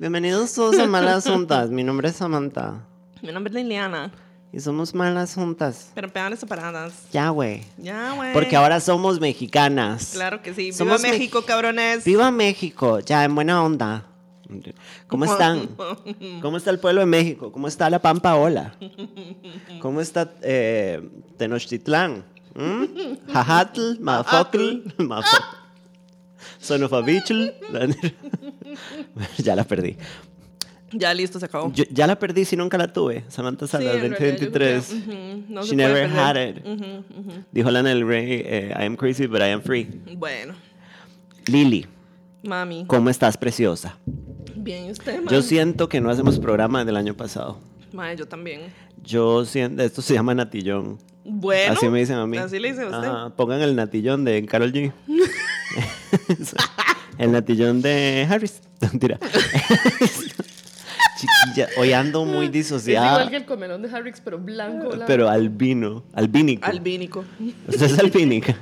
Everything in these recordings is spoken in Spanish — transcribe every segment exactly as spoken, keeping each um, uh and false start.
Bienvenidos todos a Malas Juntas. Mi nombre es Samantha. Mi nombre es Liliana. Y somos malas juntas. Pero peores separadas. Ya, güey. Ya, güey. Porque ahora somos mexicanas. Claro que sí. Somos ¡Viva México, me- cabrones! ¡Viva México! Ya, en buena onda. ¿Cómo están? ¿Cómo está el pueblo de México? ¿Cómo está la Pampa Ola? ¿Cómo está eh, Tenochtitlán? ¿Mm? Jajatl, Mafocl, Mafocl. Son of a Beachl. Ya la perdí. Ya, listo, se acabó. Yo, ya la perdí si nunca la tuve. Samantha Salas, en realidad, veinte veintitrés. yo creo que, ujú, no She se puede never perder. had it. Ujú, ujú. Dijo Lana Del Rey, eh, I am crazy, but I am free. Bueno, Lili, mami. ¿cómo estás, preciosa? Bien, ¿y usted, ma? Yo siento que no hacemos programa del año pasado. Ma, yo también. Yo siento, esto se llama natillón. Bueno. Así me dicen a mí. Así le dice a usted. Ajá, pongan el natillón de Karol G. El natillón de Harris. Mentira. Chiquilla, hoy ando muy Es disociada. igual que el comelón de Harrix, pero blanco. blanco. Pero albino, albínico. Albínico. Usted es albínica.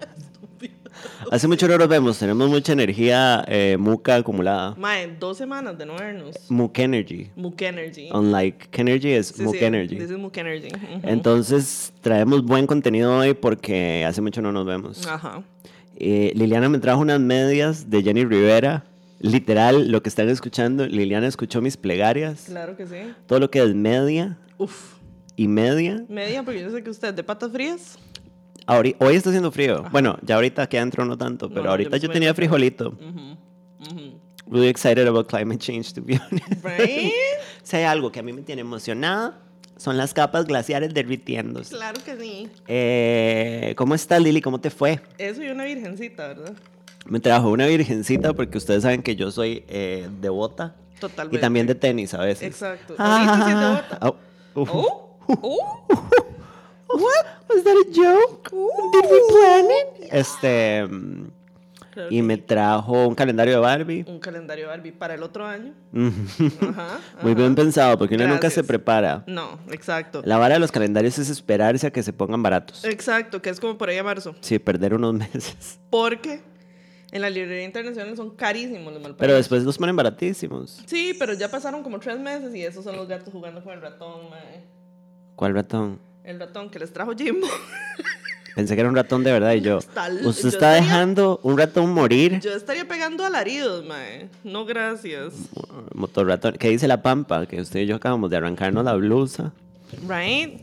Hace mucho no nos vemos, tenemos mucha energía eh, muca acumulada. Mae, dos semanas de no vernos. Muck energy. Mook Energy. Unlike Kenergy es Sí, Muck sí, energy. This is Mook Energy. Ujú. Entonces traemos buen contenido hoy porque hace mucho no nos vemos. Ajá. Eh, Liliana me trajo unas medias de Jenny Rivera. Literal, lo que están escuchando, Liliana escuchó mis plegarias. Claro que sí. Todo lo que es media Uf. y media. Media, porque yo sé que usted es de patas frías. Ahori- hoy está haciendo frío. Bueno, ya ahorita aquí adentro no tanto, pero No, ahorita yo me yo estoy tenía metiendo. frijolito. Ujú. Ujú. Really excited about climate change, to be honest. Right? Si hay algo que a mí me tiene emocionada, son las capas glaciares derritiéndose. Claro que sí. Eh, ¿Cómo estás, Lili? ¿Cómo te fue? Eso y una virgencita, ¿verdad? Me trajo una virgencita porque ustedes saben que yo soy eh, devota. Totalmente. Y también de tenis a veces. Exacto. Ah, Ahorita sí es devota. oh, uf. Oh, oh. What? Was that a joke? Did we plan it? Este, mm, Claro y que me sí. trajo un calendario de Barbie. Un calendario Barbie para el otro año. Ujú. Ajá. Muy ajá. bien pensado, porque uno nunca Gracias. se prepara. No, exacto. La vara de los calendarios es esperarse a que se pongan baratos. Exacto, que es como por ahí a marzo. Sí, perder unos meses. Porque en la librería internacional son carísimos los malparidos. Pero después los ponen baratísimos. Sí, pero ya pasaron como tres meses y esos son los gatos jugando con el ratón, mae. ¿Cuál ratón? El ratón que les trajo Jimbo. Pensé que era un ratón de verdad y yo. Está- ¿Usted yo está estaría- dejando un ratón morir? Yo estaría pegando alaridos, mae. No, gracias. Motorratón. ¿Qué dice la Pampa? Que usted y yo acabamos de arrancarnos la blusa. Right?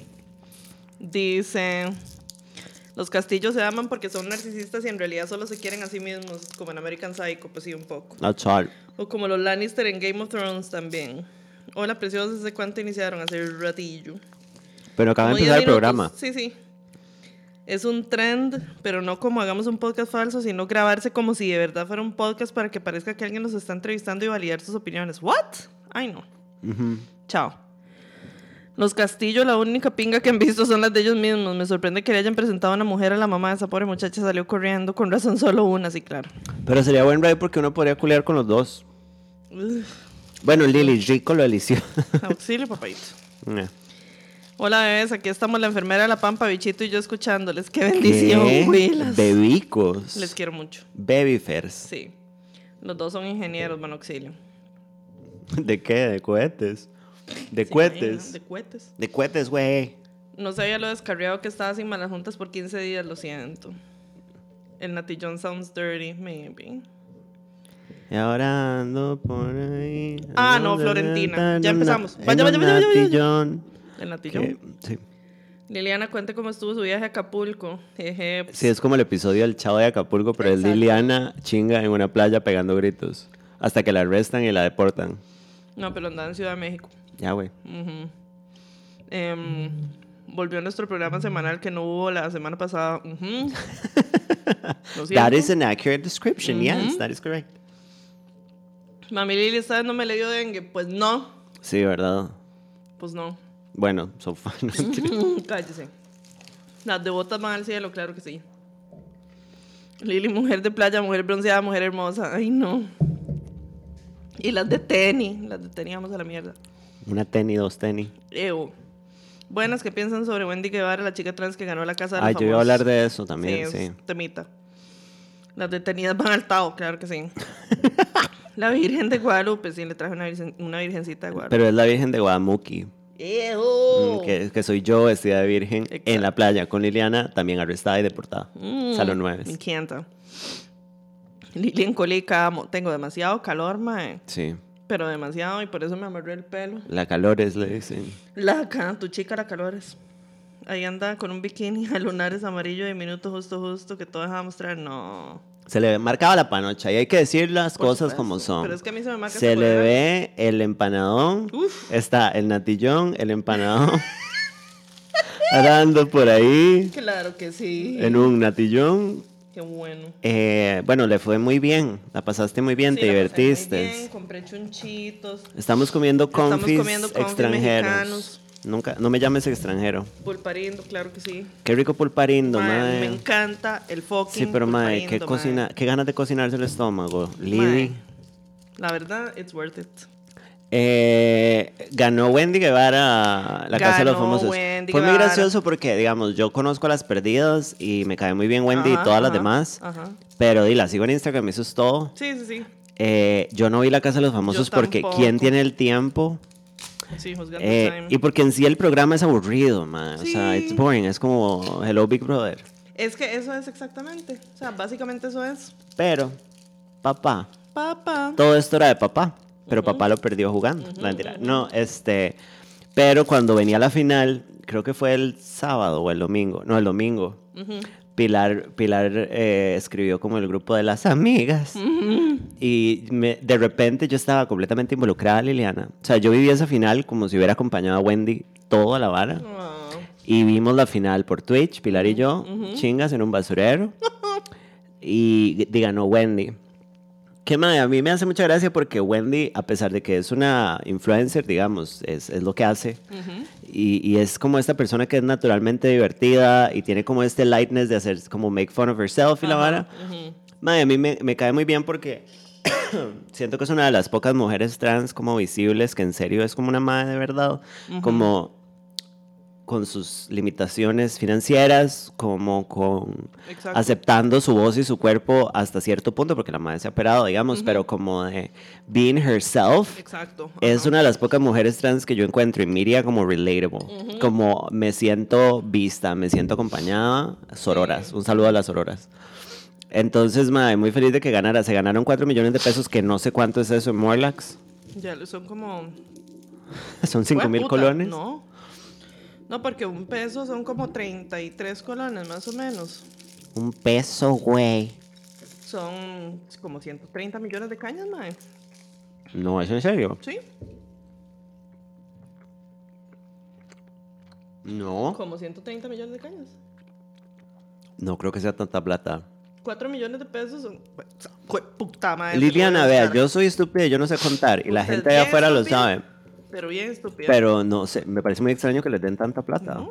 Dice, los castillos se aman porque son narcisistas y en realidad solo se quieren a sí mismos, como en American Psycho, pues sí, un poco. That's all. O como los Lannister en Game of Thrones también. Hola, preciosos, ¿desde cuánto iniciaron? Hace ratillo. Pero acaba de Como empezar el diez programa. minutos. Sí, sí. Es un trend, pero no como hagamos un podcast falso, sino grabarse como si de verdad fuera un podcast para que parezca que alguien nos está entrevistando y validar sus opiniones. ¿What? Ay, no. Ujú. Chao. Los Castillo, la única pinga que han visto son las de ellos mismos. Me sorprende que le hayan presentado a una mujer a la mamá de esa pobre muchacha. Salió corriendo, con razón solo una, sí, claro. Pero sería buen ride porque uno podría culiar con los dos. Ugh, Bueno, Lili, rico lo elició. auxilio, papadito. Eh. Hola, bebés. Aquí estamos la enfermera de la Pampa, Bichito y yo escuchándoles. ¡Qué bendición, ¿Qué? Willas! Bebicos. Les quiero mucho. Babyfers. Sí. Los dos son ingenieros, bueno, auxilio. ¿De qué? ¿De cohetes? ¿De ¿Se cohetes? imaginan? De cohetes. De cohetes, güey. No sabía lo descarriado que estaba sin malas juntas por quince días, lo siento. El natillón sounds dirty, maybe. Y ahora ando por ahí. Ah, no, Florentina. Ya empezamos. Vaya, vaya, vaya, vaya, vaya. Natillón. El natillón. Que- sí. Liliana, cuente cómo estuvo su viaje a Acapulco. Jeje. pues, Sí, es como el episodio del Chavo de Acapulco, pero es Exacto. Liliana chinga en una playa pegando gritos. Hasta que la arrestan y la deportan. No, pero andaba en Ciudad de México. Ya, güey. Ujú. Em, volvió nuestro programa semanal que no hubo la semana pasada. Ujú. Lo siento. That is an accurate description. Yes, that is correct. Mami Lili, ¿esta vez no me le dio dengue? Pues no. Sí, ¿verdad? Pues no. Bueno, so far. No, mentira. Cállese. Las devotas van al cielo, claro que sí. Lili, mujer de playa, mujer bronceada, mujer hermosa. Ay, no. Y las de tenis. Las de tenis, vamos a la mierda. Una tenis, dos tenis. Ew. Buenas, ¿qué piensan sobre Wendy Guevara, la chica trans que ganó la casa de los Ah, yo iba a famosos? hablar de eso también, Sí, sí. es temita. Las detenidas van al Tao, claro que sí. La Virgen de Guadalupe, sí, le traje una, virgen, una virgencita de Guadalupe. Pero es la Virgen de Guadamuki. ¡Ejo! Mm, que, que soy yo vestida de virgen. Exacto. En la playa con Liliana, también arrestada y deportada. Mm, Salón nueve. Me encanta. Lili en Colica, tengo demasiado calor, mae. Sí. Pero demasiado, y por eso me amarré el pelo. La calores, le dicen. La acá, tu chica la calores. Ahí anda con un bikini a lunares amarillo diminuto, justo, justo, que todo deja mostrar. No. Se le marcaba la panocha y hay que decir las por cosas supuesto, como son. Pero es que a mí se me marca. Se le ve el empanadón. Uf. Está el natillón, el empanadón. Arando por ahí. Claro que sí. En un natillón. Qué bueno. Eh, bueno, le fue muy bien. La pasaste muy bien, sí, te la divertiste. Pasé muy bien, compré chunchitos. Estamos comiendo confis Estamos comiendo confis extranjeros. Mexicanos. Nunca, no me llames extranjero. Pulparindo, claro que sí. Qué rico pulparindo, madre. Me encanta el fucking Sí, pero madre, qué cocina, qué ganas de cocinarse el estómago. Lili. La verdad, it's worth it. Eh, ganó Wendy Guevara la ganó Casa de los Famosos. Wendy Fue muy Guevara. gracioso porque, digamos, yo conozco a las perdidas y me cae muy bien Wendy ajá, y todas ajá, las demás. Ajá. Pero di, la sigo en Instagram, eso es todo. Sí, sí, sí. Eh, yo no vi la Casa de los Famosos porque ¿quién tiene el tiempo? Sí, juzgando eh, time. Y porque en sí el programa es aburrido, man. Sí. O sea, it's boring. Es como Hello Big Brother. Es que eso es exactamente. O sea, básicamente eso es. Pero, papá. Papá. Todo esto era de papá. Pero uh-huh. papá lo perdió jugando. Uh-huh, no, mentira. Uh-huh. No, este. Pero cuando venía la final, creo que fue el sábado o el domingo. No, el domingo. Uh-huh. Pilar, Pilar eh, escribió como el grupo de las amigas. Uh-huh. Y me, de repente yo estaba completamente involucrada, Liliana. O sea, yo viví esa final como si hubiera acompañado a Wendy toda la vara. Uh-huh. Y vimos la final por Twitch, Pilar uh-huh. y yo, uh-huh. chingas en un basurero. Y, y ganó Wendy. Que madre, a mí me hace mucha gracia porque Wendy, a pesar de que es una influencer, digamos, es, es lo que hace. Uh-huh. Y, y es como esta persona que es naturalmente divertida y tiene como este lightness de hacer como make fun of herself y uh-huh. la vara. Uh-huh. Madre, a mí me, me cae muy bien porque siento que es una de las pocas mujeres trans como visibles que en serio es como una madre de verdad. Uh-huh. Como con sus limitaciones financieras, como con Exacto. aceptando su voz y su cuerpo hasta cierto punto, porque la madre se ha operado, digamos, uh-huh. pero como de being herself. Exacto. Uh-huh. Es una de las pocas mujeres trans que yo encuentro y Miria como relatable, uh-huh. como me siento vista, me siento acompañada, sororas, uh-huh. un saludo a las sororas. Entonces, madre, muy feliz de que ganara, se ganaron cuatro millones de pesos, que no sé cuánto es eso en Morlax. Ya, son como... son cinco mil colones. No. No, porque un peso son como treinta y tres colones, más o menos. Un peso, güey. Son como ciento treinta millones de cañas, mae. No, ¿es en serio? Sí. No. Como ciento treinta millones de cañas. No creo que sea tanta plata. cuatro millones de pesos son... Puta madre. Liliana, vea, yo soy estúpida, yo no sé contar. Y la gente allá afuera lo sabe. Pero bien estúpido. Pero no sé, me parece muy extraño que les den tanta plata. ¿No?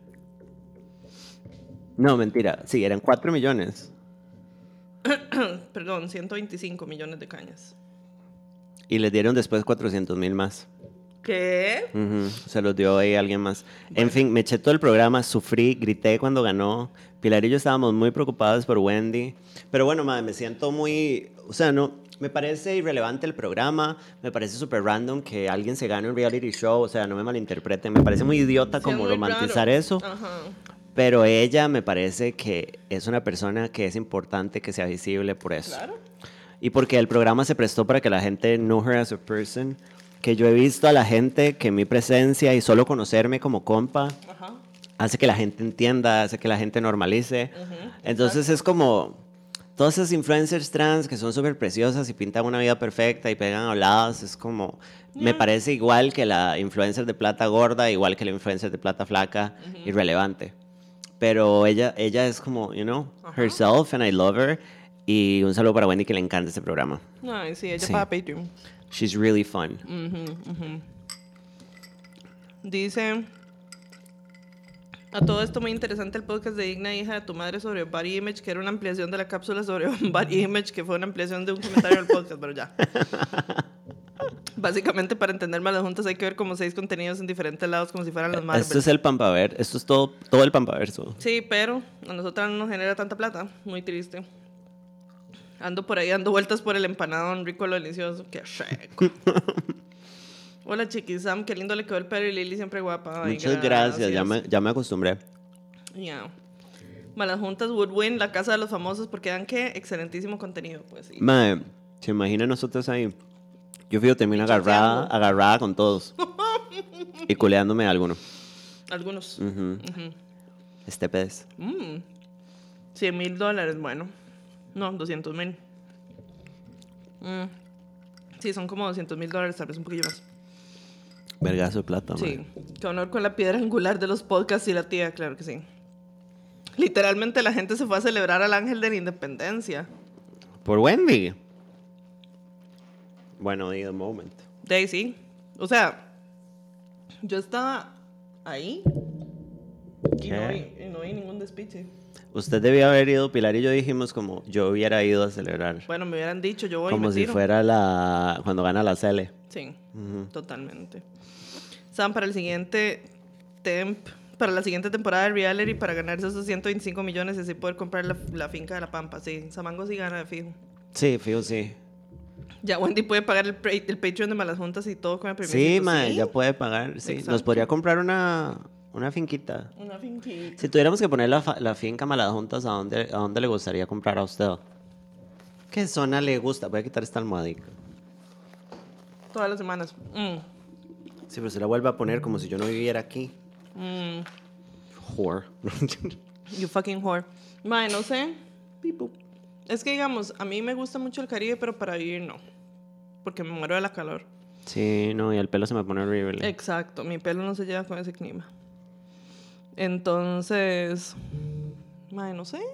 No, mentira. Sí, eran cuatro millones. Perdón, ciento veinticinco millones de cañas. Y les dieron después cuatrocientos mil más. ¿Qué? Uh-huh. Se los dio ahí alguien más. Bueno. En fin, me eché todo el programa, sufrí, grité cuando ganó. Pilar y yo estábamos muy preocupados por Wendy. Pero bueno, madre, me siento muy... O sea, no... Me parece irrelevante el programa, me parece súper random que alguien se gane un reality show, o sea, no me malinterpreten, me parece muy idiota sí, como muy romantizar raro. Eso, Ajá. Pero ella me parece que es una persona que es importante que sea visible por eso. Claro. Y porque el programa se prestó para que la gente know her as a person, que yo he visto a la gente que mi presencia y solo conocerme como compa, Ajá. hace que la gente entienda, hace que la gente normalice. Uh-huh. Entonces Exacto. Es como... Todas esas influencers trans que son súper preciosas y pintan una vida perfecta y pegan habladas, es como... Yeah. Me parece igual que la influencer de plata gorda, igual que la influencer de plata flaca, uh-huh. irrelevante. Pero ella, ella es como, you know, uh-huh. herself, and I love her. Y un saludo para Wendy, que le encanta este programa. Ay, sí, ella sí. Paga Patreon. She's really fun. Uh-huh, uh-huh. Dice... A todo esto, muy interesante el podcast de Digna Hija de tu Madre sobre Body Image, que era una ampliación de la cápsula sobre Body Image, que fue una ampliación de un comentario del podcast, pero ya. Básicamente, para entender más las juntas hay que ver como seis contenidos en diferentes lados, como si fueran los Marvel. Esto es el pampaver, esto es todo, todo el pampaverso. Sí, pero a nosotras no nos genera tanta plata, muy triste. Ando por ahí, dando vueltas por el empanadón, rico, lo delicioso. Qué rico. Hola, Chiqui Sam, qué lindo le quedó el pelo y Lili siempre guapa. Ay, Muchas gracias, gracias. Ya, me, ya me acostumbré. Ya. Yeah. Malas Juntas Woodwind, la casa de los famosos, porque dan que excelentísimo contenido, pues sí. Mae, se imagina nosotros ahí. Yo fío termino agarrada, agarrada con todos. Y culeándome a alguno. Algunos. Uh-huh. Uh-huh. Este pez. Mm. cien mil dólares, bueno. No, doscientos mil. Mm. Sí, son como doscientos mil dólares, tal vez un poquillo más. Vergazo de plata, sí. Man. Qué honor con la piedra angular de los podcasts y la tía, claro que sí. Literalmente la gente se fue a celebrar al ángel de la independencia. ¿Por Wendy? Bueno, the moment. Daisy. O sea, yo estaba ahí y no, vi, y no vi ningún despiche. Usted debía haber ido, Pilar y yo dijimos como yo hubiera ido a celebrar. Bueno, me hubieran dicho, yo voy como y me si tiro. fuera la cuando gana la Cele. Sí, uh-huh. Totalmente. Sam, para el siguiente temp, para la siguiente temporada de reality, para ganarse esos ciento veinticinco millones y así poder comprar la, la finca de La Pampa. Sí, Samango sí gana de fijo. Sí, fijo, sí. Ya Wendy puede pagar el, el Patreon de Malas Juntas y todo con el primer Sí, mae, ya puede pagar. Sí. Nos podría comprar una, una finquita. Una finquita. Si tuviéramos que poner la, la finca Malas Juntas, ¿a dónde, ¿a dónde le gustaría comprar a usted? ¿Qué zona le gusta? Voy a quitar esta almohadita. Todas las semanas. Mm. Sí, pero se la vuelve a poner como si yo no viviera aquí. Mm. Whore. You fucking whore. Mae, no sé. Pipu. Es que, digamos, a mí me gusta mucho el Caribe, pero para vivir no. Porque me muero de la calor. Sí, no, y el pelo se me pone horrible. Exacto, mi pelo no se lleva con ese clima. Entonces, mae, no sé.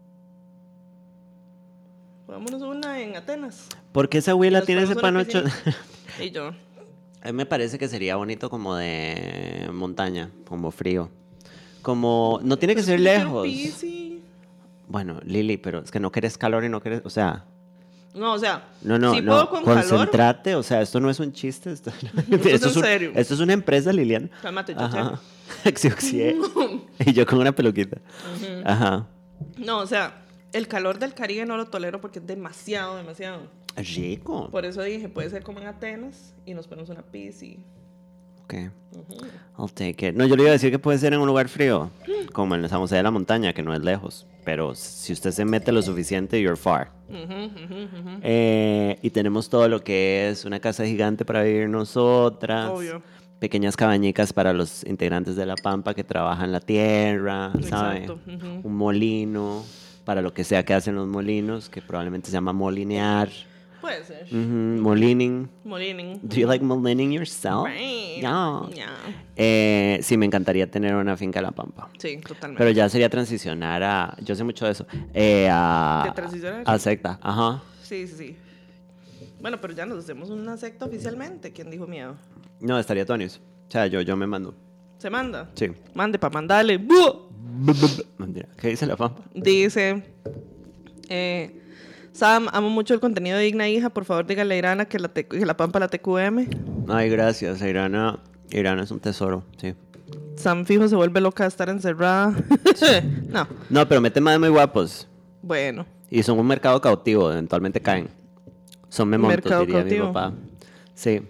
Vámonos una en Atenas. ¿Por qué esa abuela tiene ese panocho? Y yo. A mí me parece que sería bonito como de montaña, como frío. Como, no tiene que ser lejos. Bueno, Lili, pero es que no querés calor y no querés, o sea... No, o sea, no, no, si no, puedo con concéntrate, calor, o sea, esto no es un chiste. Esto, esto, esto es en serio. Un, esto es una empresa, Lilian. Cálmate, yo Ajá. Exioxié. Y yo con una peluquita. Uh-huh. Ajá. No, o sea, el calor del Caribe no lo tolero porque es demasiado, demasiado. Rico. Por eso dije, puede ser como en Atenas y nos ponemos una piscina. Ok. Uh-huh. I'll take it. No, yo le iba a decir que puede ser en un lugar frío, como en San José de la Montaña, que no es lejos. Pero si usted se mete lo suficiente, you're far. Uh-huh, uh-huh, uh-huh. Eh, y tenemos todo lo que es una casa gigante para vivir nosotras. Obvio. Pequeñas cabañicas para los integrantes de La Pampa que trabajan la tierra, ¿sabe? Uh-huh. Un molino, para lo que sea que hacen los molinos, que probablemente se llama molinear. Puede ser. Uh-huh. Molining. Molining. Do you like molining yourself? Right. Yeah. Yeah. Eh, sí, me encantaría tener una finca en La Pampa. Sí, totalmente. Pero ya sería transicionar a... Yo sé mucho de eso. Eh, a, ¿De transicionar? A secta, ajá. Sí, sí, sí. Bueno, pero ya nos hacemos una secta oficialmente. ¿Quién dijo miedo? No, estaría Tonius. O sea, yo, yo me mando. ¿Se manda? Sí. Mande para mandarle. Mentira. ¿Qué dice La Pampa? Dice... Eh... Sam, amo mucho el contenido de Digna Hija. Por favor, dígale a Irana que la, te, que la Pampa la T Q M. Ay, gracias. Irana, Irana es un tesoro, sí. Sam fijo se vuelve loca de estar encerrada. Sí. No. No, pero mete más muy guapos. Bueno. Y son un mercado cautivo. Eventualmente caen. Son memontos, diría cautivo. Mi papá. Sí.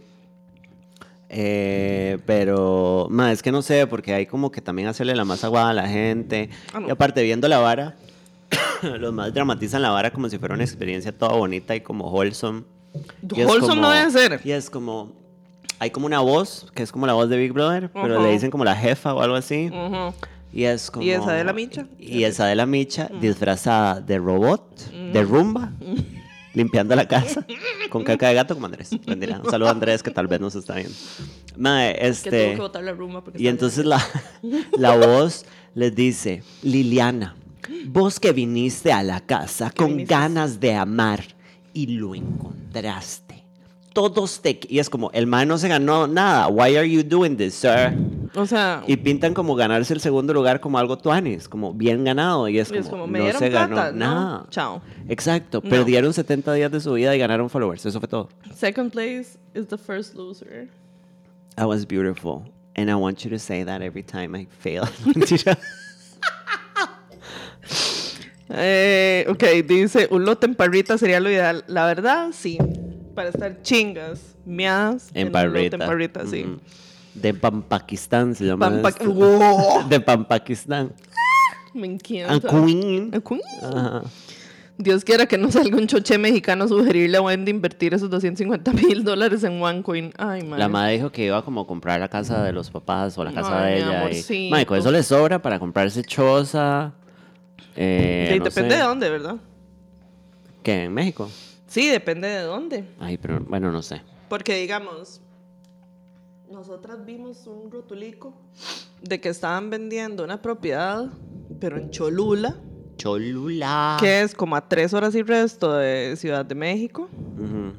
Eh, pero, ma, es que no sé, porque hay como que también hacerle la más aguada a la gente. Ah, no. Y aparte, viendo la vara... Los más dramatizan la vara como si fuera una experiencia toda bonita y como wholesome. Y wholesome como, no debe ser. Y es como... Hay como una voz, que es como la voz de Big Brother, uh-huh. pero le dicen como la jefa o algo así. Uh-huh. Y es como... ¿Y esa de la micha? Y esa de la micha, uh-huh. disfrazada de robot, uh-huh. de rumba, uh-huh. limpiando la casa, con caca de gato como Andrés. Mentira. Un saludo a Andrés, que tal vez nos está viendo. Mae, este... Que tuvo que botar la rumba porque y entonces la, la voz les dice, Liliana... Vos que viniste a la casa con viniste? ganas de amar y lo encontraste. Todos te... Y es como, el man no se ganó nada. Why are you doing this, sir? O sea... Y pintan como ganarse el segundo lugar como algo tuanis, como bien ganado. Y es como, es como no se plata, ganó ¿no? nada. Chao. Exacto. No. Perdieron setenta días de su vida y ganaron followers. Eso fue todo. Second place is the first loser. That was beautiful. And I want you to say that every time I fail. Eh, ok, dice, un lote en Parrita sería lo ideal. La verdad, sí. Para estar chingas, miadas. En un lote Parrita. En Parrita, sí. Ujú. De Pampakistán se llama Pampa- esto. ¡Wow! De Pampakistán. Me A encanta. Queen. A Queen. Ajá. Dios quiera que no salga un choche mexicano a sugerirle a Wendy invertir esos doscientos cincuenta mil dólares en OneCoin. Ay, madre. La madre dijo que iba como a comprar la casa de los papás o la casa Ay, de mi ella. Y, amorcito. madre, con eso le sobra para comprarse choza. Eh, Sí, no depende sé. de dónde, ¿verdad? ¿Qué? ¿En México? Sí, depende de dónde. Ay, pero bueno, no sé. Porque, digamos, nosotras vimos un rotulico de que estaban vendiendo una propiedad, pero en Cholula, Cholula. que es como a tres horas y resto de Ciudad de México, Ujú.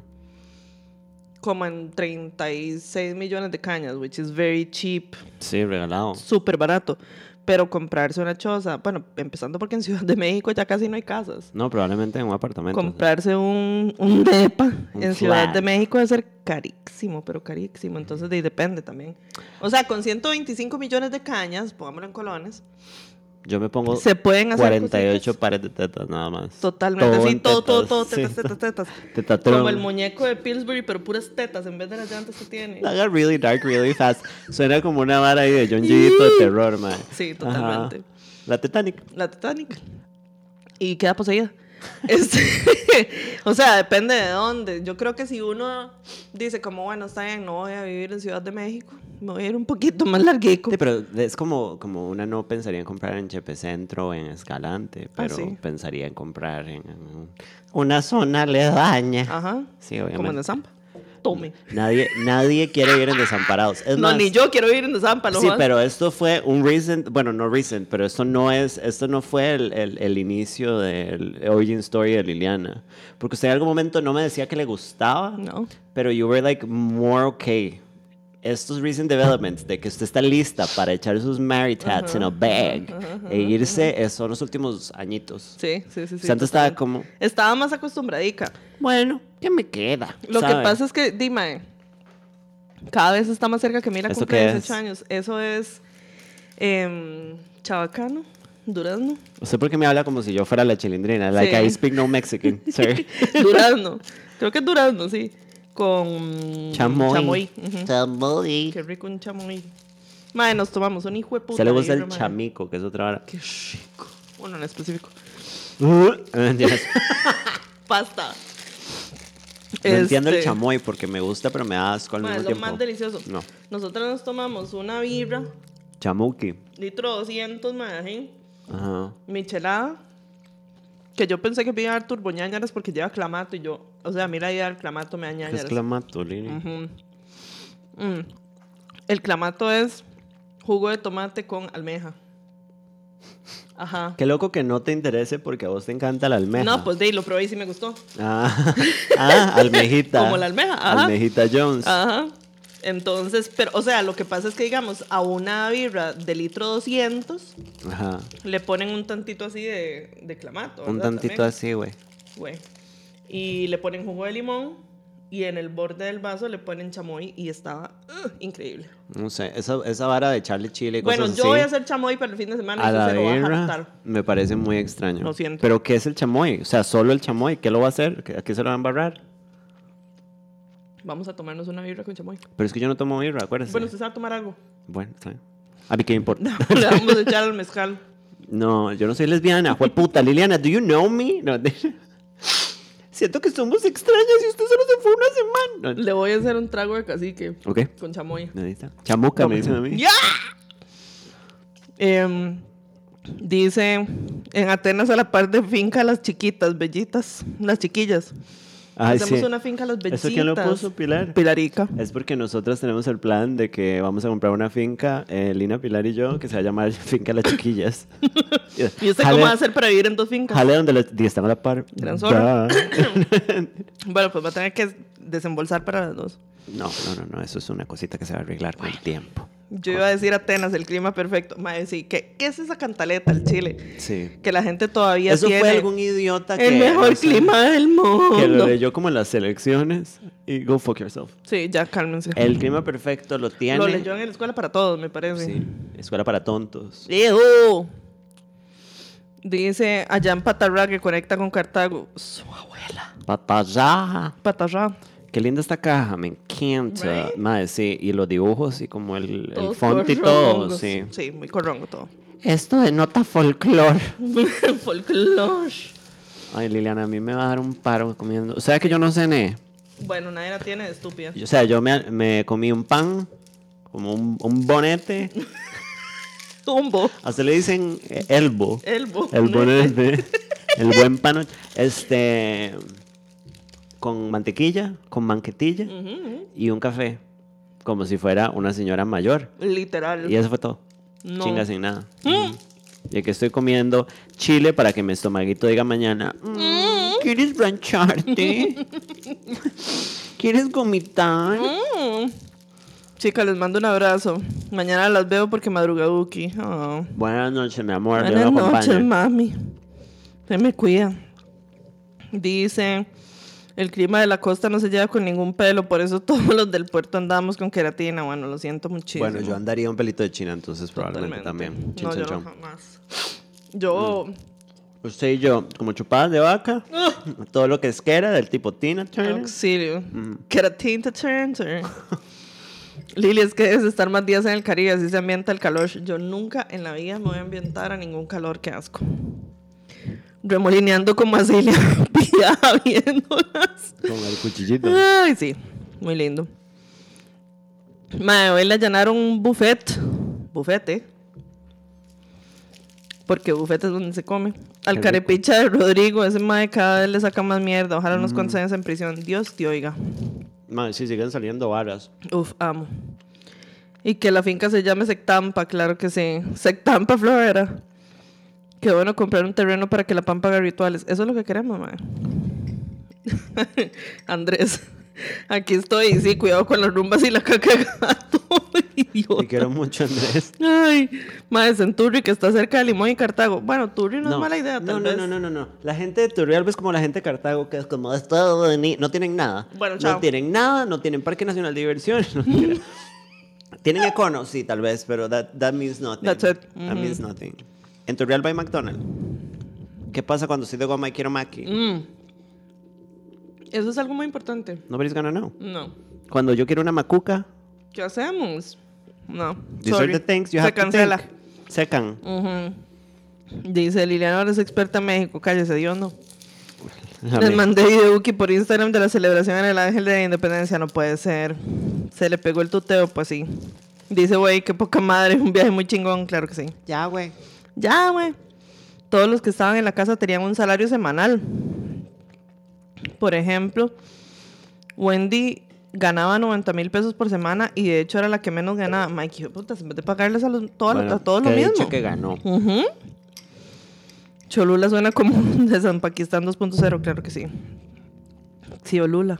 como en treinta y seis millones de cañas, which is very cheap, Sí, regalado. súper barato. Pero comprarse una choza, bueno, empezando porque en Ciudad de México ya casi no hay casas. No, probablemente en un apartamento. Comprarse un, un depa Un en Ciudad flat. de México debe ser carísimo, pero carísimo. Entonces, de ahí depende también. O sea, con ciento veinticinco millones de cañas, pongámoslo en colones, Yo me pongo se pueden hacer cuarenta y ocho cositas. pares de tetas nada más. Totalmente, sí, en todo, todo, tetas, todo, sí. tetas, tetas, tetas. Tetatron. Como el muñeco de Pillsbury, pero puras tetas en vez de las llantas que tiene. Haga really dark, really fast. Suena como una vara ahí de John Gillito de terror, man. Sí, totalmente. Ajá. La Titanic. La Titanic. Y queda poseída. Este, o sea, depende de dónde. Yo creo que si uno dice como, bueno, está bien, no voy a vivir en Ciudad de México, me voy a ir un poquito más larguico. Sí, pero es como, como una no pensaría en comprar en Chepe Centro o en Escalante, pero sí. pensaría en comprar en, en una zona aledaña. Ajá. Sí, obviamente. Como en Zampa. Tome. Nadie, nadie quiere ir en Desamparados. Es No, más, ni yo quiero ir en Zampa, no sí, jodas. pero esto fue un recent, bueno, no recent, pero esto no es, esto no fue el, el, el inicio del origin story de Liliana. Porque usted en algún momento no me decía que le gustaba, No. pero you were like more okay. Estos recent developments de que usted está lista para echar sus Mary tats in a bag e irse, eh, son los últimos añitos. Sí, sí, sí. sí O sea, antes estaba totalmente. como, Estaba más acostumbradica. bueno, ¿qué me queda? Lo ¿sabe? que pasa es que, dime, cada vez está más cerca que mira ¿Eso cumple qué dieciocho es? años. Eso es em, Chabacano, Durazno. ¿Usted por qué me habla como si yo fuera la chilindrina? Like Sí. I speak no Mexican. Sorry. Durazno. Creo que es Durazno, sí. Con Chamoy. chamoy. Ujú. Chamoy. Qué rico un chamoy. Madre, nos tomamos un hijo de puta. Se le gusta birra, el madre. chamico, que es otra hora. Qué chico. Bueno, en específico. Uh, no entiendo. Pasta. No entiendo el Este, chamoy porque me gusta, pero me da asco al madre, mismo es lo tiempo. más delicioso. No. Nosotros nos tomamos una birra, Chamuki. litro doscientos, madre, Ajá. michelada, que yo pensé que me iba a dar turboñáñaras porque lleva clamato y yo, o sea, mira ahí el clamato me da ¿Qué es ñáñaras. clamato, Lili? Ujú. Mm. El clamato es jugo de tomate con almeja. Ajá. Qué loco que no te interese porque a vos te encanta la almeja. No, pues de ahí lo probé y sí me gustó. Ah, ah, almejita. Como la almeja, ajá. Almejita Jones. Ajá. Entonces, pero, o sea, lo que pasa es que, digamos, a una birra de litro doscientos Ajá. le ponen un tantito así de, de clamato. Un ¿verdad? tantito También. así, güey. Güey. Y le ponen jugo de limón y en el borde del vaso le ponen chamoy y estaba uh, increíble. No sé, esa, esa vara de echarle chile y cosas Bueno, yo así, voy a hacer chamoy para el fin de semana y a usted la se lo va a birra hartar. me parece muy extraño. Lo siento. Pero ¿qué es el chamoy? O sea, solo el chamoy. ¿Qué lo va a hacer? ¿A qué se lo va a embarrar? Vamos a tomarnos una birra con chamoy. Pero es que yo no tomo birra, acuérdese. Bueno, usted se va a tomar algo. Bueno, está bien. A mí qué me importa. Le vamos a echar al mezcal. No, yo no soy lesbiana. Jue puta, Liliana, ¿do you know me? No, de- Siento que somos extrañas y usted solo se fue una semana. No. Le voy a hacer un trago de cacique Ok. con chamoy. Ahí está. Chamuca, me dicen a mí. ¡Ya! Em, dice, en Atenas a la par de finca Las Chiquitas, bellitas, las chiquillas. Ay, Hacemos sí. una finca Las Bellitas. ¿Eso quién lo puso, Pilar? Pilarica. Es porque nosotros tenemos el plan de que vamos a comprar una finca, eh, Lina, Pilar y yo, que se va a llamar Finca Las Chiquillas. ¿Y usted cómo va a hacer para vivir en dos fincas? Jale donde las y están a la par. Gran zorra. Da. Bueno, pues va a tener que desembolsar para las dos. No, no, no, no, eso es una cosita que se va a arreglar con el tiempo. Yo iba a decir Atenas, el clima perfecto. Madre, sí, ¿qué, ¿qué es esa cantaleta, el Chile? Sí. Que la gente todavía Eso tiene fue algún idiota que... el mejor no sé, clima del mundo. que lo leyó como en las elecciones y go fuck yourself. Sí, ya cálmense. El clima perfecto lo tiene. Lo leyó en la escuela para todos, me parece. Sí, escuela para tontos. ¡Ew! Dice allá en Patarrá, que conecta con Cartago. Su abuela. Patarrá. Patarrá. Qué linda esta caja, me encanta. Right? Madre, sí, y los dibujos y como el, el Todos font y todo, corrongos. sí. Sí, muy corrongo todo. Esto denota folclore. Folclore. Ay, Liliana, a mí me va a dar un paro comiendo. O sea que yo no cené. Bueno, nadie la tiene, estúpida. O sea, yo me, me comí un pan, como un, un bonete. Tumbo. Hasta le dicen eh, elbo. Elbo. El bonete. El buen pan. Este. Con mantequilla, con manquetilla Ujú. y un café. Como si fuera una señora mayor. Literal. Y eso fue todo. No. Chinga sin nada. Ujú. Y que estoy comiendo chile para que mi estomaguito diga mañana: "Mm, ¿quieres brancharte? ¿Quieres vomitar?" Mm. Chicas, les mando un abrazo. Mañana las veo porque madrugaduki. Oh. Buenas noches, mi amor. Dios Buenas me noches, acompañe. mami. Se me cuida. Dice, el clima de la costa no se lleva con ningún pelo, por eso todos los del puerto andamos con queratina. Bueno, lo siento muchísimo. Bueno, yo andaría un pelito de China, entonces probablemente Totalmente. también. Chin, No, chin, yo no, chon. jamás. Yo... Usted y yo, como chupadas de vaca, todo lo que es que era del tipo Tina Turner. Auxilio. Keratina Turner. Lili, es que es estar más días en el Caribe, así se ambienta el calor. Yo nunca en la vida me voy a ambientar a ningún calor, qué asco. Remolineando como a Celia Piedad viéndolas. Con el cuchillito. Ay, sí, muy lindo. Mae, hoy le allanaron un buffet. Bufete. Porque bufete es donde se come. Al Qué carepicha de Rodrigo, ese mae cada vez le saca más mierda. Ojalá unos cuantos años en prisión. Dios te oiga. Man, sí, siguen saliendo varas. Uf, amo. Y que la finca se llame Sectampa, claro que sí. Sectampa, Florera. Qué bueno comprar un terreno para que la pampa haga rituales. Eso es lo que queremos, mae. Andrés, aquí estoy. Sí, cuidado con las rumbas y la caca de gato. Idiota. Te quiero mucho, Andrés. Ay, mae, en Turri, que está cerca de Limón y Cartago. Bueno, Turri no, es mala idea, tal no, no, vez. no, no, no, no. La gente de Turrialba es como la gente de Cartago, que es como de todo de ni- no tienen nada. Bueno, chao. No tienen nada, no tienen Parque Nacional de Diversión. No tienen, tienen Econo, sí, tal vez, pero that, that means nothing. That's it. That Ujú. means nothing. En Turrialba hay McDonald's. ¿Qué pasa cuando estoy de goma y quiero Mackie? Mm. Eso es algo muy importante. Nobody's gonna know. No. Cuando yo quiero una macuca, ¿Qué hacemos? No. these sorry. are the things you Se have cancela. to think. Secan. Ujú. Dice Liliana, ahora es experta en México. Cállese, Dios no. A Les mí. mandé video Uki por Instagram de la celebración en el Ángel de la Independencia. No puede ser. Se le pegó el tuteo, pues sí. Dice, güey, qué poca madre. Un viaje muy chingón, claro que sí. Ya, güey. Ya, güey. Todos los que estaban en la casa tenían un salario semanal. Por ejemplo, Wendy ganaba noventa mil pesos por semana y de hecho era la que menos ganaba. Mike, hijo de puta, en vez de pagarles a, los, todas- Bueno, a todos lo que he mismo. dicho que ganó. Ujú. Cholula suena como de San Pakistán dos punto cero, claro que sí. Sí, Olula.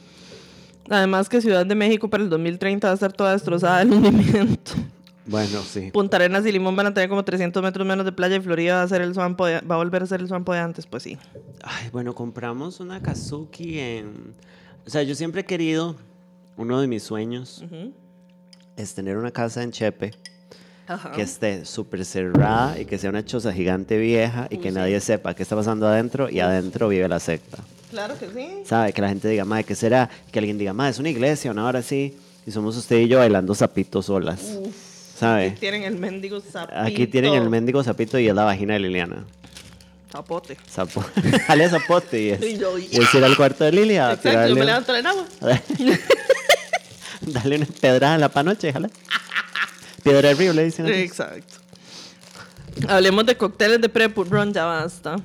Además que Ciudad de México para el dos mil treinta va a estar toda destrozada del hundimiento. Bueno, sí. Punta Arenas y Limón van a tener como trescientos metros menos de playa y Florida va a, ser el swampo de- va a volver a ser el swampo de antes, pues sí. Ay, bueno, compramos una Kazuki en... O sea, yo siempre he querido, uno de mis sueños es tener una casa en Chepe Ajá. que esté súper cerrada y que sea una choza gigante vieja y Uy, que sí. nadie sepa qué está pasando adentro y adentro vive la secta. Claro que sí. ¿Sabe? Que la gente diga, madre, ¿qué será? Que alguien diga, madre, es una iglesia, una hora sí. Y somos usted y yo bailando zapitos solas. ¿Sabe? Aquí tienen el mendigo sapito. Aquí tienen el mendigo zapito y es la vagina de Liliana. Zapote. Sapo. Dale zapote y es, Y yo, y es ir al cuarto de Lili a Exacto, yo tirarle- me levanto en agua. Dale una pedrada en la panoche, jala. Piedra del río, le dicen. antes. Exacto. Hablemos de cócteles de Prepu. Ron, ya basta.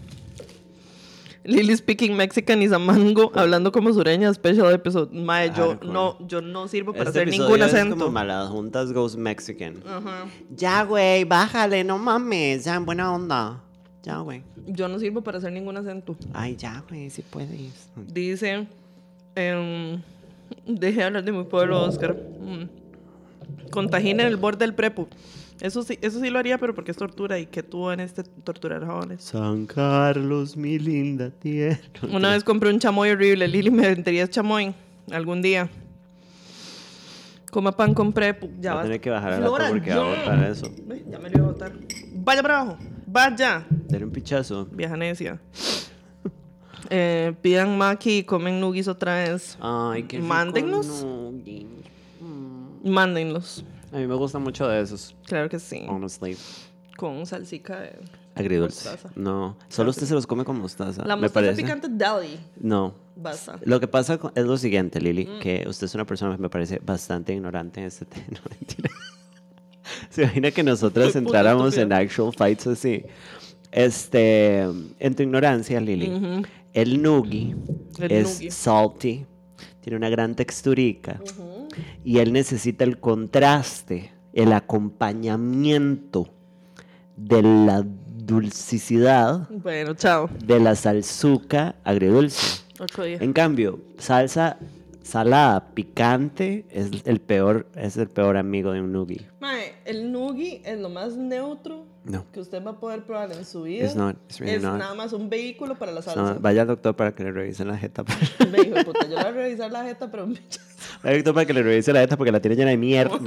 Lily speaking Mexican is a mango, hablando como sureña, special episode. Mae, yo Hardcore. no, yo no sirvo para Este hacer episodio ningún es acento. como malas juntas goes Mexican. Ajá. Ya, güey, bájale, no mames. Ya, en buena onda. Ya, güey. Yo no sirvo para hacer ningún acento. Ay, ya, güey, sí puedes. Dice, em, dejé de hablar de mi pueblo, Oscar. Mm. Contagina en el borde del prepu. Eso sí, eso sí lo haría, pero porque es tortura y que tú en este torturar jóvenes. San Carlos, mi linda tierra. Una vez compré un chamoy horrible. Lili, ¿me venderías chamoy algún día? Coma pan con prepu. Ya Va a vas. tener que bajar a la Flora, porque ya. va a botar eso. Ve, ya me lo iba a botar. Vaya para abajo. Vaya. Dale un pichazo. Vieja necia. Eh, pidan maqui y comen nuggies otra vez. Ay, qué rico. Mándennos. Nugget. Mm. Mándenlos. A mí me gusta mucho de esos, Claro que sí. honestly. Con salsica de Agridulce. mostaza. No, solo usted se los come con mostaza. La me mostaza parece. picante deli. No. Basta. Lo que pasa con- es lo siguiente, Lili, mm. que usted es una persona que me parece bastante ignorante en este tema. No, mentira. Se imagina que nosotros Soy puta entráramos estúpida. en actual fights así. Este, en tu ignorancia, Lili, Ujú. el nuggy El es nuggy. salty, tiene una gran texturica Ujú. y él necesita el contraste, el acompañamiento de la dulcicidad Bueno, chao. de la salsuca agridulce. Otro día. En cambio, salsa salada, picante, es el peor, es el peor amigo de un nuggy. Mae, el nuggy es lo más neutro No. que usted va a poder probar en su vida. It's not. It's really es not. nada más un vehículo para la salsa. No, vaya al doctor para que le revisen la jeta. Me dijo, puta, yo le voy a revisar la jeta, pero me Vaya al doctor para que le revise la jeta porque la tiene llena de mierda.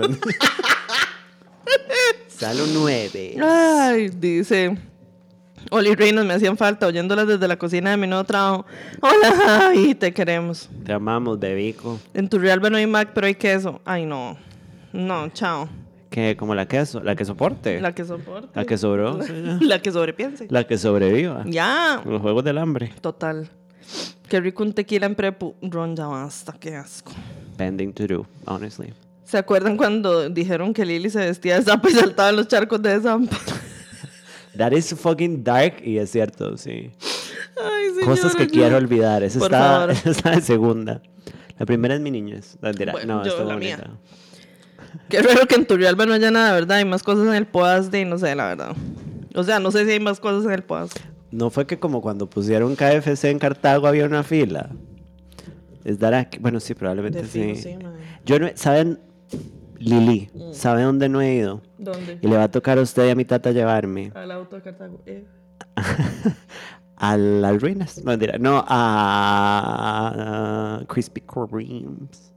Salo nueve. Ay, dice Oli Reynolds, me hacían falta oyéndolas desde la cocina de mi nuevo trabajo. Hola, Javi, te queremos. Te amamos, bebico. En tu Realba no hay Mac, pero hay queso. Ay, no. No, chao. Que como la queso, la que soporte. La que soporte. La que sobró. La, sí, ya. la que sobrepiense. La que sobreviva. Ya. Los juegos del hambre. Total. Qué rico un tequila en prepu. Ron, ya basta, qué asco. Pending to do, honestly. ¿Se acuerdan cuando dijeron que Lily se vestía de zampa y saltaba en los charcos de zampa? That is fucking dark y es cierto, sí. Ay, señora, Cosas que yo- quiero olvidar. Esa Por está, favor. esa está de segunda. La primera es mi niñez. No, mentira. Bueno, no, yo está la bonita. mía. Qué raro que en Turrialba no haya nada, ¿verdad? Hay más cosas en el Poas de, no sé, la verdad. O sea, no sé si hay más cosas en el Poas. No fue que como cuando pusieron K F C en Cartago había una fila. Es dar aquí. Bueno, sí, probablemente De sí. fijo, sí, madre. Yo no, ¿saben? Lili, Mm. ¿sabe dónde no he ido? ¿Dónde? Y le va a tocar a usted y a mi tata llevarme Al auto de Cartago. Eh. a las ruinas. No, mentira. No, a, a Krispy Kremes.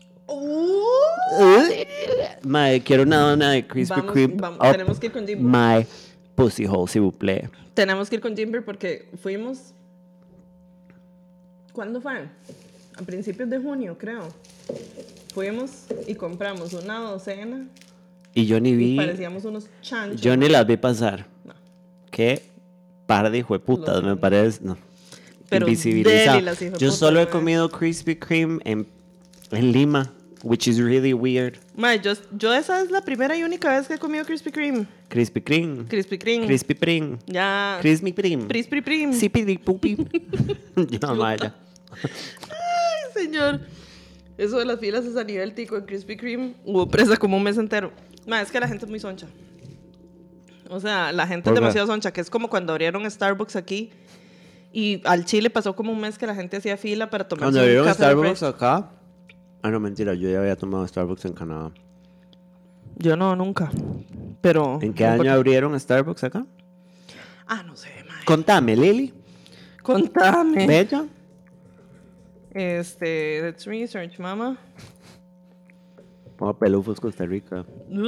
Mae, quiero una dona de Krispy Vamos, Kreme. vamos, up tenemos que ir con Jimbo. My pussy hole, s'il vous plaît. Tenemos que ir con Jimber porque fuimos... ¿Cuándo fue? A principios de junio, creo. Fuimos y compramos una docena Y yo ni y vi, parecíamos unos chanchos. yo ni las vi pasar. No. Qué par de hijueputas, Lo me siento. parece. No. Pero Invisibilizado. deli las Yo hijueputas, solo he mae. comido Krispy Kreme en, en Lima, which is really weird. Mae, yo, yo esa es la primera y única vez que he comido Krispy Kreme. Krispy Kreme. Krispy Kreme. Krispy Kreme. Ya. Krispy Kreme. Krispy Kreme. Sí, pidi, pupi. No, vaya. Ay, señor. Eso de las filas es a nivel tico. En Krispy Kreme hubo presa como un mes entero. Mae, es que la gente es muy soncha. O sea, la gente es ¿Por qué? demasiado soncha, que es como cuando abrieron Starbucks aquí. Y al Chile pasó como un mes que la gente hacía fila para tomar Cuando un vieron café Starbucks refresh. acá. Ah, no, mentira. Yo ya había tomado Starbucks en Canadá. Yo no, nunca. Pero... ¿En qué no año importa. abrieron Starbucks acá? Ah, no sé, mae. Contame, Lili. Contame. Bella. Este, let's research, mama. Pongo pelufos Costa Rica.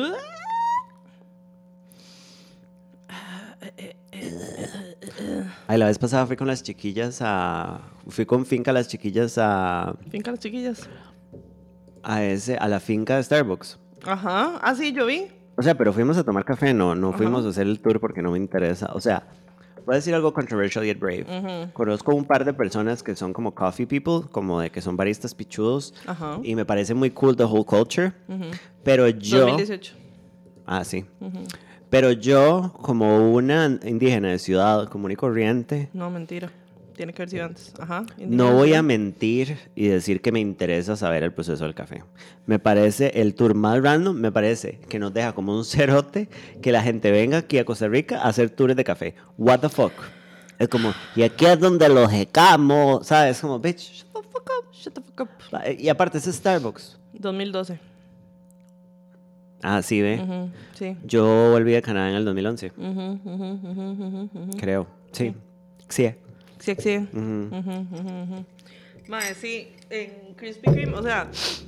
Ay, la vez pasada fui con las chiquillas a... Fui con finca las chiquillas a... Finca las chiquillas. A ese... A la finca de Starbucks. Ajá. Ah, sí, yo vi. O sea, pero fuimos a tomar café, no, no Ajá. fuimos a hacer el tour porque no me interesa. O sea, voy a decir algo controversial yet brave. Ujú. Conozco un par de personas que son como coffee people, como de que son baristas pichudos. Ajá. Y me parece muy cool the whole culture. Ujú. Pero yo... dos mil dieciocho. Ah, sí. Ujú. Pero yo, como una indígena de ciudad común y corriente, No, mentira. Tiene que haber sido antes. Ajá. no voy a Indígena. mentir y decir que me interesa saber el proceso del café. Me parece el tour más random, me parece que nos deja como un cerote que la gente venga aquí a Costa Rica a hacer tours de café. What the fuck? Es como, y aquí es donde los jecamos, ¿sabes? Como, bitch. Shut the fuck up. Shut the fuck up. Y aparte es Starbucks. dos mil doce. Ah, sí, ve. Ujú, sí. Yo volví a Canadá en el dos mil once, Ujú, ujú, ujú, ujú, ujú. creo. Sí. Sí. Sí, sí. Ujú. Ujú, ujú, ujú. Mae, sí, en Krispy Kreme, o sea,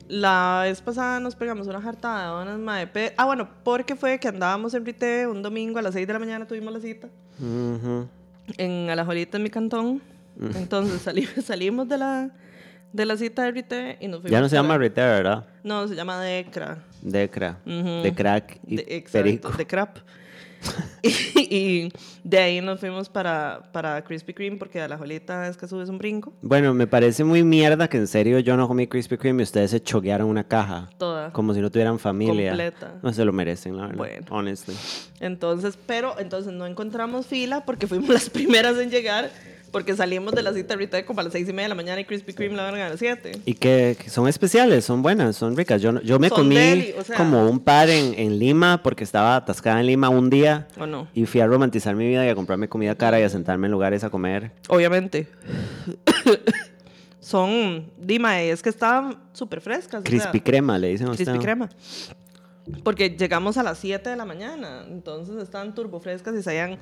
La vez pasada nos pegamos una jartada de donas, mae. Pe- ah, bueno, porque fue que andábamos en Rite un domingo a las seis de la mañana, tuvimos la cita. Ujú. En Alajuelita, en mi cantón. Entonces sali- salimos de la, de la cita de Rite y nos fuimos. Ya no se para- llama Rite, ¿verdad? No, se llama Decra. Decra. Ujú. De crack y De, exacto, perico. de crap. y, y de ahí nos fuimos para, para Krispy Kreme porque a la Jolita es que subes un brinco. Bueno, me parece muy mierda que en serio yo no comí Krispy Kreme y ustedes se choquearon una caja. Toda. Como si no tuvieran familia. Completa. No se lo merecen, la verdad. Bueno. Honestly. Entonces, pero entonces no encontramos fila porque fuimos las primeras en llegar porque salimos de la cita ahorita como a las seis y media de la mañana y Krispy Kreme la van a las siete. Y que, que son especiales, son buenas, son ricas. Yo, no- yo me Son comí deli, o sea. como un par en, en Lima porque estaba atascada en Lima un día. ¿O no? Y fui a romantizar mi vida y a comprarme comida cara y a sentarme en lugares a comer. Obviamente. Son, dime, es que estaban súper frescas. o sea, Crispy crema, le dicen a usted. Crispy crema. Porque llegamos a las siete de la mañana, entonces estaban turbo frescas y salían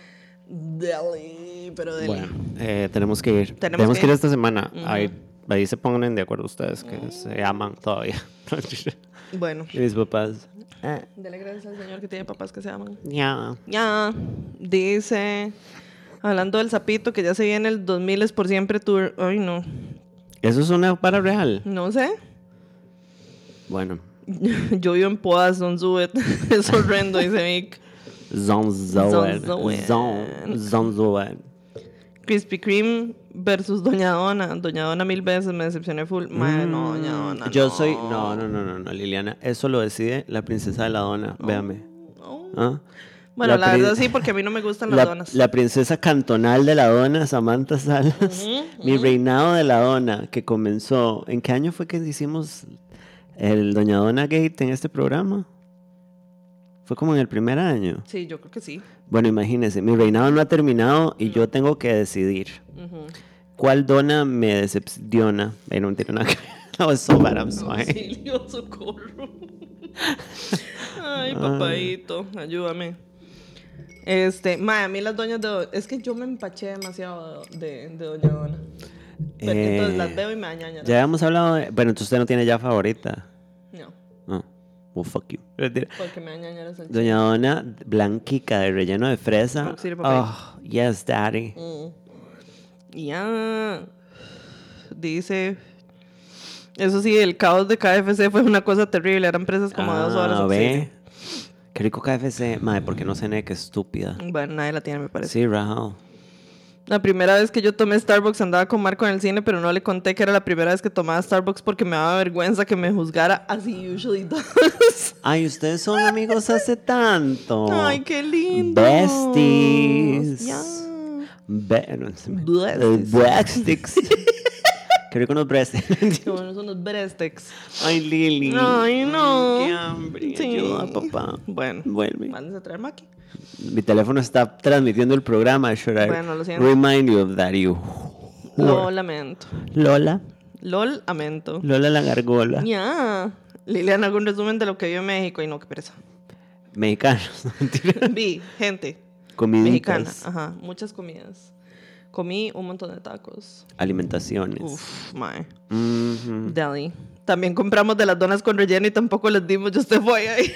deli, pero deli. Bueno, eh, tenemos que ir. Tenemos Tenemos, que que ir ir. esta semana. Ujú. ahí, ahí se ponen de acuerdo ustedes que se aman todavía. Bueno, Y mis papás. eh, dele gracias al Señor que tiene papás que se aman. ya. Ya, dice, hablando del sapito, que ya se viene el dos mil es por siempre tour. Ay, no, Eso es una para real. no sé. Bueno. Yo vivo en Poas, don't do it. Es horrendo, dice Vic. Zonzoen. Zonzoen. Zon- Zonzoen. Krispy Kreme versus Doña Dona. Doña Dona mil veces me decepcioné full. Madre, no, Doña Dona. Yo no. soy. No, no, no, no, no, Liliana. Eso lo decide la princesa de la dona. Véame. Oh. ¿Ah? Bueno, la, pri- verdad sí, porque a mí no me gustan las La, donas. la princesa cantonal de la dona, Samantha Salas. Mi reinado de la dona, que comenzó. ¿En qué año fue que hicimos el Doña Dona Gate en este programa? Fue como en el primer año. Sí, yo creo que sí. Bueno, imagínense, mi reinado no ha terminado y yo tengo que decidir Ujú. cuál dona me decepciona. Eh, no entiendo nada que ver. That was so bad, I'm sorry. Auxilio, socorro. Ay, papadito, ayúdame. Este, ma, a mí las doñas de... Es que yo me empaché demasiado de, de Doña Dona. Pero, Eh, entonces las veo y me dañan. Ya habíamos hablado de... Bueno, entonces usted no tiene ya favorita. No, No. Well, fuck you. Mentira. porque me dañan las salchichas. Doña Dona, blanquica, de relleno de fresa. Auxilio, papá. Oh, yes, daddy. Mm. Ya. Dice... Eso sí, el caos de K F C fue una cosa terrible. Eran presas como de dos horas. Ah, auxilio. ve. Qué rico K F C. Madre, ¿por qué no cené? Qué estúpida. Bueno, nadie la tiene, me parece. Sí, rajao. La primera vez que yo tomé Starbucks andaba con Marco en el cine, pero no le conté que era la primera vez que tomaba Starbucks porque me daba vergüenza que me juzgara así usually does. Ay, ustedes son amigos hace tanto. Ay, qué lindo. Besties. Ya. Be no, se me- Besties. Breadsticks. Qué rico unos breadsticks. Qué buenos son los breadsticks. Ay, Lili. Ay, no. Qué hambre. Sí. Ayuda, papá. Bueno, Vuelve. mándense a traer Maki. Mi teléfono está transmitiendo el programa. Should I Bueno, lo siento. remind you of that, you Lo lamento. Lola. LOL, lamento. Lola la gargola. Ya. Liliana, hago un resumen de lo que vive en México y no, qué pereza. Mexicanos. Mentira. Vi, gente. Comiditas. Mexicana. Ajá, muchas comidas. Comí un montón de tacos. Alimentaciones. Uf, mae. Mhm. Deli. También compramos de las donas con relleno y tampoco les dimos. Yo usted fue ahí.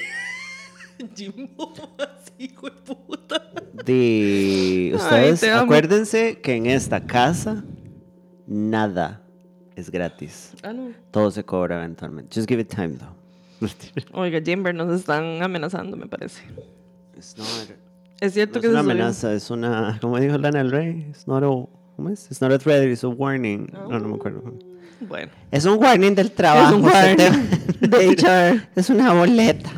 Jimbo, así, hijo de puta. De... Ay, Ustedes te amo. acuérdense que en esta casa nada es gratis. Ah, no. Todo se cobra eventualmente. Just give it time, though. Oiga, Jimber, nos están amenazando, me parece. It's not, Es cierto no que es una se subió- amenaza, es una... ¿Cómo dijo Lana del Rey? It's not a... ¿Cómo es? It's not a threat, it's a warning. No, no me acuerdo. Bueno. Es un warning del trabajo. Es un warning de H R. Es una boleta.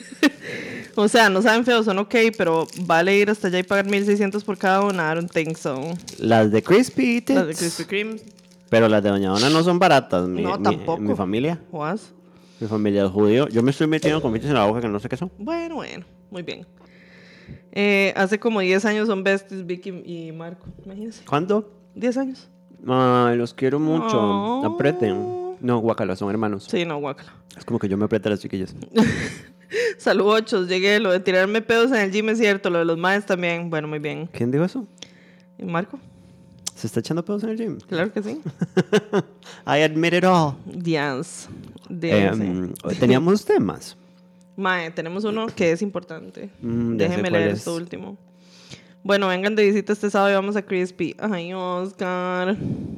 O sea, no saben feo, son ok, pero vale ir hasta allá y pagar mil seiscientos por cada una. I don't think so. Las de Crispy Tits. Las de Krispy Kreme. Pero las de Doña Dona no son baratas. Mi, No, mi- tampoco. Mi familia. ¿Was? Mi familia es judío. Yo me estoy metiendo con bichos en la boca que no sé qué son. Bueno, bueno, muy bien. Eh, hace como diez años son besties Vicky y Marco, imagínense. ¿Cuánto? diez años. Ay, los quiero mucho. Oh. Aprieten. No, guacala, son hermanos. Sí, no, guácala. Es como que yo me aprieto a las chiquillas. Salud, ochos, llegué. Lo de tirarme pedos en el gym es cierto, lo de los maes también. Bueno, muy bien. ¿Quién dijo eso? ¿Y Marco? ¿Se está echando pedos en el gym? Claro que sí. I admit it all. Yes. Eh, teníamos temas. Mae, tenemos uno que es importante. Mm, ya sé Déjeme cuál leer es. esto último. Bueno, vengan de visita este sábado y vamos a Crispy. Ay, Oscar.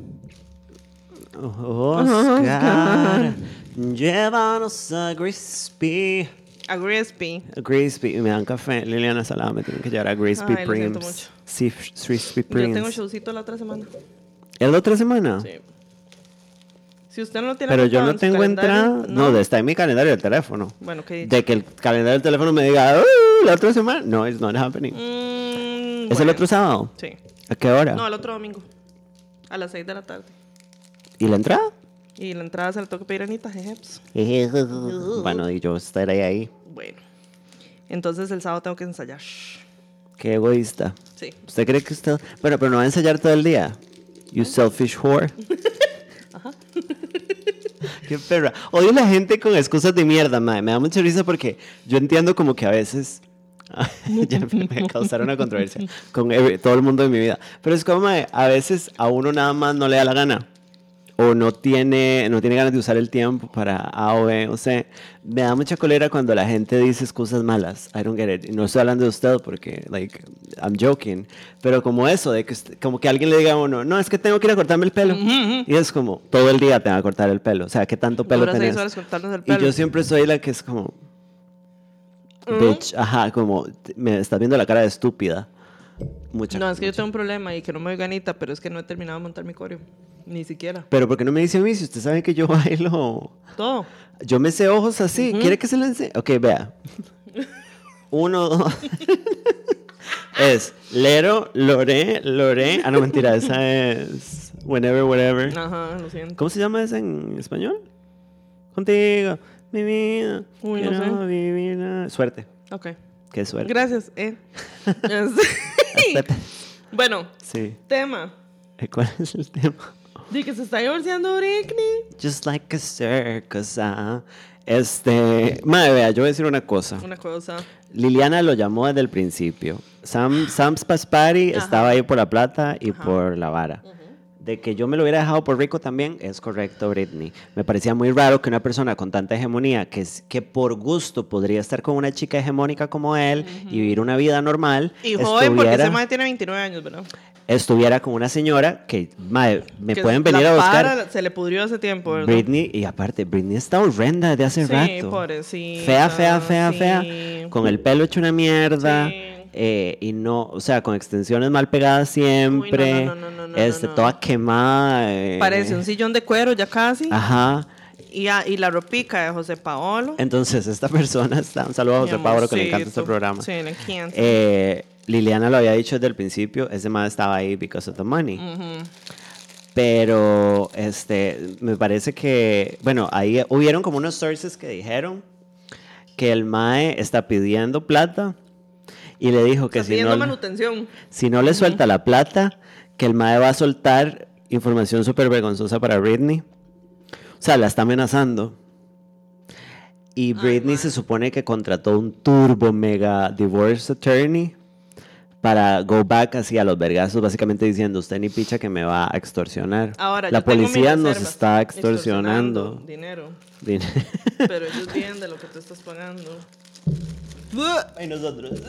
Oscar, llévanos a Crispy. A Crispy. A Crispy. Y me dan café. Liliana Salada me tienen que llevar a Crispy Ay, lo siento Prims. mucho. Sí, Crispy Yo Prims. tengo showcito la otra semana. ¿Es la otra semana? Sí. Si usted no lo tiene Pero yo apuntado no en su tengo calendario, entrada. No, está en mi calendario del teléfono. Bueno, ¿qué he dicho? De que el calendario del teléfono me diga, "Uh, la otra semana". No, it's not happening. Mm, ¿Es bueno. el otro sábado? Sí. ¿A qué hora? No, el otro domingo. A las seis de la tarde. ¿Y la entrada? Y la entrada se la tengo que pedir a Anita, jejeps. Bueno, y yo estaré ahí. Bueno. Entonces el sábado tengo que ensayar. Qué egoísta. Sí. ¿Usted cree que usted... Bueno, pero no va a ensayar todo el día. You selfish whore. Ajá. Qué perra. Odio la gente con excusas de mierda, madre. Me da mucha risa porque yo entiendo como que a veces... ya me causaron una controversia con every- todo el mundo de mi vida. Pero es como, madre, a veces a uno nada más no le da la gana. O no tiene, no tiene ganas de usar el tiempo para A o B. O sea, me da mucha cólera cuando la gente dice excusas malas. I don't get it. Y no estoy hablando de usted porque, like, I'm joking. Pero como eso, de que usted- como que alguien le diga a uno, no, es que tengo que ir a cortarme el pelo. Y es como, todo el día te van a cortar el pelo. O sea, ¿qué tanto pelo Dura seis tenés? horas cortarnos el Y pelo. yo siempre soy la que es como, bitch, ajá, como, t- me estás viendo la cara de estúpida. Mucha, No, es que yo mucha. tengo un problema y que no me doy ganita, pero es que no he terminado de montar mi coreo. Ni siquiera. Pero ¿por qué no me dice a mí si usted sabe que yo bailo? Todo. Yo me sé ojos así. ¿Quiere que se lo enseñe? Ok, vea. Uno, dos. Es Lero, Lore, Lore. Ah, no, mentira. Esa es Whenever, Whatever. Ajá, lo siento. ¿Cómo se llama esa en español? Contigo, mi vida. Uy, no quiero sé. vivir la- Suerte. Ok. Qué suerte. Gracias, eh. Es- bueno, Sí. tema. ¿Cuál es el tema? De que se está divorciando Britney. Just like a circus, ah. Este, madre, vea, yo voy a decir una cosa. Una cosa. Liliana lo llamó desde el principio. Sam, Sam's Paspari Ajá. estaba ahí por la plata y Ajá. por la vara. De que yo me lo hubiera dejado por rico también, es correcto, Britney. Me parecía muy raro que una persona con tanta hegemonía, que, es- que por gusto podría estar con una chica hegemónica como él y vivir una vida normal, Y joven, porque estuviera- ese madre tiene veintinueve años, ¿verdad? estuviera con una señora que, madre, me Que pueden la venir a buscar. para se le pudrió hace tiempo, ¿verdad? Britney, y aparte, Britney está horrenda de hace Sí, rato. pobrecita, Fea, fea, fea, sí. fea. Con el pelo hecho una mierda. Sí. eh, y no, o sea, con extensiones mal pegadas siempre. Uy, no, no, no, no, no, este, no, no. toda quemada. eh, Parece un sillón de cuero ya casi. Ajá. Y, a- y la ropica de José Paolo. Entonces, esta persona está. Un saludo a José Mi Pablo, que le encanta este amorcito. programa. Sí, le encanta. Eh, Liliana lo había dicho desde el principio. Ese man estaba ahí because of the money. Ujú. Pero este me parece que, bueno, ahí hubieron como unos sources que dijeron que el mae está pidiendo plata y le dijo que Está si pidiendo no, manutención. si no le suelta la plata, que el mae va a soltar información súper vergonzosa para Britney. O sea, la está amenazando. Y Britney se supone que contrató un turbo mega divorce attorney para go back hacia los vergazos, básicamente diciendo, usted ni picha que me va a extorsionar. Ahora, la yo tengo mis policía nos reservas. está extorsionando. Dinero. Din- Pero ellos vienen de lo que tú estás pagando. y nosotros.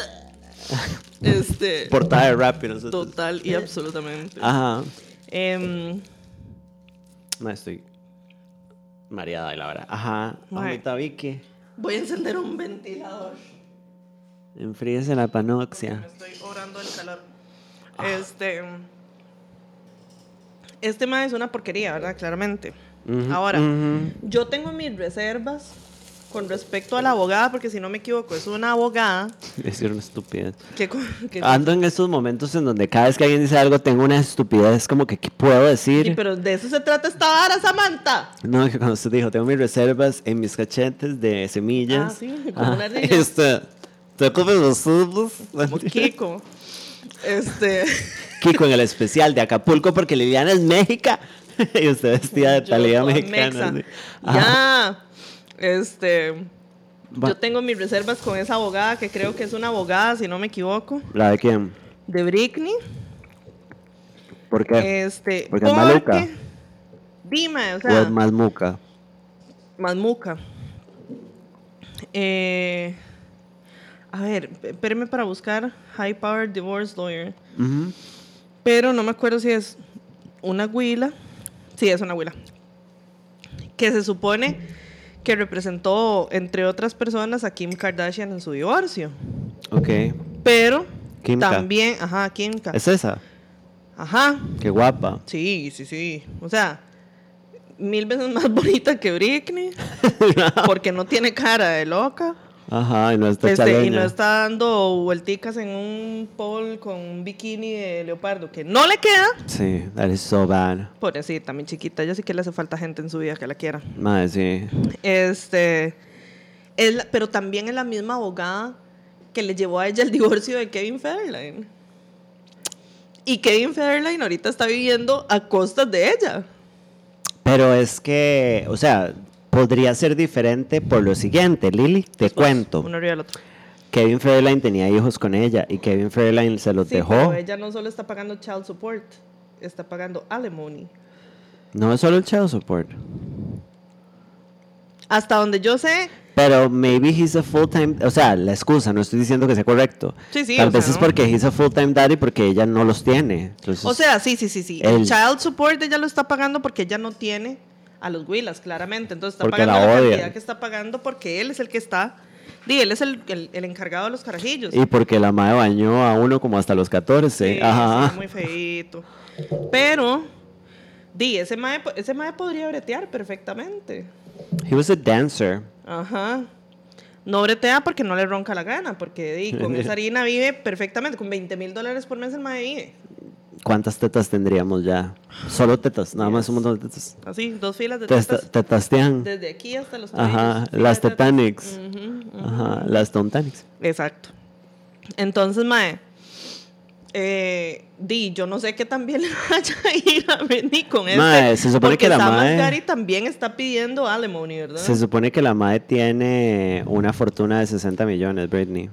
Este. Portada de rap y nosotros. Total y absolutamente. Ajá. Em, No estoy mareada de la hora. Ajá. Mae. Mamita Vicky. voy a encender un ventilador. Enfríese la panoxia. Me estoy orando el calor. Este. Este ma es una porquería, ¿verdad? Claramente. Ujú, Ahora, ujú. yo tengo mis reservas con respecto a la abogada, porque si no me equivoco, es una abogada Decir una estupidez. que. que Ando en estos momentos en donde cada vez que alguien dice algo tengo una estupidez, como que, ¿qué puedo decir? Sí, pero de eso se trata esta vara, Samantha. No, que cuando usted dijo, tengo mis reservas en mis cachetes de semillas. Ah, sí, como una ardilla. Este, tengo mis reservas. Como Kiko. Este. Kiko en el especial de Acapulco porque Liliana es Méxica y usted vestida de Yo talía toda mexicana. mexa. así. Ajá. Ya. Este. Va- Yo tengo mis reservas con esa abogada, que creo que es una abogada, si no me equivoco, ¿La de quién? de Britney. ¿Por qué? Este, Porque es maluca. Dime, o O sea. es más muca. Más muca. Eh, a ver, espérame para buscar High Power Divorce Lawyer. Uh-huh. Pero no me acuerdo si es una güila. Sí, es una güila. Que se supone que representó, entre otras personas, a Kim Kardashian en su divorcio. Ok. Pero Kimka. también, ajá, Kimka. ¿Es esa? Ajá. Qué guapa. Sí, sí, sí. O sea, mil veces más bonita que Britney. Porque no tiene cara de loca. Ajá, y no está Este, chaleña. y no está dando vuelticas en un pole con un bikini de leopardo que no le queda. Sí, that is so bad. Pobrecita, también chiquita. Ella sí que le hace falta gente en su vida que la quiera. Madre, sí. Este, es la- pero también es la misma abogada que le llevó a ella el divorcio de Kevin Federline. Y Kevin Federline ahorita está viviendo a costas de ella. Pero es que, o sea, podría ser diferente por lo siguiente, Lili, te Después, cuento. Uno arriba del otro. Kevin Federline tenía hijos con ella y Kevin Federline se los Sí, dejó. pero ella no solo está pagando child support, está pagando alimony. No es solo el child support. Hasta donde yo sé, Pero maybe he's a full-time, o sea, la excusa, no estoy diciendo que sea correcto. Sí, sí, Tal o vez sea, es ¿no? porque he's a full-time daddy porque ella no los tiene. Entonces, o sea, sí, sí, sí, sí. El- El child support ella lo está pagando porque ella no tiene a los Willas, claramente. Entonces está Porque pagando la la, odia. cantidad que está pagando porque él es el que está. Di, él es el, el, el encargado de los carajillos. y porque la madre bañó a uno como hasta los catorce. Sí, Ajá. sí, muy feíto. Pero, di, ese mae, ese mae podría bretear perfectamente. He was a dancer. Ajá. No bretea porque no le ronca la gana, porque di, con esa harina vive perfectamente. Con veinte mil dólares por mes el mae vive. ¿Cuántas tetas tendríamos ya? Solo tetas, nada más un montón de tetas. Así, dos filas de Testa- tetas. Tetastean. Desde aquí hasta los Ajá, tobillos. las Fila de tetas. Titanics. Ujú, ujú. Ajá, las Tontanics. Exacto. Entonces, mae, eh, di, yo no sé qué también le vaya a ir a Britney con Mae, este. se supone porque que la Sam mae- Asghari también está pidiendo alimony, ¿verdad? Se supone que la madre tiene una fortuna de sesenta millones, Britney.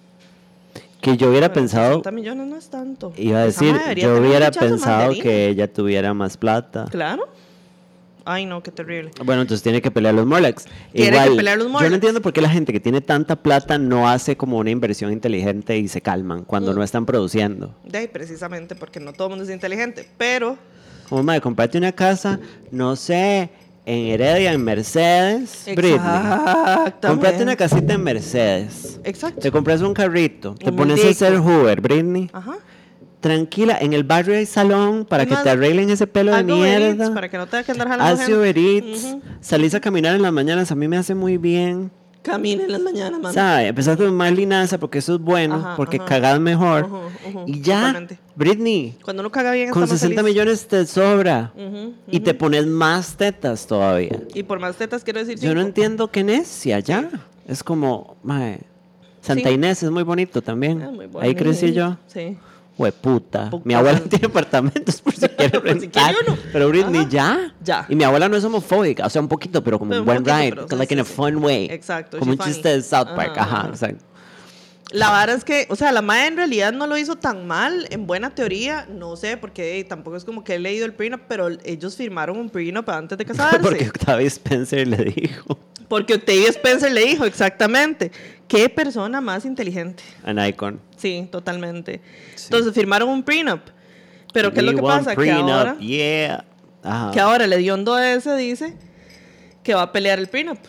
Que yo hubiera Bueno, pensado, sesenta millones no es tanto. iba a Esa decir, mae debería yo tener un hubiera pichazo más de pensado harina. que ella tuviera más plata. Claro. Ay, no, qué terrible. Bueno, entonces tiene que pelear los Morlocks. Tiene Igual, que pelear los yo Morlocks. no entiendo por qué la gente que tiene tanta plata no hace como una inversión inteligente y se calman cuando Mm. no están produciendo. De ahí, precisamente porque no todo el mundo es inteligente. Pero, Como, madre, comprate una casa, no sé, en Heredia, en Mercedes, Britney. exactamente. Comprate una casita en Mercedes. Exacto. Te compras un carrito, te Un pones a multico. hacer Hoover, Britney. Ajá. Tranquila, en el barrio hay salón para Es que más, te arreglen ese pelo de Haz Uber Eats mierda. para que no tenga que andar jalando Haz gente. Uber Eats, Ujú. salís a caminar en las mañanas, a mí me hace muy bien. Camina en las mañanas, man. ¿Sabes? Empezar con más linaza porque eso es bueno, Ajá, porque ajá. cagás mejor. Ujú, ujú, Y ya, totalmente. Britney, Cuando uno caga bien, con está más sesenta feliz. millones te sobra. Ujú, Y te ujú. pones más tetas todavía. Y por más tetas quiero decir Yo no cinco. entiendo qué necia, ya. Es como, mae, Santa Sí. Inés es muy bonito también. Es muy bonito. Ahí crecí yo. Sí. Hueputa. Puta. Mi abuela tiene apartamentos por si quiere Por si rentar. quiere uno. Pero Britney, Ajá. ya. Ya. Y mi abuela no es homofóbica. O sea, un poquito, pero como Pero un un buen poquito, ride. pero sí, like in sí, a sí. fun way. Exacto, Como un she's funny. chiste de South Park. Ajá, Ajá, ajá. exacto. La vara es que, o sea, la madre en realidad no lo hizo tan mal, en buena teoría, no sé, porque eh, tampoco es como que he leído el prenup, pero ellos firmaron un prenup antes de casarse. Porque Octavia Spencer le dijo. Porque Octavia Spencer le dijo, exactamente, qué persona más inteligente. An icon. Sí, totalmente. Entonces firmaron un prenup. Pero ¿qué es lo We que want pasa? Que prenup, ahora, Yeah. Ajá. que ahora el hediondo ese dice que va a pelear el prenup.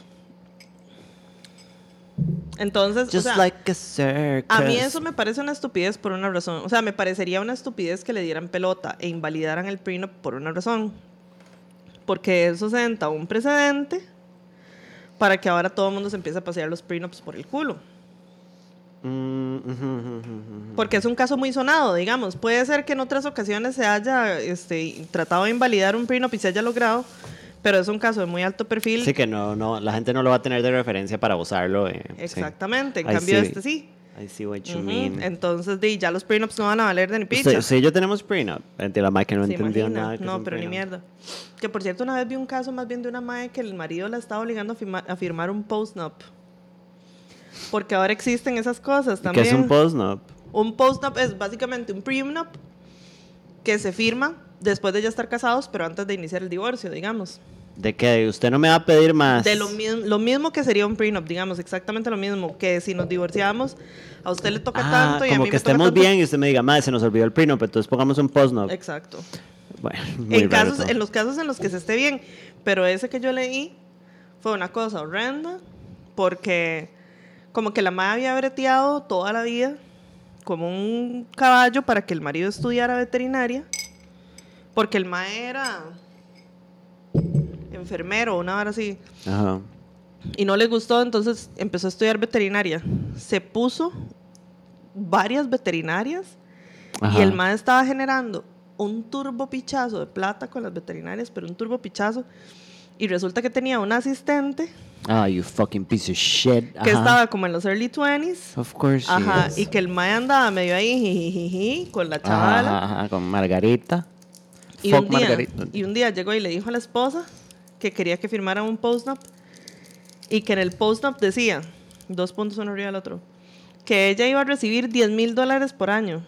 Entonces, o Just sea, like a circus. a mí eso me parece una estupidez por una razón. O sea, me parecería una estupidez que le dieran pelota e invalidaran el prenup por una razón. Porque eso senta un precedente para que ahora todo el mundo se empiece a pasear los prenups por el culo. Mm, ujú, ujú, ujú. Porque es un caso muy sonado, digamos. Puede ser que en otras ocasiones se haya este, tratado de invalidar un prenup y se haya logrado, pero es un caso de muy alto perfil. Sí, que no, no, la gente no lo va a tener de referencia para usarlo. eh, sí. Exactamente. En I cambio, see. este sí. I see what you Ujú. mean. Entonces, di, ya los prenups no van a valer de ni picha. Usted, usted y yo tenemos prenup. Entiendo, la mae que no ¿Se entendió imagina? nada. que es No, un pero ni prenup. mierda. Que por cierto, una vez vi un caso más bien de una madre que el marido la estaba obligando a, firma- a firmar un postnup. Porque ahora existen esas cosas ¿Qué también. es un postnup? Un postnup es básicamente un prenup, que se firma después de ya estar casados, pero antes de iniciar el divorcio, digamos. De que usted no me va a pedir más. De lo, mi lo mismo que sería un prenup, digamos, exactamente lo mismo, que si nos divorciamos, a usted le toca ah, tanto y a como mí que me toca estemos tanto. bien y usted me diga, madre, se nos olvidó el prenup, entonces pongamos un postnup. Exacto. Bueno, muy En, raro casos, todo. en los casos en los que se esté bien, pero ese que yo leí fue una cosa horrenda, porque como que la madre había breteado toda la vida como un caballo para que el marido estudiara veterinaria, porque el mae era enfermero o una hora así, Ajá. y no le gustó, entonces empezó a estudiar veterinaria. Se puso varias veterinarias Ajá. y el mae estaba generando un turbo pichazo de plata con las veterinarias, pero un turbo pichazo, y resulta que tenía un asistente Ah, you fucking piece of shit. que Ajá. estaba como en los early twenties. Of course she Ajá, is. y que el mae andaba medio ahí jijijiji, con la chavala. Ajá, ajá, con Margarita. Y Fuck un, día, Margarita. y un día llegó y le dijo a la esposa que quería que firmara un postnup y que en el postnup decía, dos puntos uno arriba del otro, que ella iba a recibir diez mil dólares por año.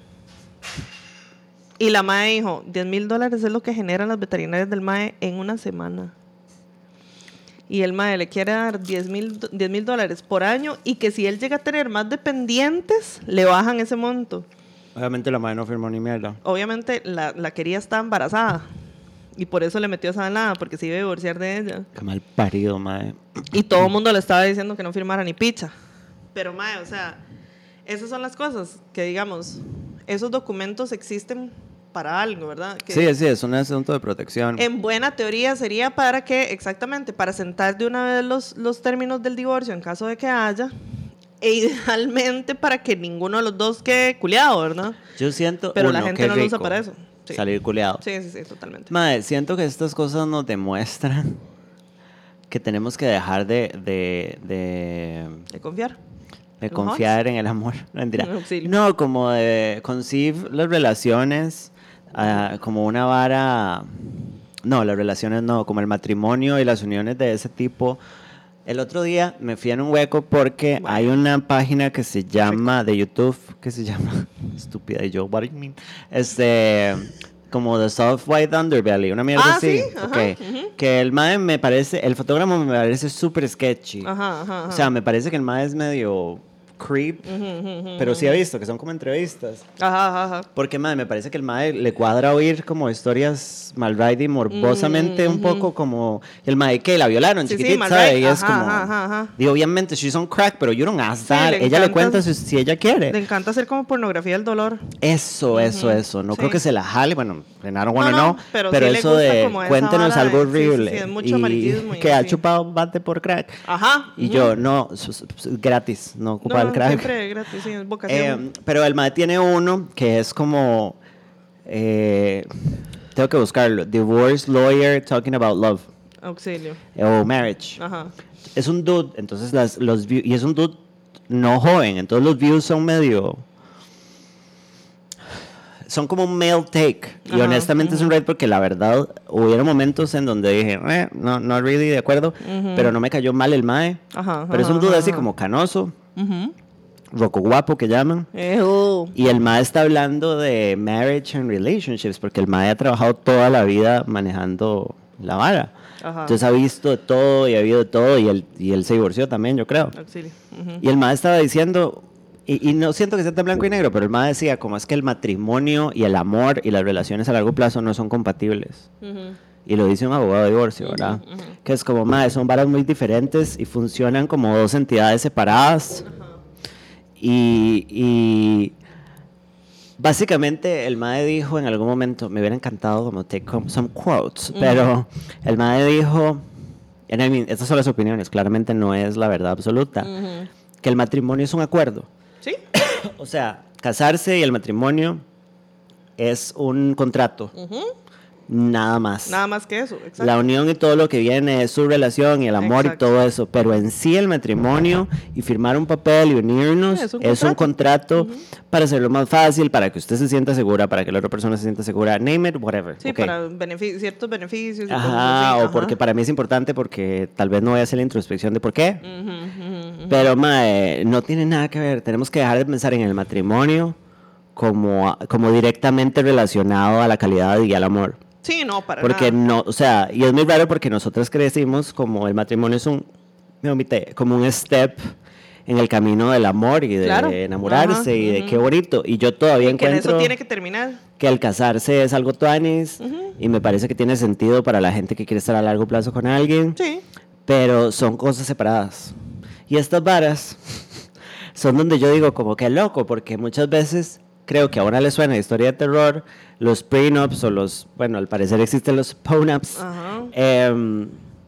Y la mae dijo, diez mil dólares es lo que generan las veterinarias del mae en una semana. Y el mae le quiere dar diez mil dólares por año y que si él llega a tener más dependientes, le bajan ese monto. Obviamente la madre no firmó ni mierda. Obviamente la, la quería estar embarazada y por eso le metió esa nada, porque se iba a divorciar de ella. Qué mal parido, madre. Y todo el mundo le estaba diciendo que no firmara ni picha. Pero mae, o sea, esas son las cosas que, digamos, esos documentos existen para algo, ¿verdad? Que Sí, sí, es un asunto de protección. en buena teoría sería para que, exactamente, para sentar de una vez los, los términos del divorcio en caso de que haya, e idealmente para que ninguno de los dos quede culiado, ¿verdad? Yo siento, Pero uno, la gente qué no lo usa rico para eso. Sí. salir culeado. Sí, sí, sí, totalmente. Madre, siento que estas cosas nos demuestran que tenemos que dejar de, de, de, De confiar. de ¿Los confiar en el amor. No, mentira. Auxilio. No, como de conceive las relaciones ah, como una vara. No, las relaciones no, como el matrimonio y las uniones de ese tipo. El otro día me fui en un hueco porque Bueno. hay una página que se llama, de YouTube, que se llama, estúpida, y yo, what do you mean? Este, como The Soft White Underbelly, una mierda Ah, así. sí, ajá, Ok. ujú. Que el mae me parece, el fotógrafo me parece súper sketchy. Ajá, ajá, ajá. O sea, me parece que el mae es medio creep, Ujú, ujú, ujú. pero sí he visto que son como entrevistas. Ajá, ajá, ajá. Porque, madre, me parece que el mae le cuadra oír como historias malride y morbosamente un poco como... El mae que la violaron, Sí, sí, chiquitita, malride. ¿sabe? Y es Ajá, como... ajá, ajá, ajá. Digo, obviamente, she's on crack, pero you don't ask Sí, that. le Ella le encanta- cuenta si, si ella quiere. Le encanta hacer como pornografía del dolor. Eso, eso, eso. No Sí. creo que se la jale. Bueno, I don't wanna No, no, know. pero Pero, sí le eso gusta de como esa cuéntenos vara algo de- sí, sí, horrible. sí, es mucho y amarillismo y que ha así. chupado bate por crack. Ajá. Y ujú. yo, no, su- su- su- gratis, no ocupaba No, el crack. siempre gratis, sí, es vocación. Eh, pero el mae tiene uno que es como... eh, tengo que buscarlo. Divorce Lawyer Talking About Love. Auxilio. eh, O Marriage. Ajá. Es un dude, entonces las, los view- y es un dude no joven, entonces los views son medio... Son como un male take. Y Ajá, honestamente es un red porque la verdad hubieron momentos en donde dije, eh, no, no really de acuerdo, pero no me cayó mal el mae. Ajá, Pero es un ajá, dude ajá, así ajá. como canoso, Ujú. roco guapo que llaman. Ew. Y el mae está hablando de marriage and relationships, porque el mae ha trabajado toda la vida manejando la vara. Ajá. Entonces ha visto de todo y ha habido de todo, y él, y él se divorció también, yo creo. Auxilio. Ujú. Y el mae estaba diciendo, y, y no siento que sea tan blanco y negro, pero el mae decía como es que el matrimonio y el amor y las relaciones a largo plazo no son compatibles. Ujú. Y lo dice un abogado de divorcio, ¿verdad? Que es como, mae, son varas muy diferentes y funcionan como dos entidades separadas. Y, y básicamente el mae dijo en algún momento, me hubiera encantado como take com- some quotes, pero el mae dijo, and I mean, estas son las opiniones, claramente no es la verdad absoluta, Ujú. que el matrimonio es un acuerdo. Sí. O sea, casarse y el matrimonio es un contrato, Ujú. nada más. Nada más que eso. Exacto. La unión y todo lo que viene es su relación y el amor Exacto. y todo eso, pero en sí el matrimonio y firmar un papel y unirnos Sí, es un es un contrato para hacerlo más fácil, para que usted se sienta segura, para que la otra persona se sienta segura, name it, whatever. Sí, ok. para benefi- ciertos beneficios. y cosas Ajá, así, o porque ajá. para mí es importante porque tal vez no voy a hacer la introspección de por qué. Ujú, ujú, ujú. Pero, mae, no tiene nada que ver. Tenemos que dejar de pensar en el matrimonio como, como directamente relacionado a la calidad y al amor. Sí, no, para Porque nada. no, o sea, y es muy raro porque nosotros crecimos como el matrimonio es un, me omité, como un step en el camino del amor y de Claro. enamorarse Ajá, y de ujú. qué bonito. Y yo todavía Y que en eso encuentro tiene que terminar. que el casarse es algo tuanis Ujú. y me parece que tiene sentido para la gente que quiere estar a largo plazo con alguien, Sí. pero son cosas separadas. Y estas varas son donde yo digo como que loco, porque muchas veces creo que ahora le suena historia de terror, los prenups o los, bueno, al parecer existen los ponups, Ajá. em,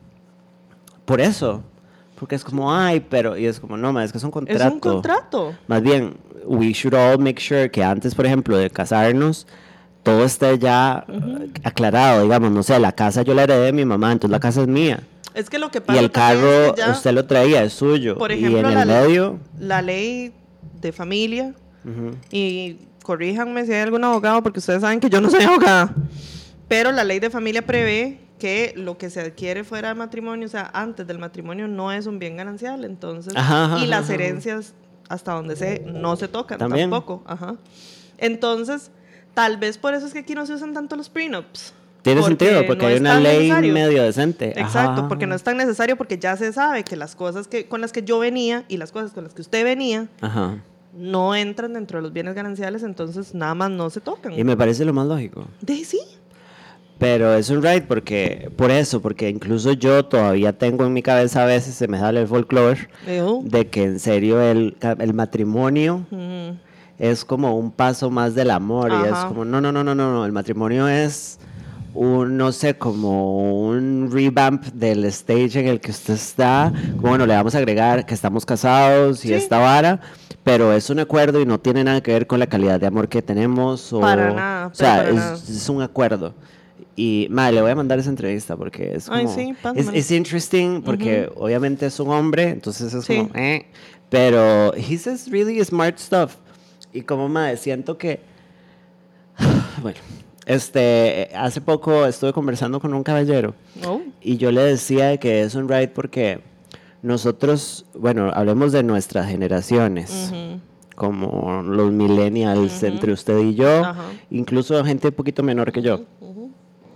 por eso, porque es como, ay, pero, y es como, no, ma, es que es un contrato. Es un contrato. Más bien, we should all make sure que antes, por ejemplo, de casarnos, todo esté ya uh-huh. aclarado, digamos, no sé, la casa yo la heredé de mi mamá, entonces la casa es mía. Es que lo que pasa y el carro es que ya, usted lo traía, es suyo. por ejemplo, y en la, el medio, la ley de familia, uh-huh. y corríjanme si hay algún abogado, porque ustedes saben que yo no soy abogada, pero la ley de familia prevé que lo que se adquiere fuera de matrimonio, o sea, antes del matrimonio, no es un bien ganancial, entonces, ajá, ajá, y las ajá. herencias, hasta donde sé, no se tocan ¿también? Tampoco. Ajá. Entonces, tal vez por eso es que aquí no se usan tanto los prenups. Tiene sentido, porque no hay es una ley necesario. medio decente. Exacto, ajá. porque no es tan necesario, porque ya se sabe que las cosas que, con las que yo venía y las cosas con las que usted venía ajá. no entran dentro de los bienes gananciales, entonces nada más no se tocan. Y me parece lo más lógico. De sí. Pero es un right porque, por eso, porque incluso yo todavía tengo en mi cabeza a veces, se me sale el folclore, Ew. de que en serio el, el matrimonio Mm. es como un paso más del amor. Ajá. Y es como, no, no, no, no, no, no, el matrimonio es un, no sé, como un revamp del stage en el que usted está. Como, bueno, le vamos a agregar que estamos casados y Sí. esta vara, pero es un acuerdo y no tiene nada que ver con la calidad de amor que tenemos. O, Para nada, o sea, para es, nada. es un acuerdo. Y, madre, le voy a mandar esa entrevista porque es como... Ay, sí, es, pásamela. es interesting porque uh-huh. obviamente es un hombre, entonces es Sí. como... Eh, pero he says really smart stuff. Y como, madre, siento que... Bueno, este, hace poco estuve conversando con un caballero Oh. y yo le decía que es un right porque nosotros, bueno, hablemos de nuestras generaciones. Uh-huh. Como los millennials uh-huh. entre usted y yo, Ajá. incluso gente un poquito menor que yo. Uh-huh.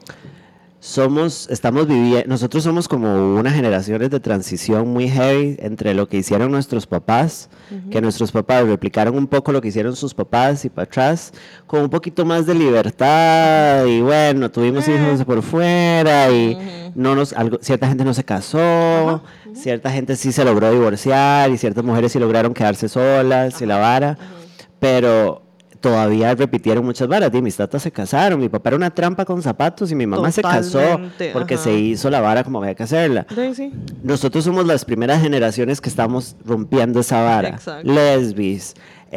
Somos, estamos viviendo, nosotros somos como unas generaciones de transición muy heavy entre lo que hicieron nuestros papás, uh-huh. que nuestros papás replicaron un poco lo que hicieron sus papás y para atrás, con un poquito más de libertad y bueno, tuvimos eh. hijos por fuera y uh-huh. no nos, algo, cierta gente no se casó, uh-huh. Uh-huh. cierta gente sí se logró divorciar y ciertas mujeres sí lograron quedarse solas uh-huh. y la vara, uh-huh. pero... todavía repitieron muchas varas. Mis tatas se casaron, mi papá era una trampa con zapatos y mi mamá Totalmente, se casó porque ajá. se hizo la vara como había que hacerla. Sí, sí. Nosotros somos las primeras generaciones que estamos rompiendo esa vara. Exacto. Lesbis.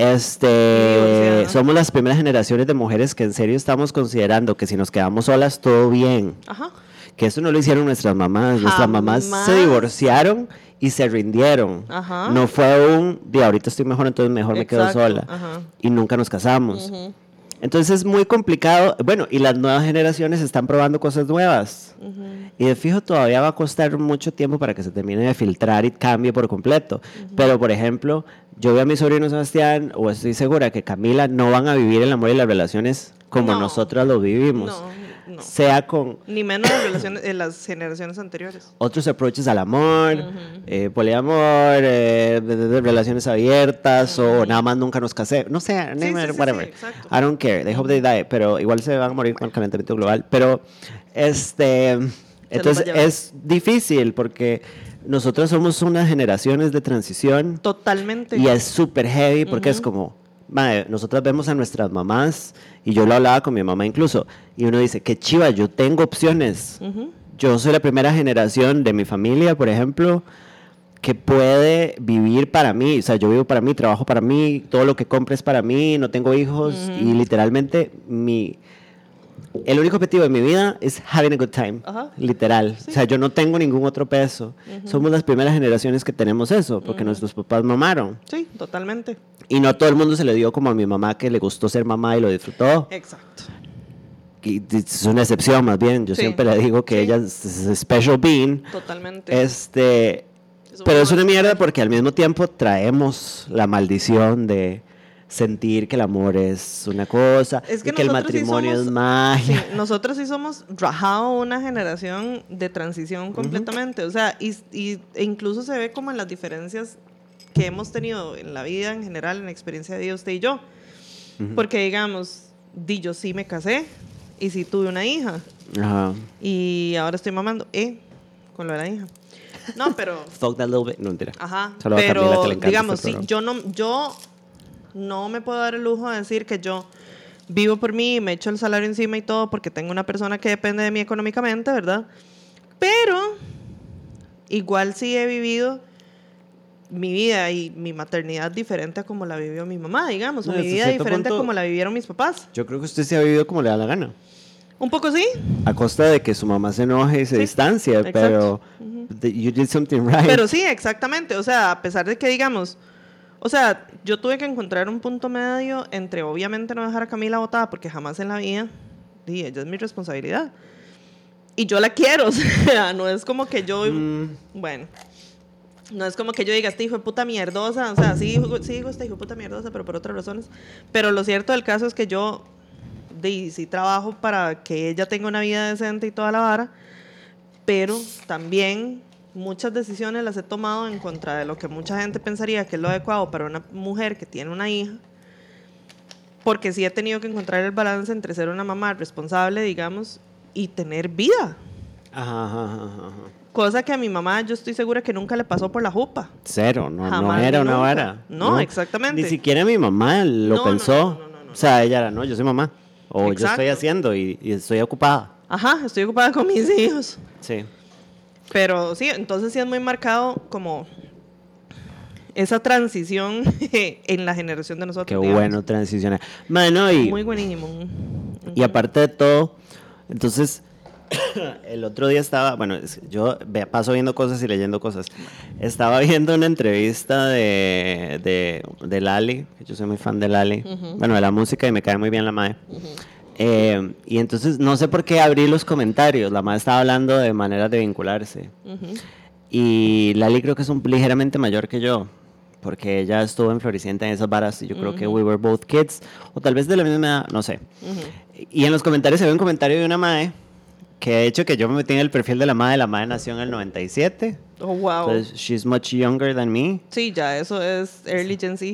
Este, somos las primeras generaciones de mujeres que en serio estamos considerando que si nos quedamos solas todo bien. Ajá. Que eso no lo hicieron nuestras mamás. Jamás. Nuestras mamás se divorciaron y se rindieron. Ajá. No fue un, de ahorita estoy mejor, entonces mejor Exacto. me quedo sola. Ajá. Y nunca nos casamos. Uh-huh. Entonces es muy complicado. Bueno, y las nuevas generaciones están probando cosas nuevas. Uh-huh. Y de fijo todavía va a costar mucho tiempo para que se termine de filtrar y cambie por completo. Uh-huh. Pero, por ejemplo, yo veo a mi sobrino Sebastián, o estoy segura que Camila no van a vivir el amor y las relaciones como no. nosotras lo vivimos. No. No. Sea con... Ni menos las, relaciones, en las generaciones anteriores. Otros approaches al amor, uh-huh. eh, poliamor, eh, de, de, de relaciones abiertas, uh-huh. o nada más nunca nos casé. No sé, sí, name sí, it, whatever. Sí, sí, I don't care, they hope they die. Pero igual se van a morir con el calentamiento global. Pero, este... entonces es difícil porque... nosotros somos unas generaciones de transición. Totalmente. Y es súper heavy porque uh-huh. es como... Madre, nosotros vemos a nuestras mamás, y yo lo hablaba con mi mamá incluso, y uno dice, qué chiva, yo tengo opciones. Uh-huh. Yo soy la primera generación de mi familia, por ejemplo, que puede vivir para mí. O sea, yo vivo para mí, trabajo para mí, todo lo que compro es para mí, no tengo hijos, uh-huh. y literalmente mi... el único objetivo de mi vida es having a good time, uh-huh. literal. Sí. O sea, yo no tengo ningún otro peso. Uh-huh. Somos las primeras generaciones que tenemos eso, porque uh-huh. nuestros papás mamaron. Sí, totalmente. Y no todo el mundo se le dio como a mi mamá, que le gustó ser mamá y lo disfrutó. Exacto. Y es una excepción, más bien. Yo sí. siempre le digo que sí. ella es a special being. Totalmente. Este, pero es una mierda porque al mismo tiempo traemos la maldición de sentir que el amor es una cosa, Es que y que el nosotros sí matrimonio somos- es magia. Sí, nosotros sí somos rajado una generación de transición completamente. O sea, y, y- e incluso se ve como en las diferencias que hemos tenido en la vida en general, en la experiencia de vida usted y yo. Ujú. Porque digamos, di yo sí me casé y sí tuve una hija. Ajá. Y ahora estoy mamando, eh, con lo de la hija. No, pero... Fuck that little bit. No, mentira. Ajá, Solo a Camila, que pero le encanta digamos, este sí, programa. yo no, yo no me puedo dar el lujo de decir que yo vivo por mí, me echo el salario encima y todo porque tengo una persona que depende de mí económicamente, ¿verdad? Pero igual sí he vivido mi vida y mi maternidad diferente a como la vivió mi mamá, digamos, o No, mi hasta vida cierto diferente punto- a como la vivieron mis papás. Yo creo que usted se ha vivido como le da la gana. Un poco sí, A costa de que su mamá se enoje y se Sí, distancie, exacto. pero the- you did something right. pero sí, exactamente. O sea, a pesar de que digamos, o sea, yo tuve que encontrar un punto medio entre obviamente no dejar a Camila botada porque jamás en la vida, y ella es mi responsabilidad. Y yo la quiero, o sea, no es como que yo, Mm, bueno, no es como que yo diga, este hijo de puta mierdosa, o sea, sí, hijo- sí digo este hijo de puta mierdosa, pero por otras razones. Pero lo cierto del caso es que yo, di, sí trabajo para que ella tenga una vida decente y toda la vara, pero también muchas decisiones las he tomado en contra de lo que mucha gente pensaría que es lo adecuado para una mujer que tiene una hija, porque sí he tenido que encontrar el balance entre ser una mamá responsable, digamos, y tener vida. ajá, ajá, ajá, ajá. Cosa que a mi mamá yo estoy segura que nunca le pasó por la jupa. Cero, no, no Jamás era ni una nunca. vara. No, exactamente. Ni siquiera mi mamá lo No, no, pensó. no, no, no, no. O sea, ella era, no, yo soy mamá. O yo Exacto. estoy haciendo y, y estoy ocupada. Ajá, estoy ocupada con mis hijos. Sí. Pero sí, entonces sí es muy marcado como esa transición en la generación de nosotros. Qué digamos. bueno transicionar. Mano, y, Muy buenísimo. y aparte de todo, entonces, el otro día estaba, bueno, es- yo ve- paso viendo cosas y leyendo cosas. Estaba viendo una entrevista de, de, de Lali, que yo soy muy fan de Lali, bueno, de la música y me cae muy bien la madre. Eh, y entonces, no sé por qué abrí los comentarios, la madre estaba hablando de maneras de vincularse. Ujú. Y Lali creo que es un ligeramente mayor que yo, porque ella estuvo en Floricienta en esas varas y yo creo que we were both kids, o tal vez de la misma edad, no sé. Ujú. Y en los comentarios se ve un comentario de una mae, que de hecho que yo me metí en el perfil de la mae, la mae nació en el noventa y siete, Oh, wow. entonces she's much younger than me, Sí, ya, eso es early Gen Z.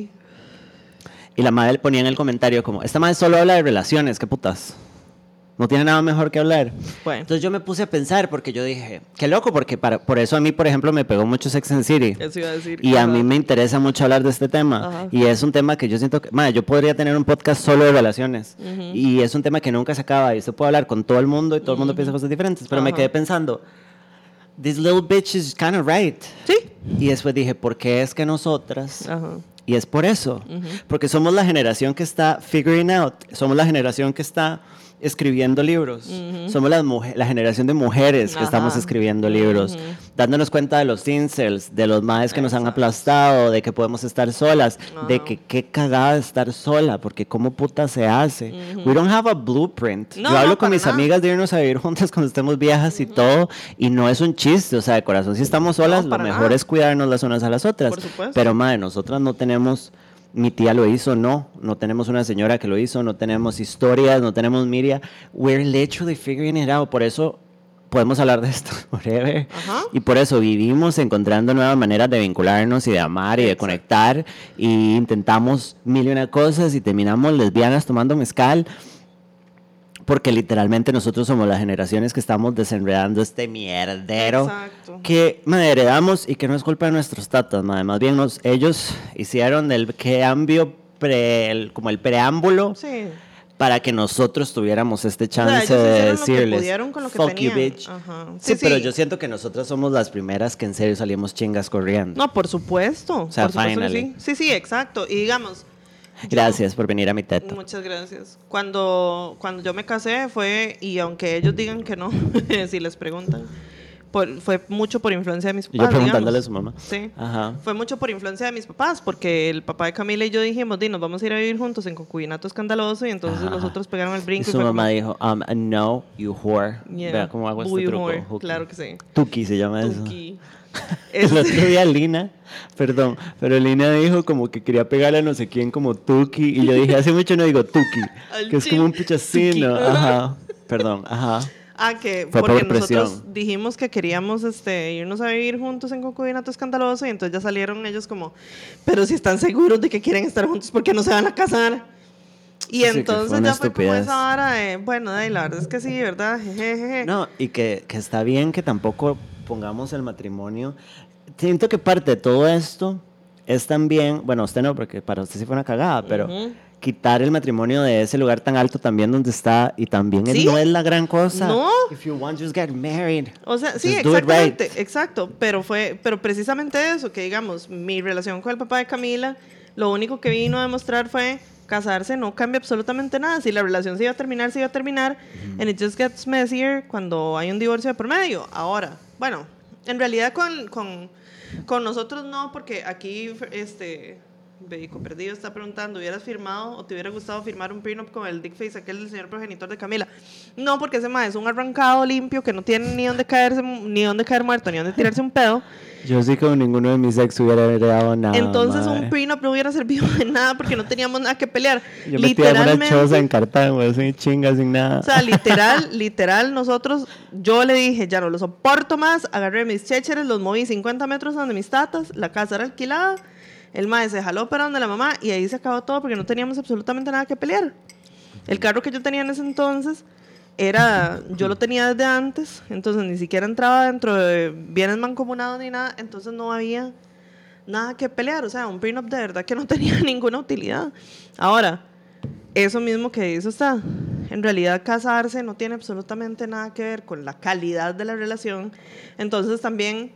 y la mae le ponía en el comentario como, esta mae solo habla de relaciones, qué putas. No tiene nada mejor que hablar. Bueno, Entonces yo me puse a pensar porque yo dije, qué loco, porque para, por eso a mí, por ejemplo, me pegó mucho Sex and the City. eso iba a decir. Y a Ajá. mí me interesa mucho hablar de este tema. Ajá. Y es un tema que yo siento que, madre, yo podría tener un podcast solo de relaciones. Y es un tema que nunca se acaba. Y usted puede hablar con todo el mundo y todo el mundo piensa cosas diferentes. Pero me Ajá. quedé pensando, this little bitch is kind of right. Sí. Y después dije, ¿por qué es que nosotras? Ajá. Y es por eso. Porque somos la generación que está figuring out. Somos la generación que está escribiendo libros. Somos la, mujer, la generación de mujeres que Ajá. estamos escribiendo libros. Dándonos cuenta de los incels, de los maes que nos han aplastado, de que podemos estar solas, de Ajá. que qué cagada estar sola, porque cómo puta se hace. We don't have a blueprint. No, Yo hablo no, con para mis nada. amigas de irnos a vivir juntas cuando estemos viejas y todo, y no es un chiste, o sea, de corazón, si estamos solas, lo para mejor nada. es cuidarnos las unas a las otras. Por supuesto. Pero, madre, nosotras no tenemos, mi tía lo hizo, no, no tenemos una señora que lo hizo, no tenemos historias, no tenemos media. We're literally figuring it out. Por eso podemos hablar de esto forever. Ajá. Y por eso vivimos encontrando nuevas maneras de vincularnos y de amar y de Exacto. conectar. Y intentamos mil y una cosas y terminamos lesbianas tomando mezcal. Porque literalmente nosotros somos las generaciones que estamos desenredando este mierdero Exacto. que madre, heredamos y que no es culpa de nuestros tatas, madre. Más bien nos, ellos hicieron el cambio, pre, el- como el preámbulo Sí. para que nosotros tuviéramos este chance ellos de hicieron lo que decirles pudieron con lo que fuck you, tenían". bitch. Ajá. Sí, Sí, pero sí. yo siento que nosotras somos las primeras que en serio salimos chingas corriendo. No, por supuesto. O sea, por supuesto que finally. sí. Sí, sí, exacto. Y digamos, Gracias por venir a mi teto. muchas gracias. Cuando, cuando yo me casé fue, y aunque ellos digan que no, si les preguntan, por- fue mucho por influencia de mis Y papás. yo preguntándole a digamos. su mamá. Sí. Ajá. Fue mucho por influencia de mis papás, porque el papá de Camila y yo dijimos, di, nos vamos a ir a vivir juntos en concubinato escandaloso, y entonces Ajá. los otros pegaron el Y brinco. su fue mamá como, dijo, um, no, you whore. yeah, Vea cómo hago boo, este you truco. whore. Hooky. Claro que sí. Tuki se llama eso. Tuki. El otro día Lina, perdón, pero Lina dijo como que quería pegarle a no sé quién como Tuki. Y yo dije, hace mucho no digo Tuki, que es como un pichacino. Ajá, perdón, ajá. Ah, que Fue porque por nosotros presión. dijimos que queríamos este, irnos a vivir juntos en Concubinato Escandaloso y entonces ya salieron ellos como, pero si están seguros de que quieren estar juntos, ¿por qué no se van a casar? Y Sí, sí, que entonces fue una ya fue como estupidez. esa vara de, bueno, de, la verdad es que sí, ¿verdad? Jejeje. No, y que, que está bien que tampoco pongamos el matrimonio. Siento que parte de todo esto es también, bueno, usted no, porque para usted sí fue una cagada, pero Ujú. quitar el matrimonio de ese lugar tan alto también donde está y también él ¿Sí? no es la gran cosa. No. If you want, just get married. O sea, sí, Just do it right. exactamente, exacto, pero fue, pero precisamente eso, que digamos, mi relación con el papá de Camila, lo único que vino a demostrar fue casarse no cambia absolutamente nada. Si la relación se iba a terminar, se iba a terminar, mm-hmm. and it just gets messier cuando hay un divorcio de por medio. Ahora, bueno, en realidad con, con, con nosotros no, porque aquí, este, Bédico Perdido está preguntando, ¿hubieras firmado o te hubiera gustado firmar un prenup con el dickface, aquel del señor progenitor de Camila? No, porque ese mae es un arrancado limpio que no tiene ni dónde caerse, ni dónde caer muerto, ni dónde tirarse un pedo. Yo sí con ninguno de mis ex hubiera heredado nada. Entonces mae. un prenup no hubiera servido de nada porque no teníamos nada que pelear. Yo metía en una choza en Cartago, sin chinga, sin nada. O sea, literal, literal, nosotros, yo le dije, ya no lo soporto más, agarré mis chécheres, los moví cincuenta metros donde mis tatas, la casa era alquilada, el mae se jaló para donde la mamá y ahí se acabó todo porque no teníamos absolutamente nada que pelear. El carro que yo tenía en ese entonces era, yo lo tenía desde antes, entonces ni siquiera entraba dentro de bienes mancomunados ni nada, entonces no había nada que pelear, o sea, un prenup de verdad que no tenía ninguna utilidad. Ahora, eso mismo que dice usted, en realidad casarse no tiene absolutamente nada que ver con la calidad de la relación, entonces también,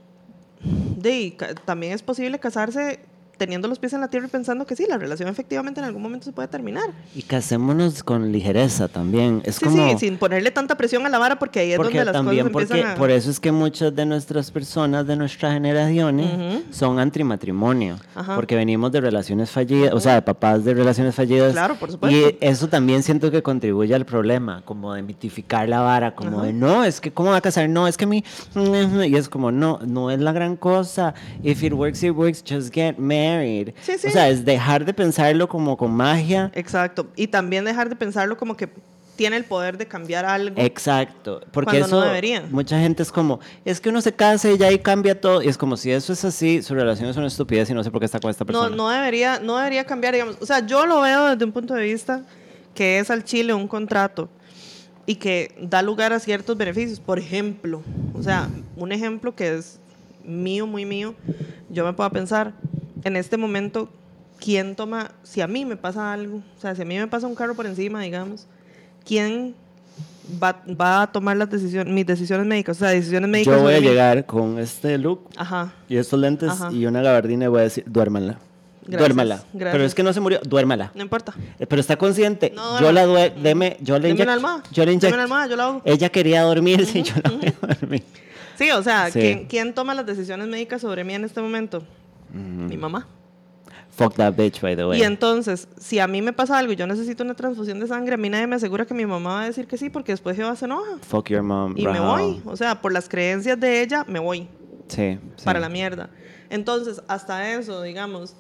de, también es posible casarse teniendo los pies en la tierra y pensando que sí, la relación efectivamente en algún momento se puede terminar. Y casémonos con ligereza también. Es sí, como, sí, sin ponerle tanta presión a la vara porque ahí es porque donde las también cosas porque, empiezan a... por eso es que muchas de nuestras personas de nuestra generación uh-huh. son antimatrimonio. Ajá. Porque venimos de relaciones fallidas, uh-huh. o sea, de papás de relaciones fallidas. Claro, por supuesto. Y eso también siento que contribuye al problema, como de mitificar la vara, como uh-huh. de no, es que ¿cómo va a casar? No, es que mi... Y es como, no, no es la gran cosa. If it works, it works, just get married. Sí, sí. O sea, es dejar de pensarlo como con magia. Exacto. Y también dejar de pensarlo como que tiene el poder de cambiar algo. Exacto. Porque cuando eso, no debería. Mucha gente es como, es que uno se casa y ya ahí cambia todo. Y es como, si eso es así, su relación es una estupidez y no sé por qué está con esta persona. No, no debería, no debería cambiar, digamos. O sea, yo lo veo desde un punto de vista que es al chile un contrato y que da lugar a ciertos beneficios. Por ejemplo, o sea, un ejemplo que es mío, muy mío, yo me puedo pensar, en este momento, ¿quién toma, si a mí me pasa algo, o sea, si a mí me pasa un carro por encima, digamos, ¿quién va, va a tomar las decisiones, mis decisiones médicas? O sea, decisiones médicas. Yo voy a mí. llegar con este look Ajá. y estos lentes Ajá. y una gabardina y voy a decir, duérmala. Gracias, duérmala. gracias. Pero es que no se murió, duérmala. No importa. Eh, Pero está consciente. No, yo no. la due deme, yo le Deme una inyecto. almohada. Yo le Deme inyecto. una almohada, yo la hago. Ella quería dormirse uh-huh, y yo la uh-huh. voy a dormir. Sí, o sea, Sí. ¿quién, ¿quién toma las decisiones médicas sobre mí en este momento? Mm. Mi mamá. Fuck that bitch, by the way. Y entonces, si a mí me pasa algo y yo necesito una transfusión de sangre, a mí nadie me asegura que mi mamá va a decir que sí, porque después Jehová se enoja. Fuck your mom. Y me voy. O sea, por las creencias de ella, me voy. Sí, sí. Para la mierda. Entonces, hasta eso, digamos,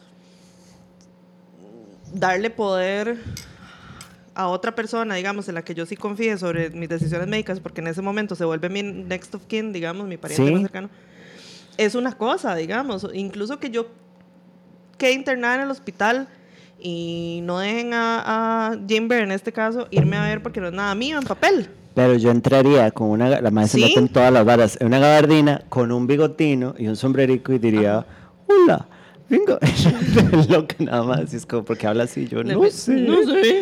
darle poder a otra persona, digamos, en la que yo sí confíe sobre mis decisiones médicas, porque en ese momento se vuelve mi next of kin, digamos, mi pariente ¿Sí? más cercano, es una cosa, digamos. Incluso que yo quede internada en el hospital y no dejen a, a Jane Bear, en este caso, irme a ver porque no es nada mío en papel. Pero yo entraría con una, la madre se ¿Sí? mete en todas las varas, en una gabardina con un bigotino y un sombrerico y diría, hola, vengo. Lo que nada más, es como porque habla así, yo no Le, sé. No sé.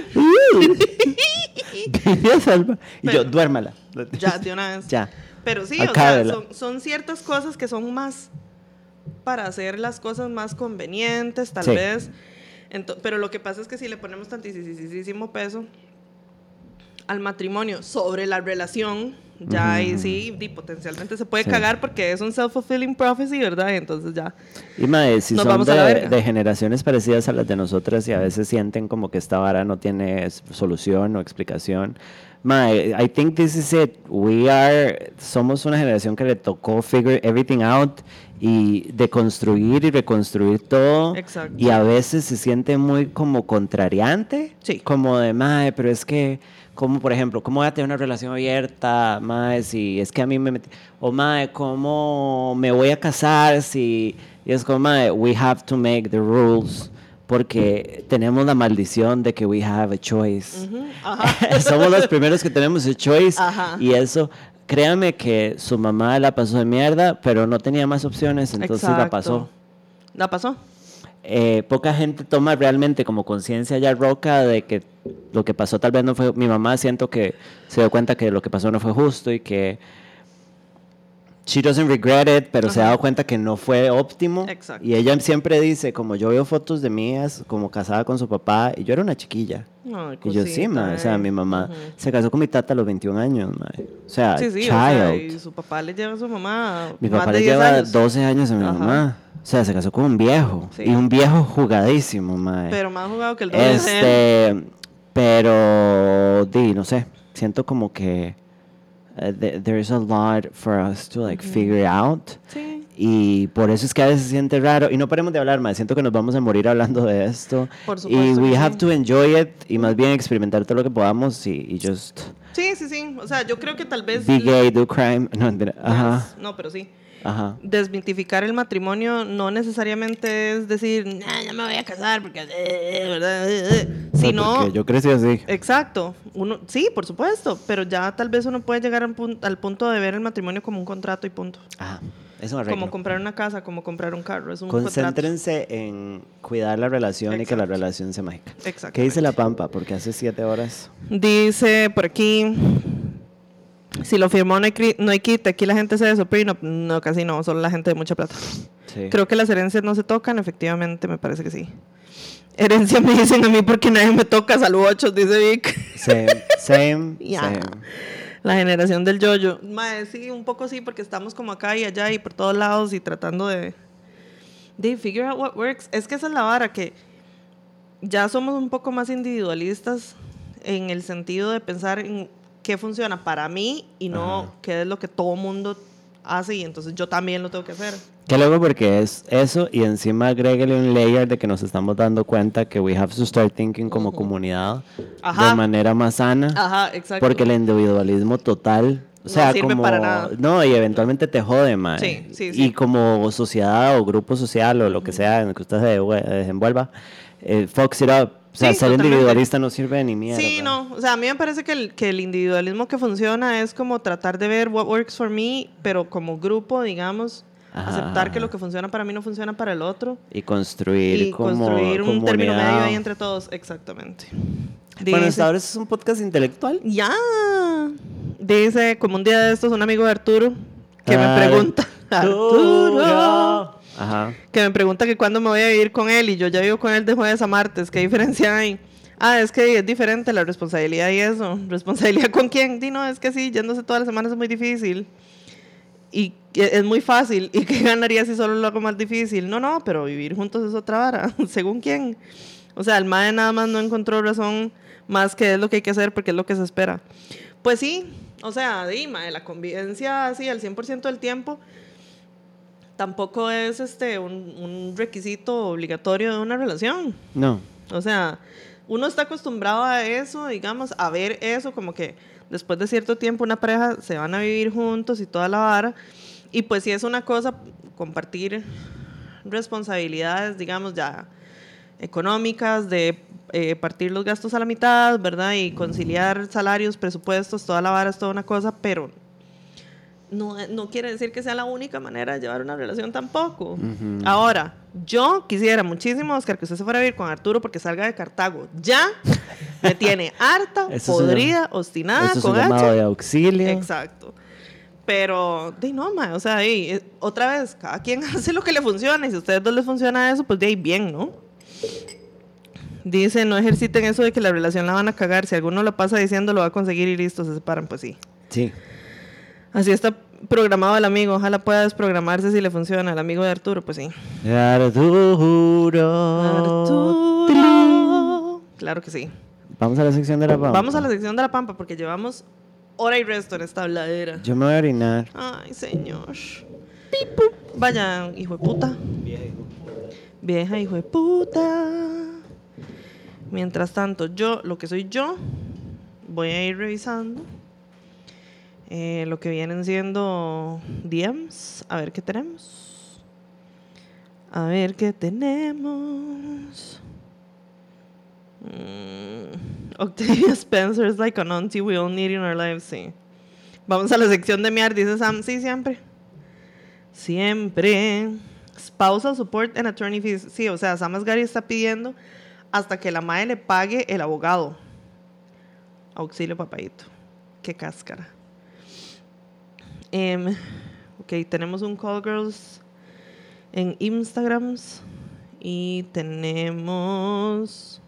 Salva. Y Pero, yo, duérmala. Ya, de una vez. Ya. Pero sí, Acábela. o sea, son, son ciertas cosas que son más para hacer las cosas más convenientes, tal sí. vez. Ento- pero lo que pasa es que si le ponemos tantísimo peso al matrimonio sobre la relación, ya uh-huh. ahí sí, di, potencialmente se puede sí. cagar porque es un self-fulfilling prophecy, ¿verdad? Entonces ya y mae, si nos son vamos de, a la de generaciones parecidas a las de nosotras y a veces sienten como que esta vara no tiene solución o explicación. My, I think this is it. We are, somos una generación que le tocó figure everything out y deconstruir y reconstruir todo. Exacto. Y a veces se siente muy como contrariante. Sí. Como de, mae, pero es que, como por ejemplo, ¿cómo voy a tener una relación abierta, mae, si es que a mí me metí? O mae, ¿cómo me voy a casar si? Y es como, mae, we have to make the rules. Porque tenemos la maldición de que we have a choice. Uh-huh. Ajá. Somos los primeros que tenemos a choice. Ajá. Y eso, créame que su mamá la pasó de mierda, pero no tenía más opciones, entonces Exacto. la pasó. ¿La pasó? Eh, poca gente toma realmente como conciencia ya roca de que lo que pasó tal vez no fue... Mi mamá siento que se dio cuenta que lo que pasó no fue justo y que... She doesn't regret it, pero Ajá. se ha dado cuenta que no fue óptimo. Exacto. Y ella siempre dice, como yo veo fotos de mías, como casada con su papá, y yo era una chiquilla. Ay, y yo sí, ma, o sea, mi mamá uh-huh. se casó con mi tata a los veintiún años, ma. O sea, sí, sí, child. O sea, y su papá le lleva a su mamá Mi más papá de le diez lleva años. doce años a mi Ajá. mamá. O sea, se casó con un viejo. Sí. Y un viejo jugadísimo, ma. Pero más jugado que el doble. Este, pero, di, no sé, siento como que uh, th- there's a lot for us to like uh-huh. figure out. Sí. Y por eso es que a veces se siente raro. Y no paremos de hablar más. Siento que nos vamos a morir hablando de esto. Por supuesto. Y we sí. have to enjoy it. Y más bien experimentar todo lo que podamos. Y, y just... Sí, sí, sí. O sea, yo creo que tal vez... Be gay, do crime. No, ajá. No, pero sí. Ajá. Desmitificar el matrimonio no necesariamente es decir, nah, no me voy a casar porque... ¿verdad? Sino... No, porque yo crecí así. Exacto. Uno, sí, por supuesto. Pero ya tal vez uno puede llegar al punto, al punto de ver el matrimonio como un contrato y punto. Ajá. Es un arreglo. Como comprar una casa, como comprar un carro. Es un Concéntrense contrato. en cuidar la relación Exacto. y que la relación sea mágica. ¿Qué dice la Pampa? Porque hace siete horas. Dice por aquí, si lo firmó no hay, no hay quita, aquí la gente se desoprina. No, no, casi no, solo la gente de mucha plata. Sí. Creo que las herencias no se tocan, efectivamente, me parece que sí. Herencia me dicen a mí porque nadie me toca, saludos ocho, dice Vic. Same, same, yeah. same. La generación del yo-yo. Mae, sí, un poco sí, porque estamos como acá y allá y por todos lados y tratando de, de figure out what works. Es que esa es la vara, que ya somos un poco más individualistas en el sentido de pensar en qué funciona para mí y no Ajá. qué es lo que todo mundo hace y entonces yo también lo tengo que hacer. Qué luego porque es eso y encima agréguele un layer de que nos estamos dando cuenta que we have to start thinking como uh-huh. comunidad Ajá. de manera más sana. Ajá, exacto. Porque el individualismo total, o sea, no sirve como para nada. No, y eventualmente te jode, mae. Sí, sí, sí. Y como sociedad o grupo social o lo que sea en el que usted se desenvuelva, eh, fox it up. O sea, sí, ser totalmente. individualista no sirve de ni mierda. Sí, no. O sea, a mí me parece que el, que el individualismo que funciona es como tratar de ver what works for me, pero como grupo, digamos, Ajá. aceptar que lo que funciona para mí no funciona para el otro. Y construir y como construir un comunidad. término medio ahí entre todos. Exactamente. Dice, bueno, hasta ahora es un podcast intelectual. Ya. Dice, como un día de estos, un amigo de Arturo que Arturo. me pregunta... Arturo. Ajá. Que me pregunta que cuándo me voy a vivir con él y yo ya vivo con él de jueves a martes. ¿Qué diferencia hay? Ah, es que es diferente la responsabilidad y eso. ¿Responsabilidad con quién? Sí, no, es que sí, yéndose todas las semanas es muy difícil. Y es muy fácil. ¿Y qué ganaría si solo lo hago más difícil? No, no, pero vivir juntos es otra vara. ¿Según quién? O sea, el mae nada más no encontró razón más que es lo que hay que hacer porque es lo que se espera. Pues sí, o sea, dime, la convivencia así al cien por ciento del tiempo tampoco es este un, un requisito obligatorio de una relación. No. O sea, uno está acostumbrado a eso, digamos, a ver eso, como que después de cierto tiempo una pareja se van a vivir juntos y toda la vara. Y pues sí es una cosa compartir responsabilidades, digamos, ya económicas, de eh, partir los gastos a la mitad, ¿verdad? Y conciliar salarios, presupuestos, toda la vara es toda una cosa, pero no, no quiere decir que sea la única manera de llevar una relación tampoco. Uh-huh. Ahora, yo quisiera muchísimo, Oscar, que usted se fuera a vivir con Arturo porque salga de Cartago. Ya me tiene harta, podrida, obstinada, eso con es un llamado H. de auxilio. Exacto. Pero, de no, ma, o sea, de, otra vez, cada quien hace lo que le funciona y si a ustedes dos les funciona eso, pues de ahí bien, ¿no? Dice, no ejerciten eso de que la relación la van a cagar. Si alguno lo pasa diciendo, lo va a conseguir y listo, se separan, pues sí. Sí. Así está programado el amigo. Ojalá pueda desprogramarse si le funciona. El amigo de Arturo, pues sí. Arturo. Arturo. Claro que sí. Vamos a la sección de la pampa. Vamos a la sección de la pampa porque llevamos hora y resto en esta habladera. Yo me voy a orinar. Ay, señor. Pipu. Vaya, hijo de puta. Vieja, hijo de puta. Mientras tanto, yo, lo que soy yo, voy a ir revisando eh, lo que vienen siendo D Ms. A ver qué tenemos. A ver qué tenemos. Mm, Octavia Spencer is like an auntie we all need in our lives, sí. Vamos a la sección de miar, dice Sam. Sí, siempre. Siempre. Spousal support and attorney fees. Sí, o sea, Sam Asghari está pidiendo hasta que la madre le pague el abogado. Auxilio, papadito. Qué cáscara. Um, ok, tenemos un Call Girls en Instagrams. Y tenemos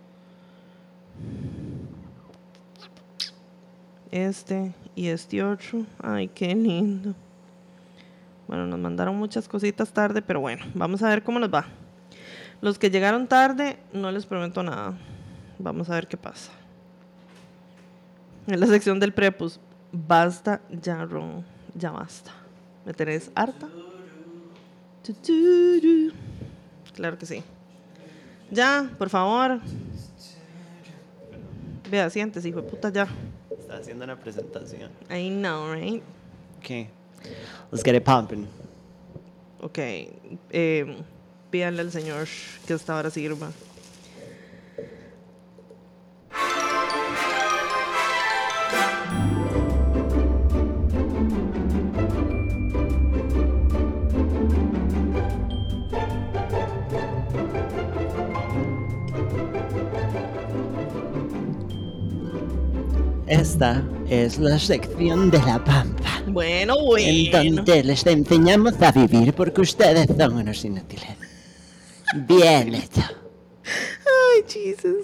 este y este otro. Ay, qué lindo. Bueno, nos mandaron muchas cositas tarde, pero bueno, vamos a ver cómo nos va. Los que llegaron tarde, no les prometo nada. Vamos a ver qué pasa. En la sección del prepus, basta ya, Ron. Ya basta. ¿Me tenés harta? Claro que sí. Ya, por favor. Vea, siéntese, hijo de puta, ya. Está haciendo una presentación. I know, right? Okay. Let's get it pumping. Ok. Eh, pídanle al señor que esta hora sirva. Esta es la sección de la pampa. Bueno, bueno. En donde les enseñamos a vivir porque ustedes son unos inútiles. Bien hecho. Ay, Jesus.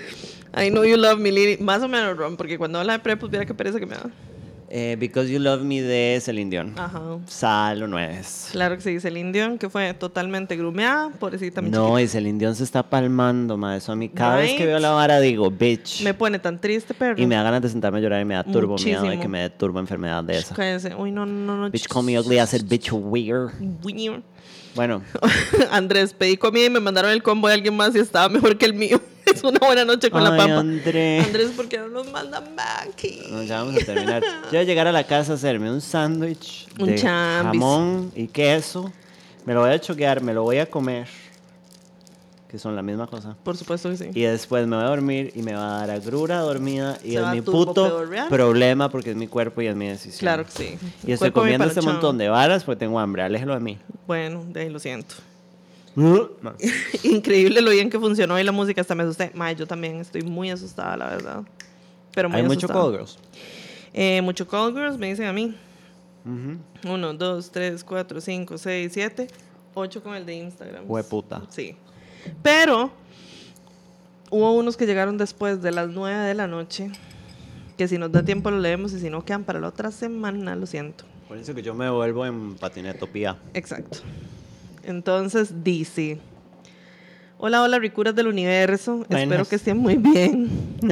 I know you love me, Lily. Más o menos, Ron, porque cuando habla de prepus, mira qué pereza que me da. Eh, Because You Love Me de Celine Dion. Ajá. Sal o nuez. Claro que sí, Celine Dion, que fue totalmente grumeada, pobrecita mi No, chiquita. y Celine Dion se está palmando, ma. Eso a mí cada Right. vez que veo la vara digo, bitch. Me pone tan triste, perro. Y me da ganas de sentarme a llorar y me da turbo miedo de Muchísimo. que me dé turbo enfermedad de esa. Cállese. Uy, no, no, no. Bitch call me ugly, I said bitch weird. Weird. Bueno, Andrés, pedí comida y me mandaron el combo de alguien más y estaba mejor que el mío. Es una buena noche con ay, la pampa. André. Andrés, ¿por qué no nos mandan aquí? No, ya vamos a terminar. Yo voy a llegar a la casa a hacerme un sándwich Un de chambis. jamón y queso. Me lo voy a choquear, me lo voy a comer. Que son la misma cosa. Por supuesto que sí. Y después me voy a dormir y me va a dar agrura dormida. Y Se es va a mi turbo puto pedorrear. problema porque es mi cuerpo y es mi decisión. Claro que sí. Y estoy Cuerpo mi comiendo este panochón. montón de varas porque tengo hambre. Aléjelo de mí. Bueno, de ahí lo siento. No. Increíble lo bien que funcionó y la música, hasta me asusté. Mae, yo también estoy muy asustada, la verdad. Pero muy Hay mucho asustada. call girls. Eh, mucho call girls, me dicen a mí. Ujú. Uno, dos, tres, cuatro, cinco, seis, siete. Ocho con el de Instagram. Hueputa. Sí. Pero hubo unos que llegaron después de las nueve de la noche. Que si nos da tiempo lo leemos y si no quedan para la otra semana, lo siento. Por eso que yo me vuelvo en patinetopía. Exacto. Entonces dice: hola, hola, ricuras del universo. Buenas. Espero que estén muy bien.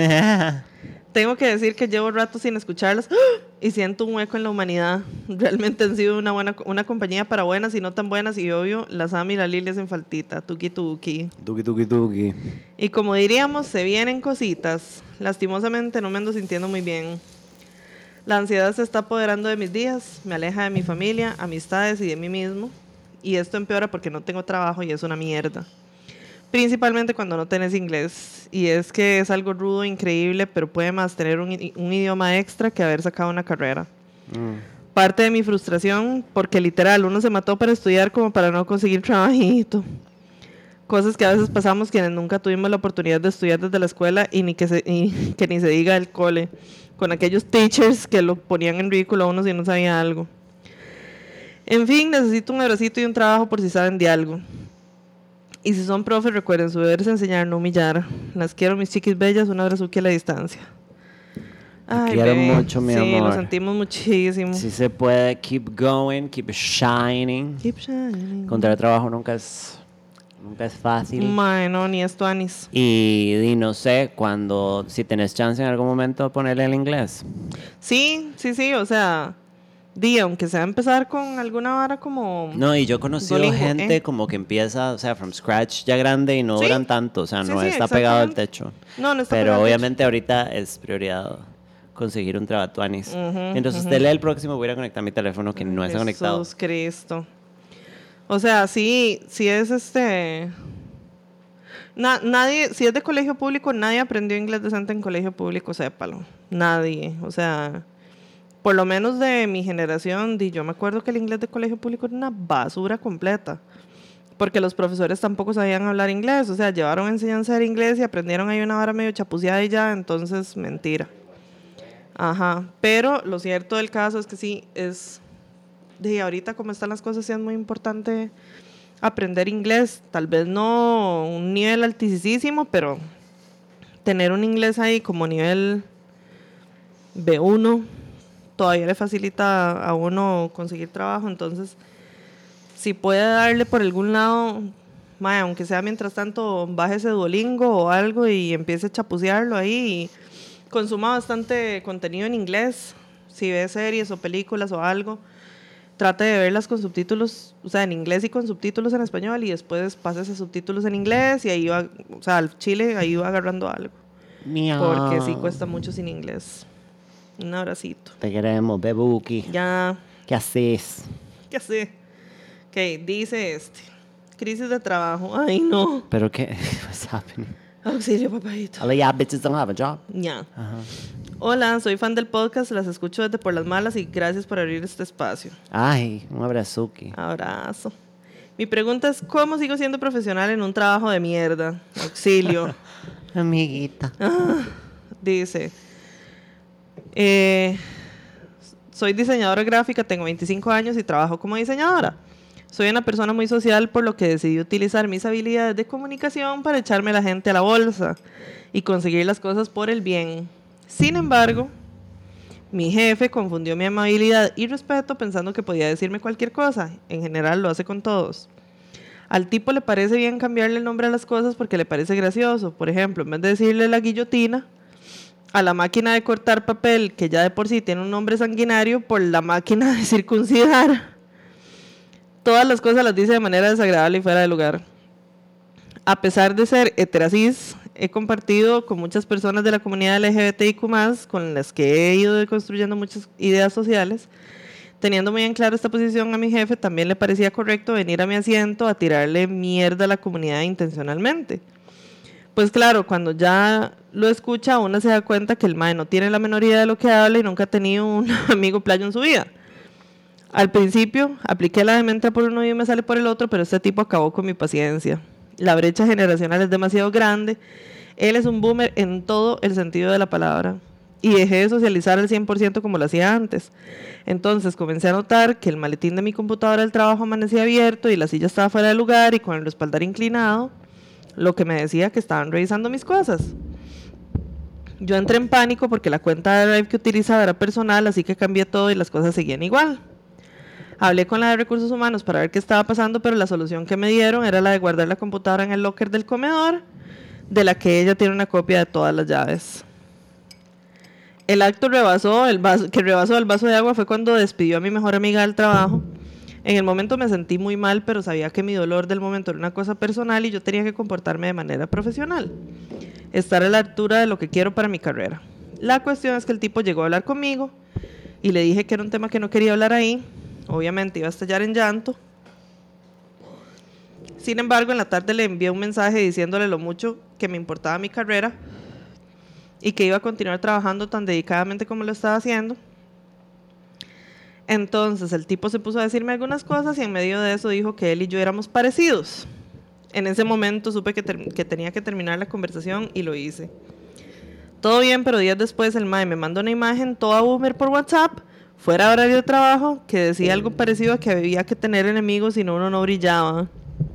Tengo que decir que llevo rato sin escucharlas ¡ah! Y siento un hueco en la humanidad. Realmente han sido una buena una compañía para buenas y no tan buenas. Y obvio, la Sam y la Lili hacen faltita. Tuki tuki. Tuki, tuki, tuki. Y como diríamos, se vienen cositas. Lastimosamente no me ando sintiendo muy bien. La ansiedad se está apoderando de mis días. Me aleja de mi familia, amistades y de mí mismo. Y esto empeora porque no tengo trabajo y es una mierda. Principalmente cuando no tenés inglés. Y es que es algo rudo, increíble, pero puede más tener un, un idioma extra que haber sacado una carrera. Mm. Parte de mi frustración, porque literal, uno se mató para estudiar como para no conseguir trabajito. Cosas que a veces pasamos quienes nunca tuvimos la oportunidad de estudiar desde la escuela y ni que, se, y que ni se diga el cole. Con aquellos teachers que lo ponían en ridículo a uno si no sabía algo. En fin, necesito un abracito y un trabajo por si saben de algo. Y si son profes, recuerden, su deber es enseñar, no humillar. Las quiero, mis chiquis bellas, un abrazo aquí a la distancia. Te Ay, quiero bebé. mucho, mi sí, amor. Sí, lo sentimos muchísimo. Sí se puede. Keep going, keep shining. Keep shining. Encontrar trabajo nunca es, nunca es fácil. Mae, no, ni esto, Anis. Y, y no sé, cuando, si tenés chance en algún momento de ponerle el inglés. Sí, sí, sí, o sea, di, aunque sea empezar con alguna vara como... No, y yo he conocido Duolingo, gente ¿eh? como que empieza, o sea, from scratch ya grande y no Sí. duran tanto, o sea, Sí, no sí, está pegado al exactamente. techo. No, no está Pero pegado al techo. obviamente ahorita es prioridad conseguir un trabatuanis. Ujú, Mientras ujú. usted lee el próximo, voy a ir a conectar mi teléfono que no está conectado. Jesús Cristo. O sea, sí, sí es este... Na- nadie, si es de colegio público, nadie aprendió inglés decente en colegio público, sépalo. Nadie. O sea, por lo menos de mi generación, di, yo me acuerdo que el inglés de colegio público era una basura completa. Porque los profesores tampoco sabían hablar inglés. O sea, llevaron enseñanza de inglés y aprendieron ahí una vara medio chapuceada y ya, entonces, mentira. Ajá. Pero lo cierto del caso es que sí, es... De ahorita como están las cosas, sí es muy importante aprender inglés. Tal vez no un nivel altísimo, pero tener un inglés ahí como nivel B uno todavía le facilita a uno conseguir trabajo. Entonces, si puede darle por algún lado, mae, aunque sea mientras tanto, baje ese Duolingo o algo y empiece a chapucearlo ahí y consuma bastante contenido en inglés. Si ve series o películas o algo, trate de verlas con subtítulos, o sea, en inglés y con subtítulos en español, y después pase esos subtítulos en inglés y ahí va, o sea, al chile ahí va agarrando algo. Miau. Porque sí cuesta mucho sin inglés. Un abracito. Te queremos, bebuki. Ya, ¿Qué haces? ¿qué sé? Ok, dice este. Crisis de trabajo. Ay, no. ¿Pero qué? What's happening? Auxilio, papadito. All of y'all bitches don't have a job. Ya. Ajá. Hola, soy fan del podcast, las escucho desde Por las Malas y gracias por abrir este espacio. Ay, un abrazuki. Abrazo. Mi pregunta es, ¿cómo sigo siendo profesional en un trabajo de mierda? Auxilio. Amiguita. Dice, eh, soy diseñadora gráfica, tengo veinticinco años y trabajo como diseñadora. Soy una persona muy social, por lo que decidí utilizar mis habilidades de comunicación para echarme a la gente a la bolsa y conseguir las cosas por el bien. Sin embargo, mi jefe confundió mi amabilidad y respeto pensando que podía decirme cualquier cosa. En general lo hace con todos. Al tipo le parece bien cambiarle el nombre a las cosas porque le parece gracioso. Por ejemplo, en vez de decirle la guillotina, a la máquina de cortar papel, que ya de por sí tiene un nombre sanguinario, por la máquina de circuncidar. Todas las cosas las dice de manera desagradable y fuera de lugar. A pesar de ser heterosis, he compartido con muchas personas de la comunidad L G B T I Q más, con las que he ido construyendo muchas ideas sociales. Teniendo muy en claro esta posición a mi jefe, también le parecía correcto venir a mi asiento a tirarle mierda a la comunidad intencionalmente. Pues claro, cuando ya lo escucha, uno se da cuenta que el mae no tiene la menor idea de lo que habla y nunca ha tenido un amigo playo en su vida. Al principio, apliqué la de me entra por uno y me sale por el otro, pero este tipo acabó con mi paciencia. La brecha generacional es demasiado grande. Él es un boomer en todo el sentido de la palabra. Y dejé de socializar al cien por ciento como lo hacía antes. Entonces comencé a notar que el maletín de mi computadora del trabajo amanecía abierto y la silla estaba fuera de lugar y con el respaldar inclinado, lo que me decía que estaban revisando mis cosas. Yo entré en pánico porque la cuenta de Drive que utilizaba era personal, así que cambié todo y las cosas seguían igual. Hablé con la de recursos humanos para ver qué estaba pasando, pero la solución que me dieron era la de guardar la computadora en el locker del comedor, de la que ella tiene una copia de todas las llaves. El acto rebasó el vaso, que rebasó el vaso de agua fue cuando despidió a mi mejor amiga del trabajo. En el momento me sentí muy mal, pero sabía que mi dolor del momento era una cosa personal y yo tenía que comportarme de manera profesional. Estar a la altura de lo que quiero para mi carrera. La cuestión es que el tipo llegó a hablar conmigo y le dije que era un tema que no quería hablar ahí. Obviamente iba a estallar en llanto. Sin embargo, en la tarde le envié un mensaje diciéndole lo mucho que me importaba mi carrera y que iba a continuar trabajando tan dedicadamente como lo estaba haciendo. Entonces el tipo se puso a decirme algunas cosas y en medio de eso dijo que él y yo éramos parecidos. En ese momento supe que, ter- que tenía que terminar la conversación y lo hice. Todo bien, pero días después el mae me mandó una imagen toda boomer por WhatsApp, fuera de horario de trabajo, que decía algo parecido a que había que tener enemigos si no uno no brillaba.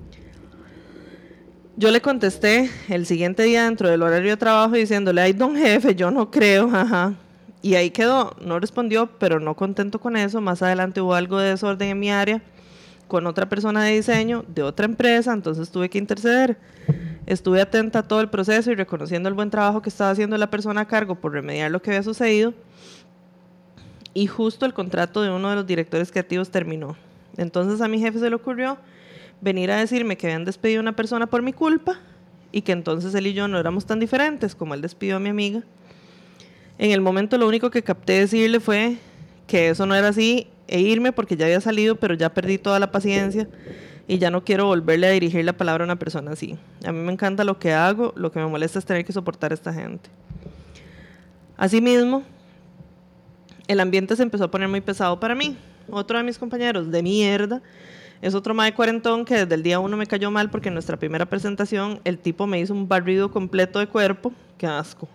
Yo le contesté el siguiente día dentro del horario de trabajo diciéndole, ay, don jefe, yo no creo, jaja. Y ahí quedó, no respondió, pero no contento con eso. Más adelante hubo algo de desorden en mi área con otra persona de diseño de otra empresa, entonces tuve que interceder. Estuve atenta a todo el proceso y reconociendo el buen trabajo que estaba haciendo la persona a cargo por remediar lo que había sucedido. Y justo el contrato de uno de los directores creativos terminó. Entonces a mi jefe se le ocurrió venir a decirme que habían despedido a una persona por mi culpa y que entonces él y yo no éramos tan diferentes como él despidió a mi amiga. En el momento lo único que capté decirle fue que eso no era así e irme porque ya había salido, pero ya perdí toda la paciencia y ya no quiero volverle a dirigir la palabra a una persona así. A mí me encanta lo que hago, lo que me molesta es tener que soportar a esta gente. Asimismo, el ambiente se empezó a poner muy pesado para mí. Otro de mis compañeros de mierda es otro mae cuarentón que desde el día uno me cayó mal porque en nuestra primera presentación el tipo me hizo un barrido completo de cuerpo. Qué asco.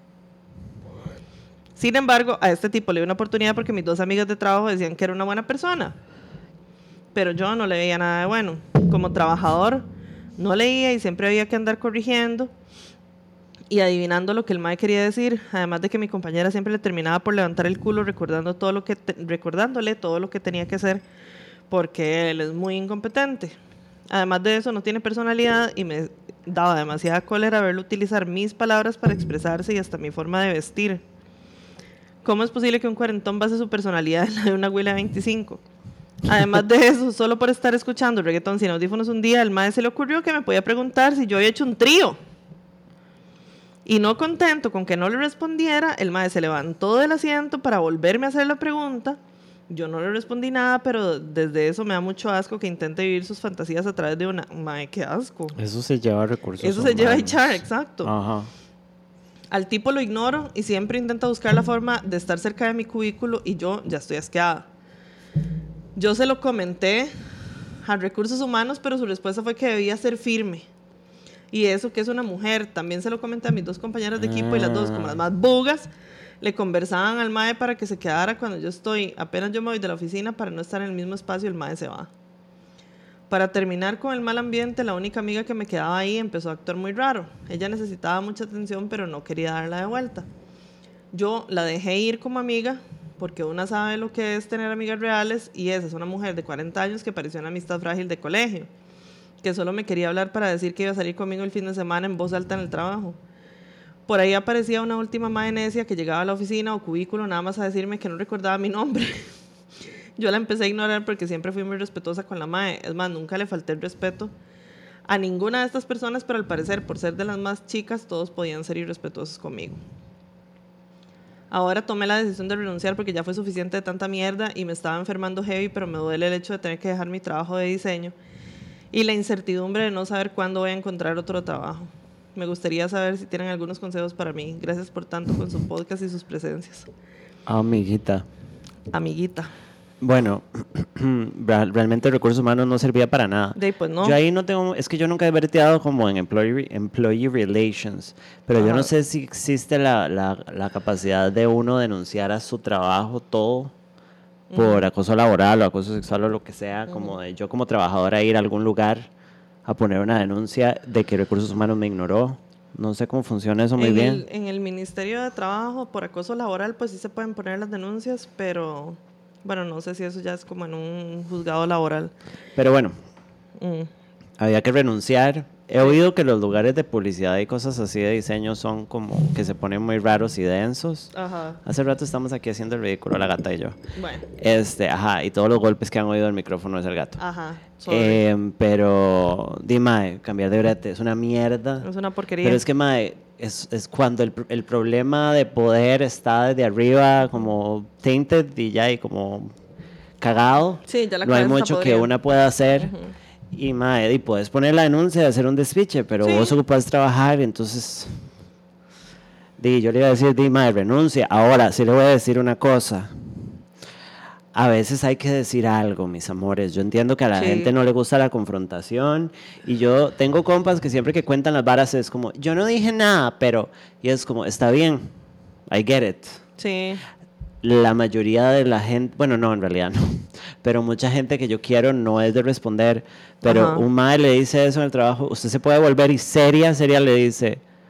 Sin embargo, a este tipo le di una oportunidad porque mis dos amigas de trabajo decían que era una buena persona. Pero yo no le veía nada de bueno. Como trabajador, no leía y siempre había que andar corrigiendo y adivinando lo que el mae quería decir. Además de que mi compañera siempre le terminaba por levantar el culo recordando todo lo que te, recordándole todo lo que tenía que hacer porque él es muy incompetente. Además de eso, no tiene personalidad y me daba demasiada cólera verlo utilizar mis palabras para expresarse y hasta mi forma de vestir. ¿Cómo es posible que un cuarentón base su personalidad en la de una abuela de veinticinco? Además de eso, solo por estar escuchando reggaetón sin audífonos un día, al mae se le ocurrió que me podía preguntar si yo había hecho un trío. Y no contento con que no le respondiera, el mae se levantó del asiento para volverme a hacer la pregunta. Yo no le respondí nada, pero desde eso me da mucho asco que intente vivir sus fantasías a través de una... Mae, qué asco. Eso se lleva a recursos Eso humanos. se lleva a echar, exacto. Ajá. Al tipo lo ignoro y siempre intenta buscar la forma de estar cerca de mi cubículo y yo ya estoy asqueada. Yo se lo comenté a recursos humanos, pero su respuesta fue que debía ser firme. Y eso que es una mujer, también se lo comenté a mis dos compañeras de equipo y las dos, como las más bugas, le conversaban al mae para que se quedara cuando yo estoy. Apenas yo me voy de la oficina para no estar en el mismo espacio, el mae se va. Para terminar con el mal ambiente, la única amiga que me quedaba ahí empezó a actuar muy raro. Ella necesitaba mucha atención, pero no quería darla de vuelta. Yo la dejé ir como amiga, porque una sabe lo que es tener amigas reales, y esa es una mujer de cuarenta años que pareció una amistad frágil de colegio, que solo me quería hablar para decir que iba a salir conmigo el fin de semana en voz alta en el trabajo. Por ahí aparecía una última mae necia que llegaba a la oficina o cubículo nada más a decirme que no recordaba mi nombre. Yo la empecé a ignorar porque siempre fui muy respetuosa con la mae. Es más, nunca le falté el respeto a ninguna de estas personas, pero al parecer, por ser de las más chicas, todos podían ser irrespetuosos conmigo. Ahora tomé la decisión de renunciar porque ya fue suficiente de tanta mierda y me estaba enfermando heavy, pero me duele el hecho de tener que dejar mi trabajo de diseño y la incertidumbre de no saber cuándo voy a encontrar otro trabajo. Me gustaría saber si tienen algunos consejos para mí. Gracias por tanto con su podcast y sus presencias. Amiguita. Amiguita. Bueno, realmente recursos humanos no servía para nada. De, pues no. Yo ahí no tengo, es que yo nunca he verteado como en employee, employee relations, pero Ajá. yo no sé si existe la, la, la capacidad de uno denunciar a su trabajo todo uh-huh. por acoso laboral o acoso sexual o lo que sea, uh-huh. como de yo como trabajadora ir a algún lugar a poner una denuncia de que recursos humanos me ignoró. No sé cómo funciona eso muy en bien. El, en el Ministerio de Trabajo por acoso laboral pues sí se pueden poner las denuncias, pero... Bueno, no sé si eso ya es como en un juzgado laboral. Pero bueno, mm. había que renunciar. He oído que los lugares de publicidad y cosas así de diseño son como que se ponen muy raros y densos. Ajá. Hace rato estamos aquí haciendo el ridículo, la gata y yo. Bueno. Este, ajá, y todos los golpes que han oído el micrófono es el gato. Ajá. Eh, pero, di, mae, cambiar de brete es una mierda. Es una porquería. Pero es que, mae, es, es cuando el, el problema de poder está desde arriba como tainted y ya y como cagado. Sí, ya la no hay mucho que una pueda hacer. Uh-huh. Y, mae, y puedes poner la denuncia de hacer un despiche, pero sí. vos ocupas trabajar, entonces... Di, yo le iba a decir, di, mae, renuncia. Ahora, sí le voy a decir una cosa. A veces hay que decir algo, mis amores. Yo entiendo que a la sí. gente no le gusta la confrontación. Y yo tengo compas que siempre que cuentan las varas es como, yo no dije nada, pero... Y es como, está bien, I get it. Sí. La mayoría de la gente... Bueno, no, en realidad no. Pero mucha gente que yo quiero no es de responder. Pero Ajá. un mae le dice eso en el trabajo, usted se puede volver y seria, seria le dice...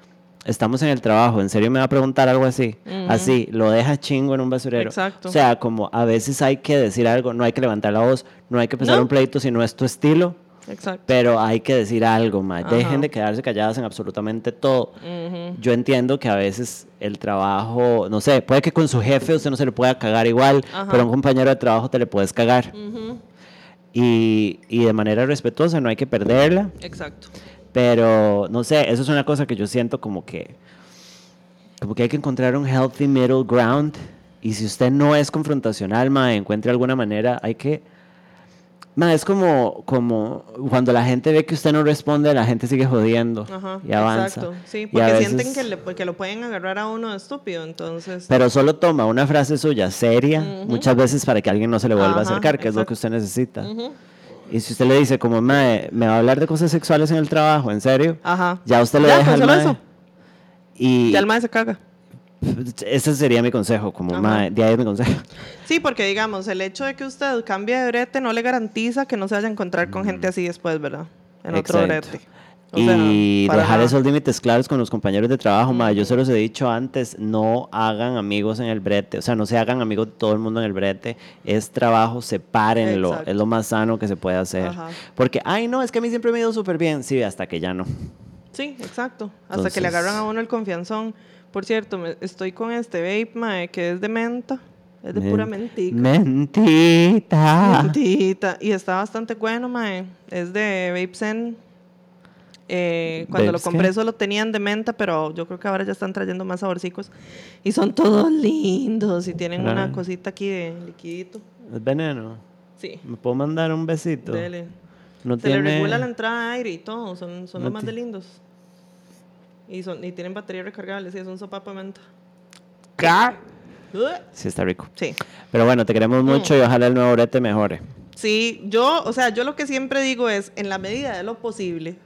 estamos en el trabajo, ¿en serio me va a preguntar algo así? Uh-huh. Así, lo deja chingo en un basurero. Exacto. O sea, como a veces hay que decir algo, no hay que levantar la voz, no hay que empezar no. un pleito si no es tu estilo. Exacto. Pero hay que decir algo, ma. Dejen de quedarse calladas en absolutamente todo. Uh-huh. Yo entiendo que a veces el trabajo, no sé, puede que con su jefe usted no se le pueda cagar igual, uh-huh. pero a un compañero de trabajo te le puedes cagar. Uh-huh. y, y de manera respetuosa, no hay que perderla. Exacto. Pero, no sé, eso es una cosa que yo siento como que, como que hay que encontrar un healthy middle ground. Y si usted no es confrontacional, ma, encuentre alguna manera, hay que... Ma, es como, como cuando la gente ve que usted no responde, la gente sigue jodiendo. Ajá, y avanza. Exacto, sí, porque veces, sienten que, le, que lo pueden agarrar a uno de estúpido, entonces... Pero solo toma una frase suya seria, uh-huh. muchas veces para que alguien no se le vuelva Ajá, a acercar, que exacto. es lo que usted necesita. Uh-huh. Y si usted le dice como, mae, me va a hablar de cosas sexuales en el trabajo, ¿en serio? Ajá. Ya usted lo ya, deja al mae. Eso. Y ya el mae se caga. Ese sería mi consejo, como mae, de ahí es mi consejo. Sí, porque digamos, el hecho de que usted cambie de brete no le garantiza que no se vaya a encontrar con mm. gente así después, ¿verdad? En Exacto. otro brete. O y sea, dejar nada. esos límites claros con los compañeros de trabajo, mm. mae. Yo se los he dicho antes, no hagan amigos en el brete, o sea, no se hagan amigos de todo el mundo en el brete. Es trabajo, sepárenlo, Exacto. es lo más sano que se puede hacer. Ajá. Porque, ay, no, es que a mí siempre me ha ido súper bien. Sí, hasta que ya no. Sí, exacto. Hasta Entonces, que le agarran a uno el confianzón. Por cierto, me, estoy con este vape, mae, que es de menta. Es de Men- pura mentica. Mentita. Mentita. Y está bastante bueno, mae. Es de Vape Zen. Eh, cuando lo compré solo tenían de menta, pero yo creo que ahora ya están trayendo más saborcicos. Y son todos lindos. Y tienen claro. una cosita aquí de liquidito. ¿Es veneno? Sí. ¿Me puedo mandar un besito? Dele. No Se tiene... le regula la entrada de aire y todo. Son, son no los más ti- de lindos. Y, son, y tienen batería recargable, sí, es un sopapo de menta. ¿Qué? Sí, está rico. Sí. Pero bueno, te queremos mucho mm. y ojalá el nuevo brete mejore. Sí, yo, o sea, yo lo que siempre digo es, en la medida de lo posible,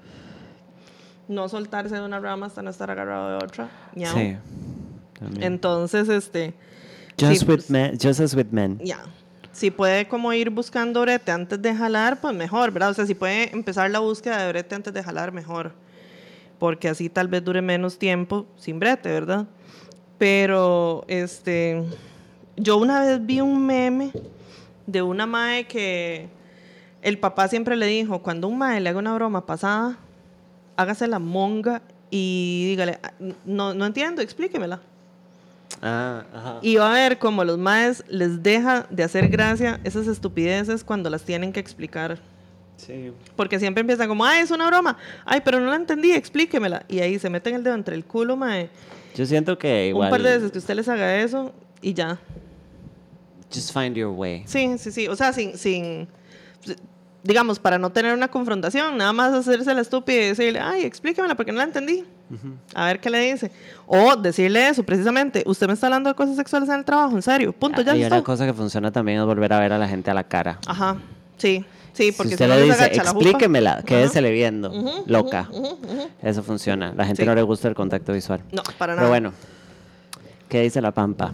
no soltarse de una rama hasta no estar agarrado de otra. ¿Ya? Sí. También. Entonces, este... Just, sí, with men, just as with men. Ya. Yeah. Si puede como ir buscando brete antes de jalar, pues mejor, ¿verdad? O sea, si puede empezar la búsqueda de brete antes de jalar, mejor. Porque así tal vez dure menos tiempo sin brete, ¿verdad? Pero, este, yo una vez vi un meme de una mae que el papá siempre le dijo, cuando un mae le haga una broma pasada, hágase la monga y dígale, no, no entiendo, explíquemela. Ah, ajá. Y va a ver cómo los maes les deja de hacer gracia esas estupideces cuando las tienen que explicar. Sí. Porque siempre empiezan como, ay, es una broma. Ay, pero no la entendí, explíquemela. Y ahí se meten el dedo entre el culo, mae. Yo siento que igual... Un par de veces que usted les haga eso y ya. Just find your way. Sí, sí, sí. O sea, sin... sin digamos, para no tener una confrontación, nada más hacerse la estúpida y decirle, ay, explíquemela porque no la entendí. Uh-huh. A ver qué le dice. O decirle eso, precisamente, usted me está hablando de cosas sexuales en el trabajo, en serio, punto, ya está. Y una está. cosa que funciona también es volver a ver a la gente a la cara. Ajá, sí. Sí, porque si usted si no le les dice, agacha explíquemela, la quédesele viendo, uh-huh, loca. Uh-huh, uh-huh. Eso funciona. La gente sí. no le gusta el contacto visual. No, para nada. Pero bueno, ¿qué dice la Pampa?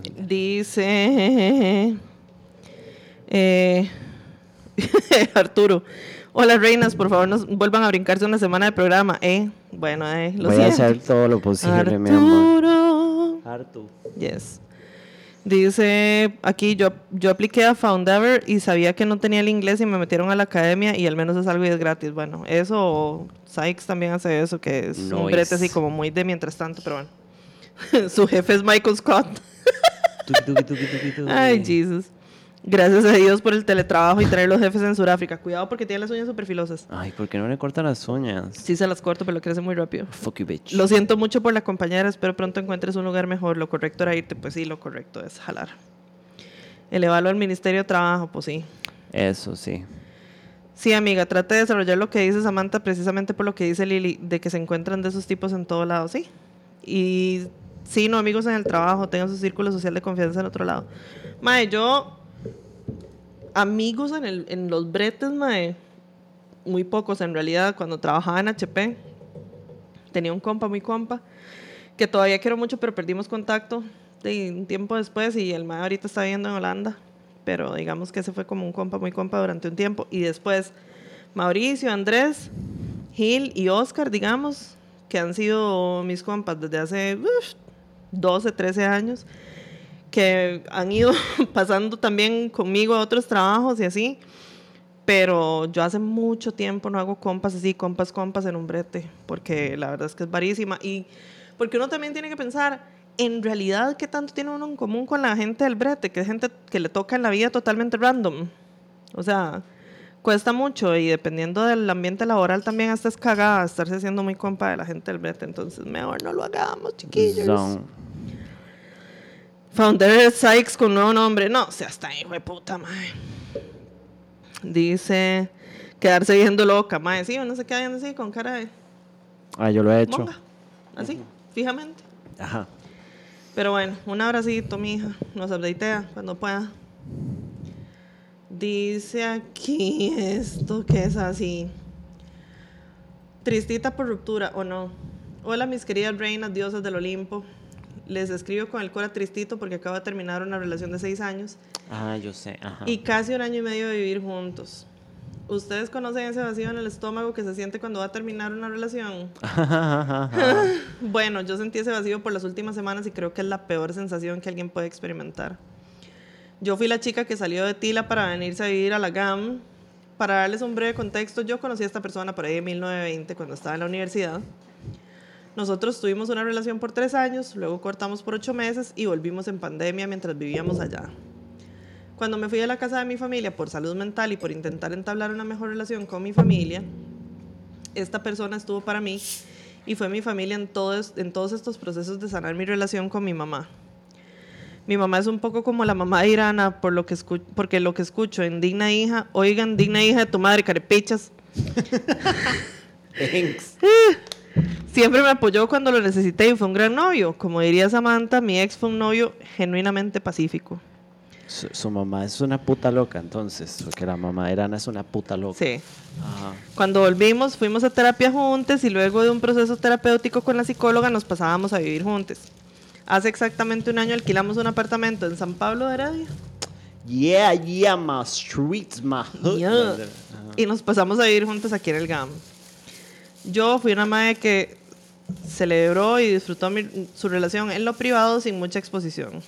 Dice... Eh, Arturo, hola reinas, por favor no vuelvan a brincarse una semana de programa. Eh, bueno, eh, lo Voy siento. a hacer todo lo posible, Arturo. mi amor. Arturo. Yes. Dice aquí, yo, yo apliqué a Foundever y sabía que no tenía el inglés y me metieron a la academia y al menos es algo y es gratis. Bueno, eso o Sykes también hace eso, que es nice. Un brete así como muy de mientras tanto, pero bueno. Su jefe es Michael Scott. Ay, Jesus. Gracias a Dios por el teletrabajo y tener los jefes en Sudáfrica. Cuidado porque tiene las uñas súper filosas. Ay, ¿por qué no le cortan las uñas? Sí se las corto, pero crece muy rápido. Fuck you, bitch. Lo siento mucho por la compañera, espero pronto encuentres un lugar mejor. Lo correcto era irte, pues sí, lo correcto es jalar. Elevarlo al Ministerio de Trabajo, pues sí. Eso sí. Sí, amiga, trate de desarrollar lo que dice Samantha precisamente por lo que dice Lili, de que se encuentran de esos tipos en todo lado, sí. Y sí, no amigos en el trabajo, tengan su círculo social de confianza en otro lado. Mae, yo... Amigos en, el, en los bretes, mae, muy pocos en realidad. Cuando trabajaba en H P, tenía un compa, muy compa, que todavía quiero mucho, pero perdimos contacto de un tiempo después y el mae ahorita está viviendo en Holanda. Pero digamos que ese fue como un compa, muy compa durante un tiempo. Y después, Mauricio, Andrés, Gil y Oscar, digamos, que han sido mis compas desde hace uf, doce, trece años, que han ido pasando también conmigo a otros trabajos y así, pero yo hace mucho tiempo no hago compas así, compas, compas en un brete, porque la verdad es que es varísima, y porque uno también tiene que pensar, en realidad, ¿qué tanto tiene uno en común con la gente del brete? Que es gente que le toca en la vida totalmente random, o sea, cuesta mucho, y dependiendo del ambiente laboral también hasta es cagada estarse haciendo muy compa de la gente del brete, entonces mejor no lo hagamos, chiquillos. Zone. Founder Sykes con nuevo nombre. No, o sea, está hijo de puta, mae. Dice, quedarse viendo loca, mae. Sí, uno se queda viendo así con cara de... Ah, yo lo he hecho. Monga. Así, uh-huh. Fijamente. Ajá. Pero bueno, un abracito, mija. Nos updatea cuando pueda. Dice aquí esto que es así. Tristita por ruptura, ¿o no? Hola, mis queridas reinas, diosas del Olimpo. Les escribo con el cora tristito porque acabo de terminar una relación de seis años. Ah, yo sé. Ajá. Y casi un año y medio de vivir juntos. ¿Ustedes conocen ese vacío en el estómago que se siente cuando va a terminar una relación? Bueno, yo sentí ese vacío por las últimas semanas y creo que es la peor sensación que alguien puede experimentar. Yo fui la chica que salió de Tila para venirse a vivir a la G A M. Para darles un breve contexto, yo conocí a esta persona por ahí en mil novecientos veinte cuando estaba en la universidad. Nosotros tuvimos una relación por tres años, luego cortamos por ocho meses y volvimos en pandemia mientras vivíamos allá. Cuando me fui a la casa de mi familia por salud mental y por intentar entablar una mejor relación con mi familia, esta persona estuvo para mí y fue mi familia en todos, en todos estos procesos de sanar mi relación con mi mamá. Mi mamá es un poco como la mamá de Irana, por lo que escu- porque lo que escucho en Digna Hija, oigan, digna hija de tu madre, carepichas. Thanks. Siempre me apoyó cuando lo necesité y fue un gran novio. Como diría Samantha, mi ex fue un novio genuinamente pacífico. Su, su mamá es una puta loca, entonces, porque la mamá de Irana es una puta loca. Sí. Ajá. Cuando volvimos, fuimos a terapia juntos y luego de un proceso terapéutico con la psicóloga nos pasábamos a vivir juntos. Hace exactamente un año alquilamos un apartamento en San Pablo de Heredia. Yeah, yeah, my streets, my hood. Yeah. Y nos pasamos a vivir juntos aquí en el G A M. Yo fui una madre que celebró y disfrutó mi, su relación en lo privado sin mucha exposición.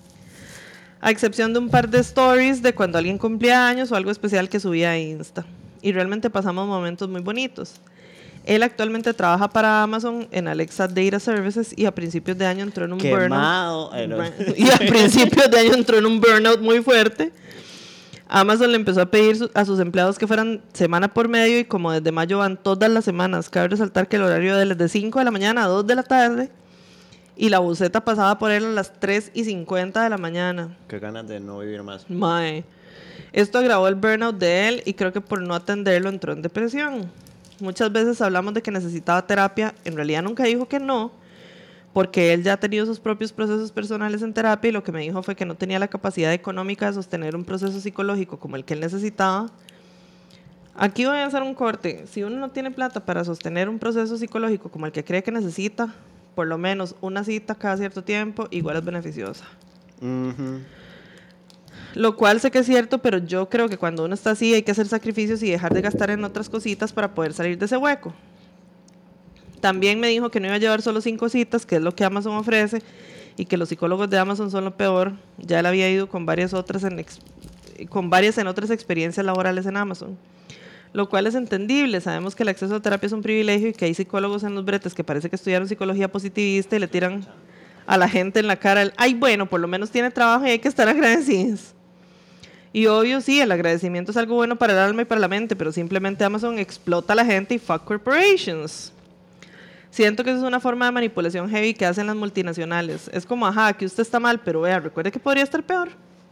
A excepción de un par de stories de cuando alguien cumplía años o algo especial que subía a Insta. Y realmente pasamos momentos muy bonitos. Él actualmente trabaja para Amazon en Alexa Data Services y a principios de año entró en un Quemado. burnout. Y a principios de año entró en un burnout muy fuerte. Amazon le empezó a pedir su, a sus empleados que fueran semana por medio y como desde mayo van todas las semanas. Cabe resaltar que el horario de él es de cinco de la mañana a dos de la tarde y la buseta pasaba por él a las tres y cincuenta de la mañana. Qué ganas de no vivir más. Mae. Esto agravó el burnout de él y creo que por no atenderlo entró en depresión. Muchas veces hablamos de que necesitaba terapia, en realidad nunca dijo que no, porque él ya ha tenido sus propios procesos personales en terapia y lo que me dijo fue que no tenía la capacidad económica de sostener un proceso psicológico como el que él necesitaba. Aquí voy a hacer un corte. Si uno no tiene plata para sostener un proceso psicológico como el que cree que necesita, por lo menos una cita cada cierto tiempo igual es beneficiosa. Uh-huh. Lo cual sé que es cierto, pero yo creo que cuando uno está así hay que hacer sacrificios y dejar de gastar en otras cositas para poder salir de ese hueco. También me dijo que no iba a llevar solo cinco citas, que es lo que Amazon ofrece, y que los psicólogos de Amazon son lo peor. Ya él había ido con varias otras en, ex, con varias en otras experiencias laborales en Amazon. Lo cual es entendible. Sabemos que el acceso a terapia es un privilegio y que hay psicólogos en los bretes que parece que estudiaron psicología positivista y le tiran a la gente en la cara el, ay, bueno, por lo menos tiene trabajo y hay que estar agradecidos. Y obvio, sí, el agradecimiento es algo bueno para el alma y para la mente, pero simplemente Amazon explota a la gente y fuck corporations. Siento que eso es una forma de manipulación heavy que hacen las multinacionales. Es como, ajá, que usted está mal, pero vea, recuerde que podría estar peor.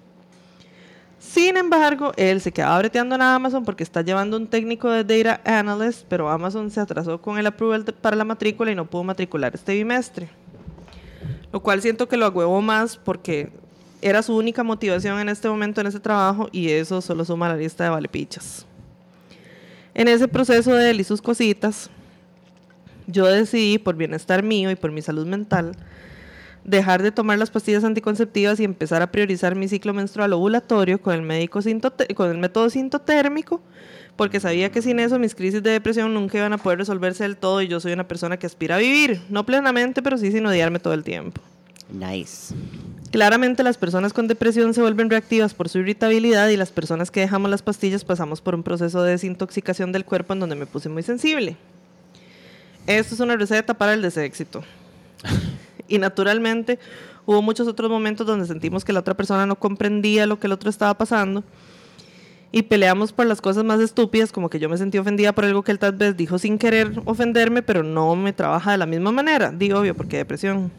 Sin embargo, él se quedaba breteando en Amazon porque está llevando un técnico de Data Analyst, pero Amazon se atrasó con el approval para la matrícula y no pudo matricular este bimestre. Lo cual siento que lo agüevó más porque era su única motivación en este momento en ese trabajo y eso solo suma a la lista de valepichas. En ese proceso de él y sus cositas, yo decidí, por bienestar mío y por mi salud mental, dejar de tomar las pastillas anticonceptivas y empezar a priorizar mi ciclo menstrual ovulatorio con el, médico sintote- con el método sintotérmico, porque sabía que sin eso mis crisis de depresión nunca iban a poder resolverse del todo y yo soy una persona que aspira a vivir, no plenamente, pero sí sin odiarme todo el tiempo. Nice. Claramente las personas con depresión se vuelven reactivas por su irritabilidad y las personas que dejamos las pastillas pasamos por un proceso de desintoxicación del cuerpo en donde me puse muy sensible. Esto es una receta para el deséxito. Y naturalmente hubo muchos otros momentos donde sentimos que la otra persona no comprendía lo que el otro estaba pasando y peleamos por las cosas más estúpidas, como que yo me sentí ofendida por algo que él tal vez dijo sin querer ofenderme, pero no me trabaja de la misma manera. Digo, obvio, porque depresión.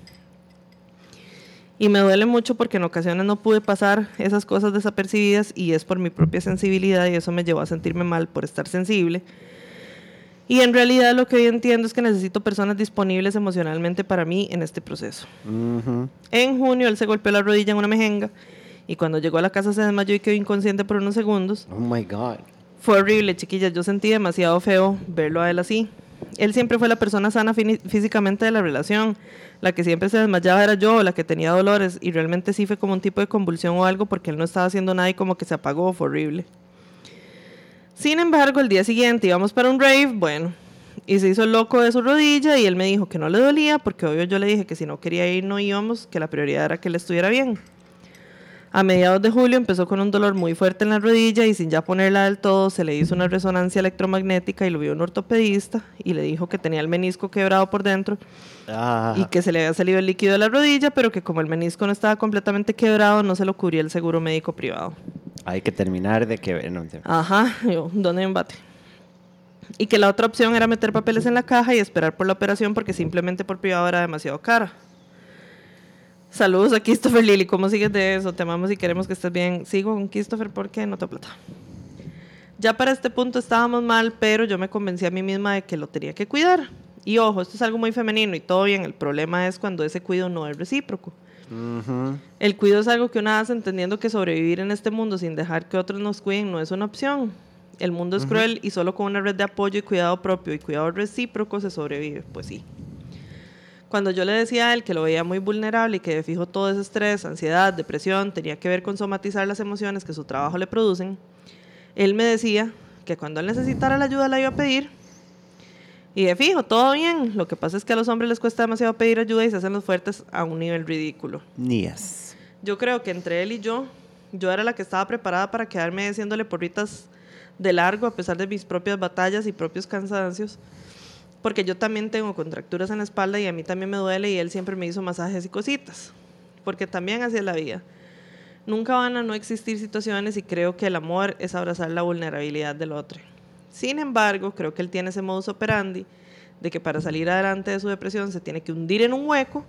Y me duele mucho porque en ocasiones no pude pasar esas cosas desapercibidas y es por mi propia sensibilidad y eso me llevó a sentirme mal por estar sensible. Y en realidad lo que hoy entiendo es que necesito personas disponibles emocionalmente para mí en este proceso. Uh-huh. En junio él se golpeó la rodilla en una mejenga y cuando llegó a la casa se desmayó y quedó inconsciente por unos segundos. Oh my God. Fue horrible, chiquillas. Yo sentí demasiado feo verlo a él así. Él siempre fue la persona sana físicamente de la relación. La que siempre se desmayaba era yo, la que tenía dolores. Y realmente sí fue como un tipo de convulsión o algo porque él no estaba haciendo nada y como que se apagó. Fue horrible. Sin embargo, el día siguiente íbamos para un rave, bueno, y se hizo el loco de su rodilla y él me dijo que no le dolía porque obvio yo le dije que si no quería ir no íbamos, que la prioridad era que él estuviera bien. A mediados de julio empezó con un dolor muy fuerte en la rodilla y sin ya ponerla del todo se le hizo una resonancia electromagnética y lo vio un ortopedista y le dijo que tenía el menisco quebrado por dentro ah. y que se le había salido el líquido de la rodilla, pero que como el menisco no estaba completamente quebrado no se lo cubría el seguro médico privado. Hay que terminar de que... No, Ajá, yo, ¿dónde me embate? Y que la otra opción era meter papeles en la caja y esperar por la operación porque simplemente por privado era demasiado cara. Saludos a Christopher Lily, ¿cómo sigues de eso? Te amamos y queremos que estés bien. Sigo con Christopher porque no te plata. Ya para este punto estábamos mal, pero yo me convencí a mí misma de que lo tenía que cuidar. Y ojo, esto es algo muy femenino y todo bien. El problema es cuando ese cuidado no es recíproco. Uh-huh. El cuidado es algo que uno hace entendiendo que sobrevivir en este mundo sin dejar que otros nos cuiden no es una opción. El mundo es uh-huh. cruel y solo con una red de apoyo y cuidado propio y cuidado recíproco se sobrevive. Pues sí. Cuando yo le decía a él que lo veía muy vulnerable y que de fijo todo ese estrés, ansiedad, depresión tenía que ver con somatizar las emociones que su trabajo le producen, él me decía que cuando él necesitara la ayuda la iba a pedir. Y de fijo, todo bien. Lo que pasa es que a los hombres les cuesta demasiado pedir ayuda y se hacen los fuertes a un nivel ridículo. Yes. Yo creo que entre él y yo, yo era la que estaba preparada para quedarme haciéndole porritas de largo a pesar de mis propias batallas y propios cansancios. Porque yo también tengo contracturas en la espalda y a mí también me duele y él siempre me hizo masajes y cositas. Porque también así es la vida. Nunca van a no existir situaciones y creo que el amor es abrazar la vulnerabilidad del otro. Sin embargo, creo que él tiene ese modus operandi de que para salir adelante de su depresión se tiene que hundir en un hueco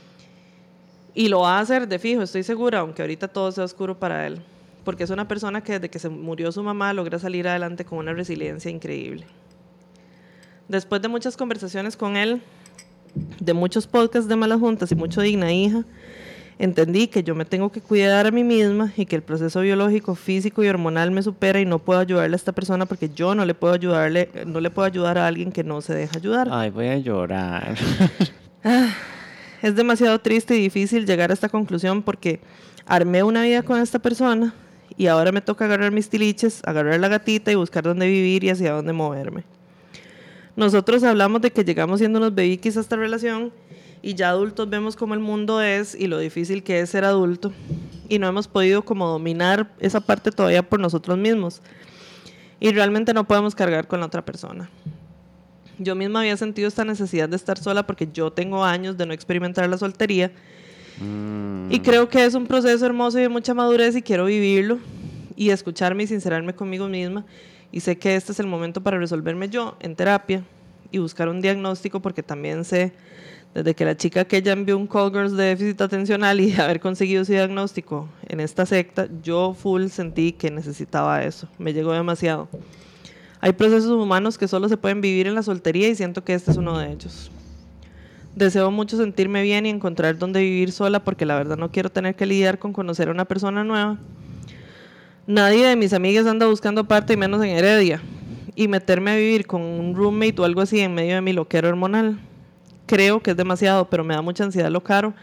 y lo va a hacer de fijo, estoy segura, aunque ahorita todo sea oscuro para él. Porque es una persona que desde que se murió su mamá logra salir adelante con una resiliencia increíble. Después de muchas conversaciones con él, de muchos podcasts de Malas Juntas y mucho Digna Hija, entendí que yo me tengo que cuidar a mí misma y que el proceso biológico, físico y hormonal me supera y no puedo ayudarle a esta persona porque yo no le puedo ayudarle, no le puedo ayudar a alguien que no se deja ayudar. Ay, voy a llorar. Ah, es demasiado triste y difícil llegar a esta conclusión porque armé una vida con esta persona y ahora me toca agarrar mis tiliches, agarrar la gatita y buscar dónde vivir y hacia dónde moverme. Nosotros hablamos de que llegamos siendo unos bebiquis a esta relación y ya adultos vemos cómo el mundo es y lo difícil que es ser adulto y no hemos podido como dominar esa parte todavía por nosotros mismos y realmente no podemos cargar con la otra persona. Yo misma había sentido esta necesidad de estar sola porque yo tengo años de no experimentar la soltería mm. y creo que es un proceso hermoso y de mucha madurez y quiero vivirlo y escucharme y sincerarme conmigo misma. Y sé que este es el momento para resolverme yo en terapia y buscar un diagnóstico porque también sé, desde que la chica que ella envió un call girls de déficit atencional y de haber conseguido ese diagnóstico en esta secta, yo full sentí que necesitaba eso, me llegó demasiado. Hay procesos humanos que solo se pueden vivir en la soltería y siento que este es uno de ellos. Deseo mucho sentirme bien y encontrar dónde vivir sola porque la verdad no quiero tener que lidiar con conocer a una persona nueva. Nadie de mis amigas anda buscando aparte y menos en Heredia. Y meterme a vivir con un roommate o algo así en medio de mi loquero hormonal. Creo que es demasiado, pero me da mucha ansiedad lo caro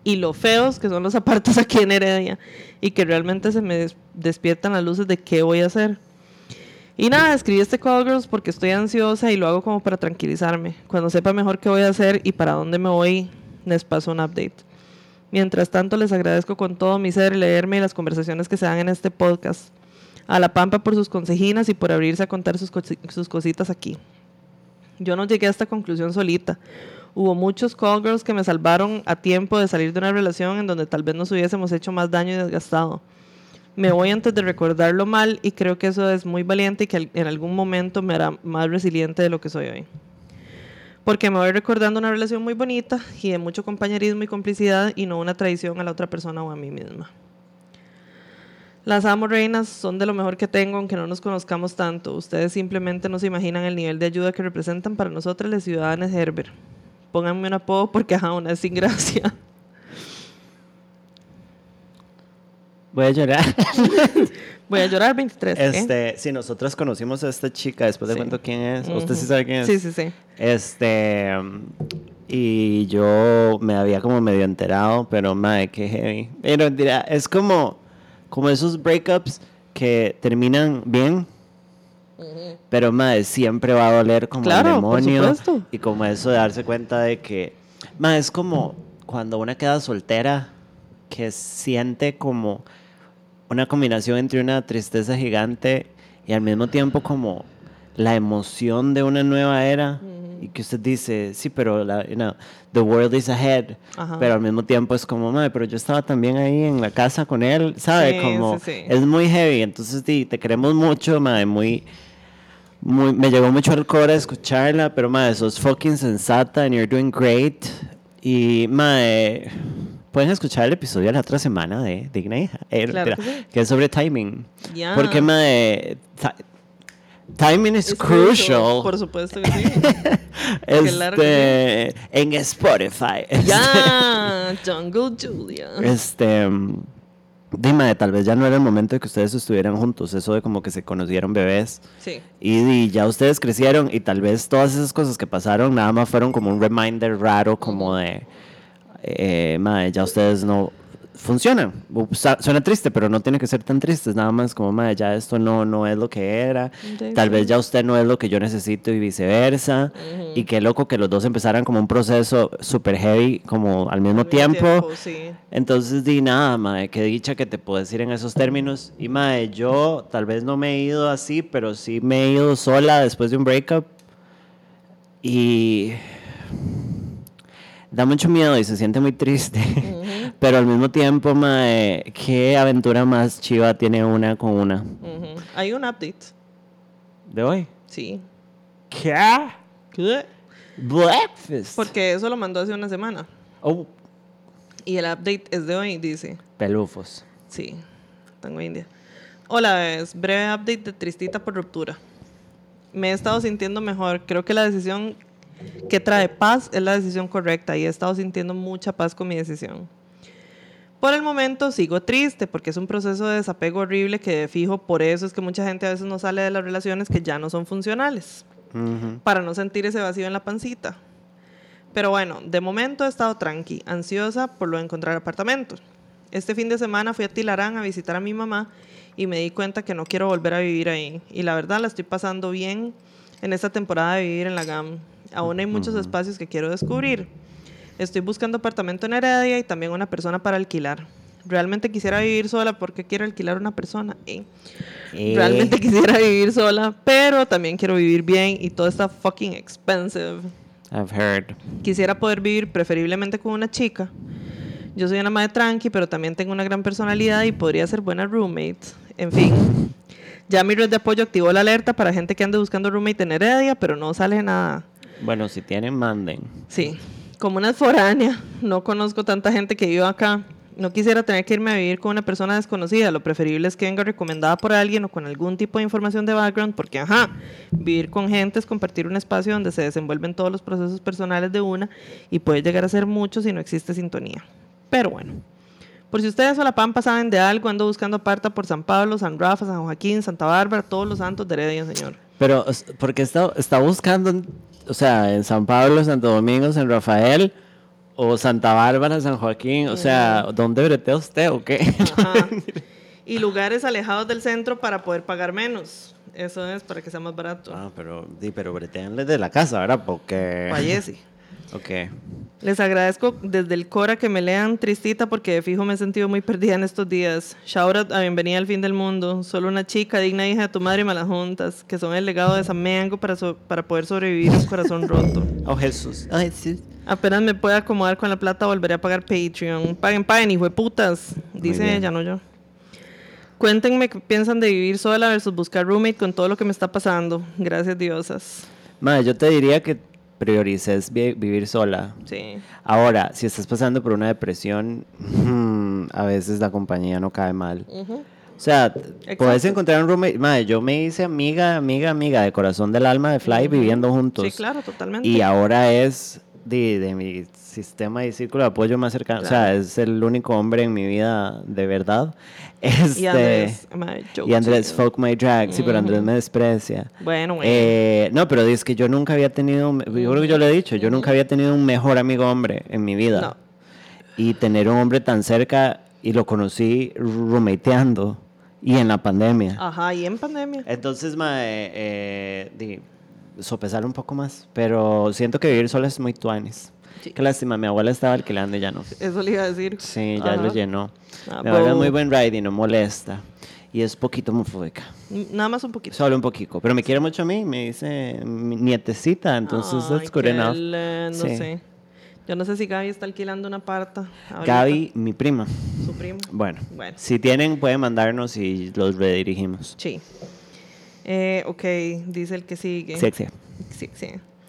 y lo feos que son los apartos aquí en Heredia y que realmente se me des- despiertan las luces de qué voy a hacer. Y nada, escribí este Call Girls porque estoy ansiosa y lo hago como para tranquilizarme. Cuando sepa mejor qué voy a hacer y para dónde me voy, les paso un update. Mientras tanto, les agradezco con todo mi ser leerme y las conversaciones que se dan en este podcast. A la Pampa por sus consejinas y por abrirse a contar sus, cosi- sus cositas aquí. Yo no llegué a esta conclusión solita. Hubo muchos call girls que me salvaron a tiempo de salir de una relación en donde tal vez nos hubiésemos hecho más daño y desgastado. Me voy antes de recordarlo mal y creo que eso es muy valiente y que en algún momento me hará más resiliente de lo que soy hoy. Porque me voy recordando una relación muy bonita y de mucho compañerismo y complicidad y no una traición a la otra persona o a mí misma. Las amo reinas, son de lo mejor que tengo, aunque no nos conozcamos tanto. Ustedes simplemente no se imaginan el nivel de ayuda que representan para nosotras las ciudadanas Herbert. Pónganme un apodo porque ajá, una es sin gracia. Voy a llorar. Voy a llorar veintitrés. ¿eh? Este, si nosotros conocimos a esta chica, después de Sí. cuento quién es. Uh-huh. ¿Usted sí sabe quién es? Sí, sí, sí. Este, y yo me había como medio enterado, pero madre, qué heavy. Pero dirá, es como, como esos breakups que terminan bien, uh-huh. pero madre, siempre va a doler como claro, el demonio. Por supuesto. Y como eso de darse cuenta de que, madre, es como cuando una queda soltera, que siente como una combinación entre una tristeza gigante y al mismo tiempo como la emoción de una nueva era, uh-huh. y que usted dice, sí, pero la, you know, the world is ahead, uh-huh. pero al mismo tiempo es como, madre, pero yo estaba también ahí en la casa con él, ¿sabe? Sí, como sí, sí. Es muy heavy, entonces sí, te queremos mucho, madre, muy, muy, me llegó mucho al core escucharla, pero madre, sos fucking sensata and you're doing great, y madre, pueden escuchar el episodio de la otra semana de Digna Hija, eh, claro que, sí. que es sobre timing, yeah. porque madre, ta- timing is crucial. crucial. Por supuesto que sí. este, claro que sí. En Spotify. Ya, yeah. Jungle Julia. Este, dime, tal vez ya no era el momento de que ustedes estuvieran juntos. Eso de como que se conocieron bebés. Sí. Y, y ya ustedes crecieron y tal vez todas esas cosas que pasaron nada más fueron como un reminder raro, como de, eh, madre, ya ustedes no funcionan. Suena triste, pero no tiene que ser tan triste. Es nada más como, madre, ya esto no, no es lo que era. Sí, Tal sí. vez ya usted no es lo que yo necesito y viceversa. Uh-huh. Y qué loco que los dos empezaran como un proceso super heavy, como al mismo al tiempo. Mismo tiempo sí. Entonces, di nada, madre, qué dicha que te puedo decir en esos términos. Y, madre, yo tal vez no me he ido así, pero sí me he ido sola después de un breakup. Y da mucho miedo y se siente muy triste. Uh-huh. Pero al mismo tiempo, mae, qué aventura más chiva tiene una con una. Uh-huh. Hay un update. ¿De hoy? Sí. ¿Qué? ¿Qué? Breakfast. Porque eso lo mandó hace una semana. Oh. Y el update es de hoy, dice. Pelufos. Sí, tengo India. Hola, es breve update de tristita por ruptura. Me he estado sintiendo mejor. Creo que la decisión que trae paz es la decisión correcta y he estado sintiendo mucha paz con mi decisión. Por el momento sigo triste porque es un proceso de desapego horrible que de fijo, por eso es que mucha gente a veces no sale de las relaciones que ya no son funcionales, uh-huh. para no sentir ese vacío en la pancita. Pero bueno, de momento he estado tranqui, ansiosa por lo de encontrar apartamento. Este fin de semana fui a Tilarán a visitar a mi mamá y me di cuenta que no quiero volver a vivir ahí. Y la verdad la estoy pasando bien en esta temporada de vivir en la G A M. Aún hay muchos uh-huh. espacios que quiero descubrir. Estoy buscando apartamento en Heredia y también una persona para alquilar. Realmente quisiera vivir sola porque quiero alquilar una persona. ¿eh? Eh. Realmente quisiera vivir sola, pero también quiero vivir bien y todo está fucking expensive. I've heard. Quisiera poder vivir preferiblemente con una chica. Yo soy una madre tranqui, pero también tengo una gran personalidad y podría ser buena roommate. En fin, ya mi red de apoyo activó la alerta para gente que ande buscando roommate en Heredia, pero no sale nada. Bueno, si tienen, manden. Sí. Como una foránea, no conozco tanta gente que viva acá. No quisiera tener que irme a vivir con una persona desconocida. Lo preferible es que venga recomendada por alguien o con algún tipo de información de background, porque, ajá, vivir con gente es compartir un espacio donde se desenvuelven todos los procesos personales de una y puede llegar a ser mucho si no existe sintonía. Pero bueno, por si ustedes o la Pampa saben de algo, ando buscando aparta por San Pablo, San Rafa, San Joaquín, Santa Bárbara, todos los santos de Heredia, señor. Pero, porque está, está buscando, o sea, en San Pablo, Santo Domingo, San Rafael, o Santa Bárbara, San Joaquín. O sea, ¿dónde bretea usted o qué? Ajá. Y lugares alejados del centro para poder pagar menos. Eso es para que sea más barato. Ah, pero, sí, pero breteanles de la casa, ¿verdad? Porque... Fallece. Ok. Les agradezco desde el Cora que me lean tristita porque de fijo me he sentido muy perdida en estos días. Shout out a Bienvenida al Fin del Mundo. Solo una chica, digna hija de tu madre y malas juntas, que son el legado de San Mengo para, so para poder sobrevivir a un corazón roto. Oh, Jesús. Oh, Jesús. Apenas me pueda acomodar con la plata, volveré a pagar Patreon. Paguen, paguen, hijo de putas. Dice ella, no yo. Cuéntenme qué piensan de vivir sola versus buscar roommate con todo lo que me está pasando. Gracias, diosas. Madre, yo te diría que priorices vi vivir sola. Sí. Ahora, si estás pasando por una depresión, hmm, a veces la compañía no cae mal. Uh-huh. O sea, puedes encontrar un roommate. Madre, yo me hice amiga, amiga, amiga de corazón del alma de Fly, uh-huh, viviendo juntos. Sí, claro, totalmente. Y ahora es de, de mi sistema y círculo de apoyo más cercano. Claro. O sea, es el único hombre en mi vida de verdad. Este, y Andrés, y Andrés fuck my drag, sí, uh-huh, pero Andrés me desprecia. Bueno, bueno. Eh, no, pero es que yo nunca había tenido, yo creo que yo le he dicho, yo uh-huh, nunca había tenido un mejor amigo hombre en mi vida. No. Y tener un hombre tan cerca, y lo conocí roommateando y en la pandemia. Ajá, y en pandemia. Entonces, mae, eh, di, sopesar un poco más, pero siento que vivir sola es muy tuanis. Sí. Qué lástima, mi abuela estaba alquilando y ya no. Eso le iba a decir. Sí, ya, ajá, lo llenó. Ah, mi abuela es muy buen ride y no molesta. Y es poquito homofóbica. Nada más un poquito. Solo un poquito. Pero me quiere mucho a mí, me dice mi nietecita, entonces ay, that's good enough. No sí. sé. Yo no sé si Gaby está alquilando una aparta. Ahorita. Gaby, mi prima. Su prima. Bueno, bueno, si tienen, pueden mandarnos y los redirigimos. Sí. Eh, ok, dice el que sigue. Sí, sí. Sí, sí.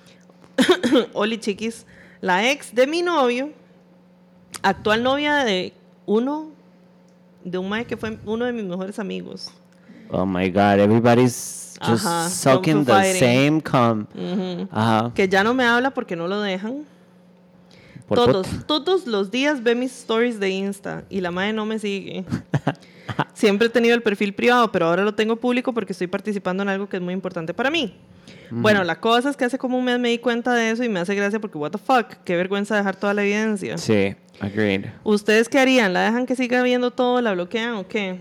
Oli, chiquis. La ex de mi novio, actual novia de uno, de un mae que fue uno de mis mejores amigos. Oh my God, everybody's just Ajá, sucking the fighting. Same cum. Uh-huh. Ajá. Que ya no me habla porque no lo dejan. Por todos, puta. todos los días ve mis stories de Insta y la mae no me sigue. Siempre he tenido el perfil privado, pero ahora lo tengo público porque estoy participando en algo que es muy importante para mí. Mm. Bueno, la cosa es que hace como un mes me di cuenta de eso y me hace gracia porque what the fuck, qué vergüenza dejar toda la evidencia. Sí, agreed. ¿Ustedes qué harían? ¿La dejan que siga viendo todo? ¿La bloquean o qué?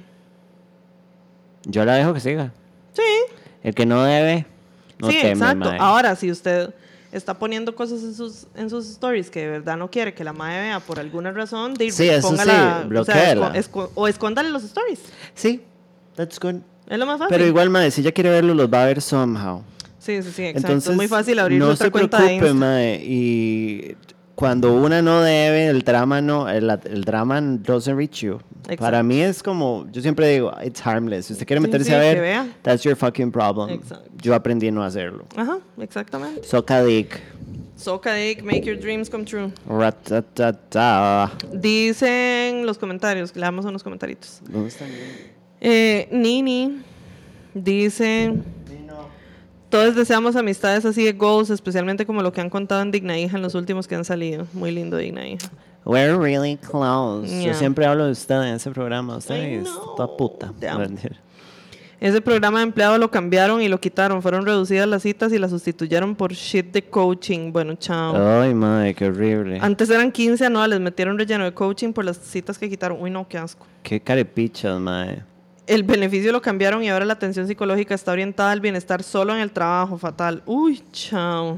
Yo la dejo que siga. Sí. El que no debe, no sí, teme, exacto. Mae. Ahora, si usted está poniendo cosas en sus, en sus stories que de verdad no quiere que la mae vea por alguna razón, de, sí, eso póngala, sí, bloqueala. O, sea, esco, esco, o escóndale los stories. Sí, that's good. Es lo más fácil. Pero igual, mae, si ella quiere verlo, los va a ver somehow. Sí, sí, sí, exacto. Entonces, es muy fácil abrir no nuestra se cuenta preocupe, de Insta. Mae, y cuando una no debe, el drama no, el, el drama doesn't reach you. Exacto. Para mí es como, yo siempre digo, it's harmless. Si usted quiere meterse sí, sí, a ver, that's your fucking problem. Exacto. Yo aprendí a no hacerlo. Ajá, exactamente. Soca dick. Soca dick, make your dreams come true. Ratatata. Dicen los comentarios, leamos unos comentarios. ¿Dónde están? Eh, Nini dice... Todos deseamos amistades así de goals, especialmente como lo que han contado en Digna Hija en los últimos que han salido. Muy lindo, Digna Hija. We're really close. Yeah. Yo siempre hablo de usted en ese programa. Usted es toda puta. Ese programa de empleado lo cambiaron y lo quitaron. Fueron reducidas las citas y las sustituyeron por shit de coaching. Bueno, chao. Ay, madre, qué horrible. Antes eran quince anuales, metieron relleno de coaching por las citas que quitaron. Uy, no, qué asco. Qué carepichas, madre. El beneficio lo cambiaron y ahora la atención psicológica está orientada al bienestar solo en el trabajo. Fatal. Uy, chao.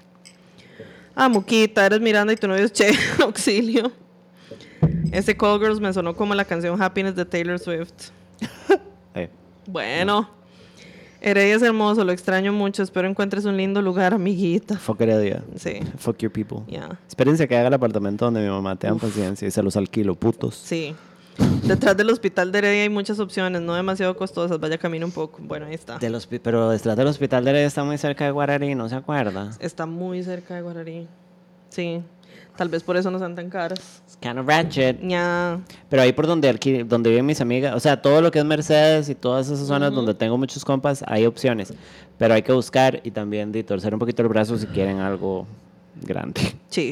Ah, Muquita, eres Miranda y tu novio es Che. Auxilio. Ese Call Girls me sonó como la canción Happiness de Taylor Swift. Hey. Bueno. Heredia es hermoso, lo extraño mucho. Espero encuentres un lindo lugar, amiguita. Fuck Heredia. Sí. Fuck your people. Yeah. Espérense que haga el apartamento donde mi mamá tenga paciencia y se los alquilo, putos. Sí. Detrás del hospital de Heredia hay muchas opciones, no demasiado costosas. Vaya, camina un poco. Bueno, ahí está. Del pero detrás del hospital de Heredia está muy cerca de Guararí, ¿no se acuerda? Está muy cerca de Guararí. Sí. Tal vez por eso no sean tan caras. It's kind of ratchet. Yeah. Pero ahí por donde, alquil, donde viven mis amigas, o sea, todo lo que es Mercedes y todas esas zonas uh-huh. donde tengo muchos compas, hay opciones. Pero hay que buscar y también de torcer un poquito el brazo si quieren algo grande. Sí.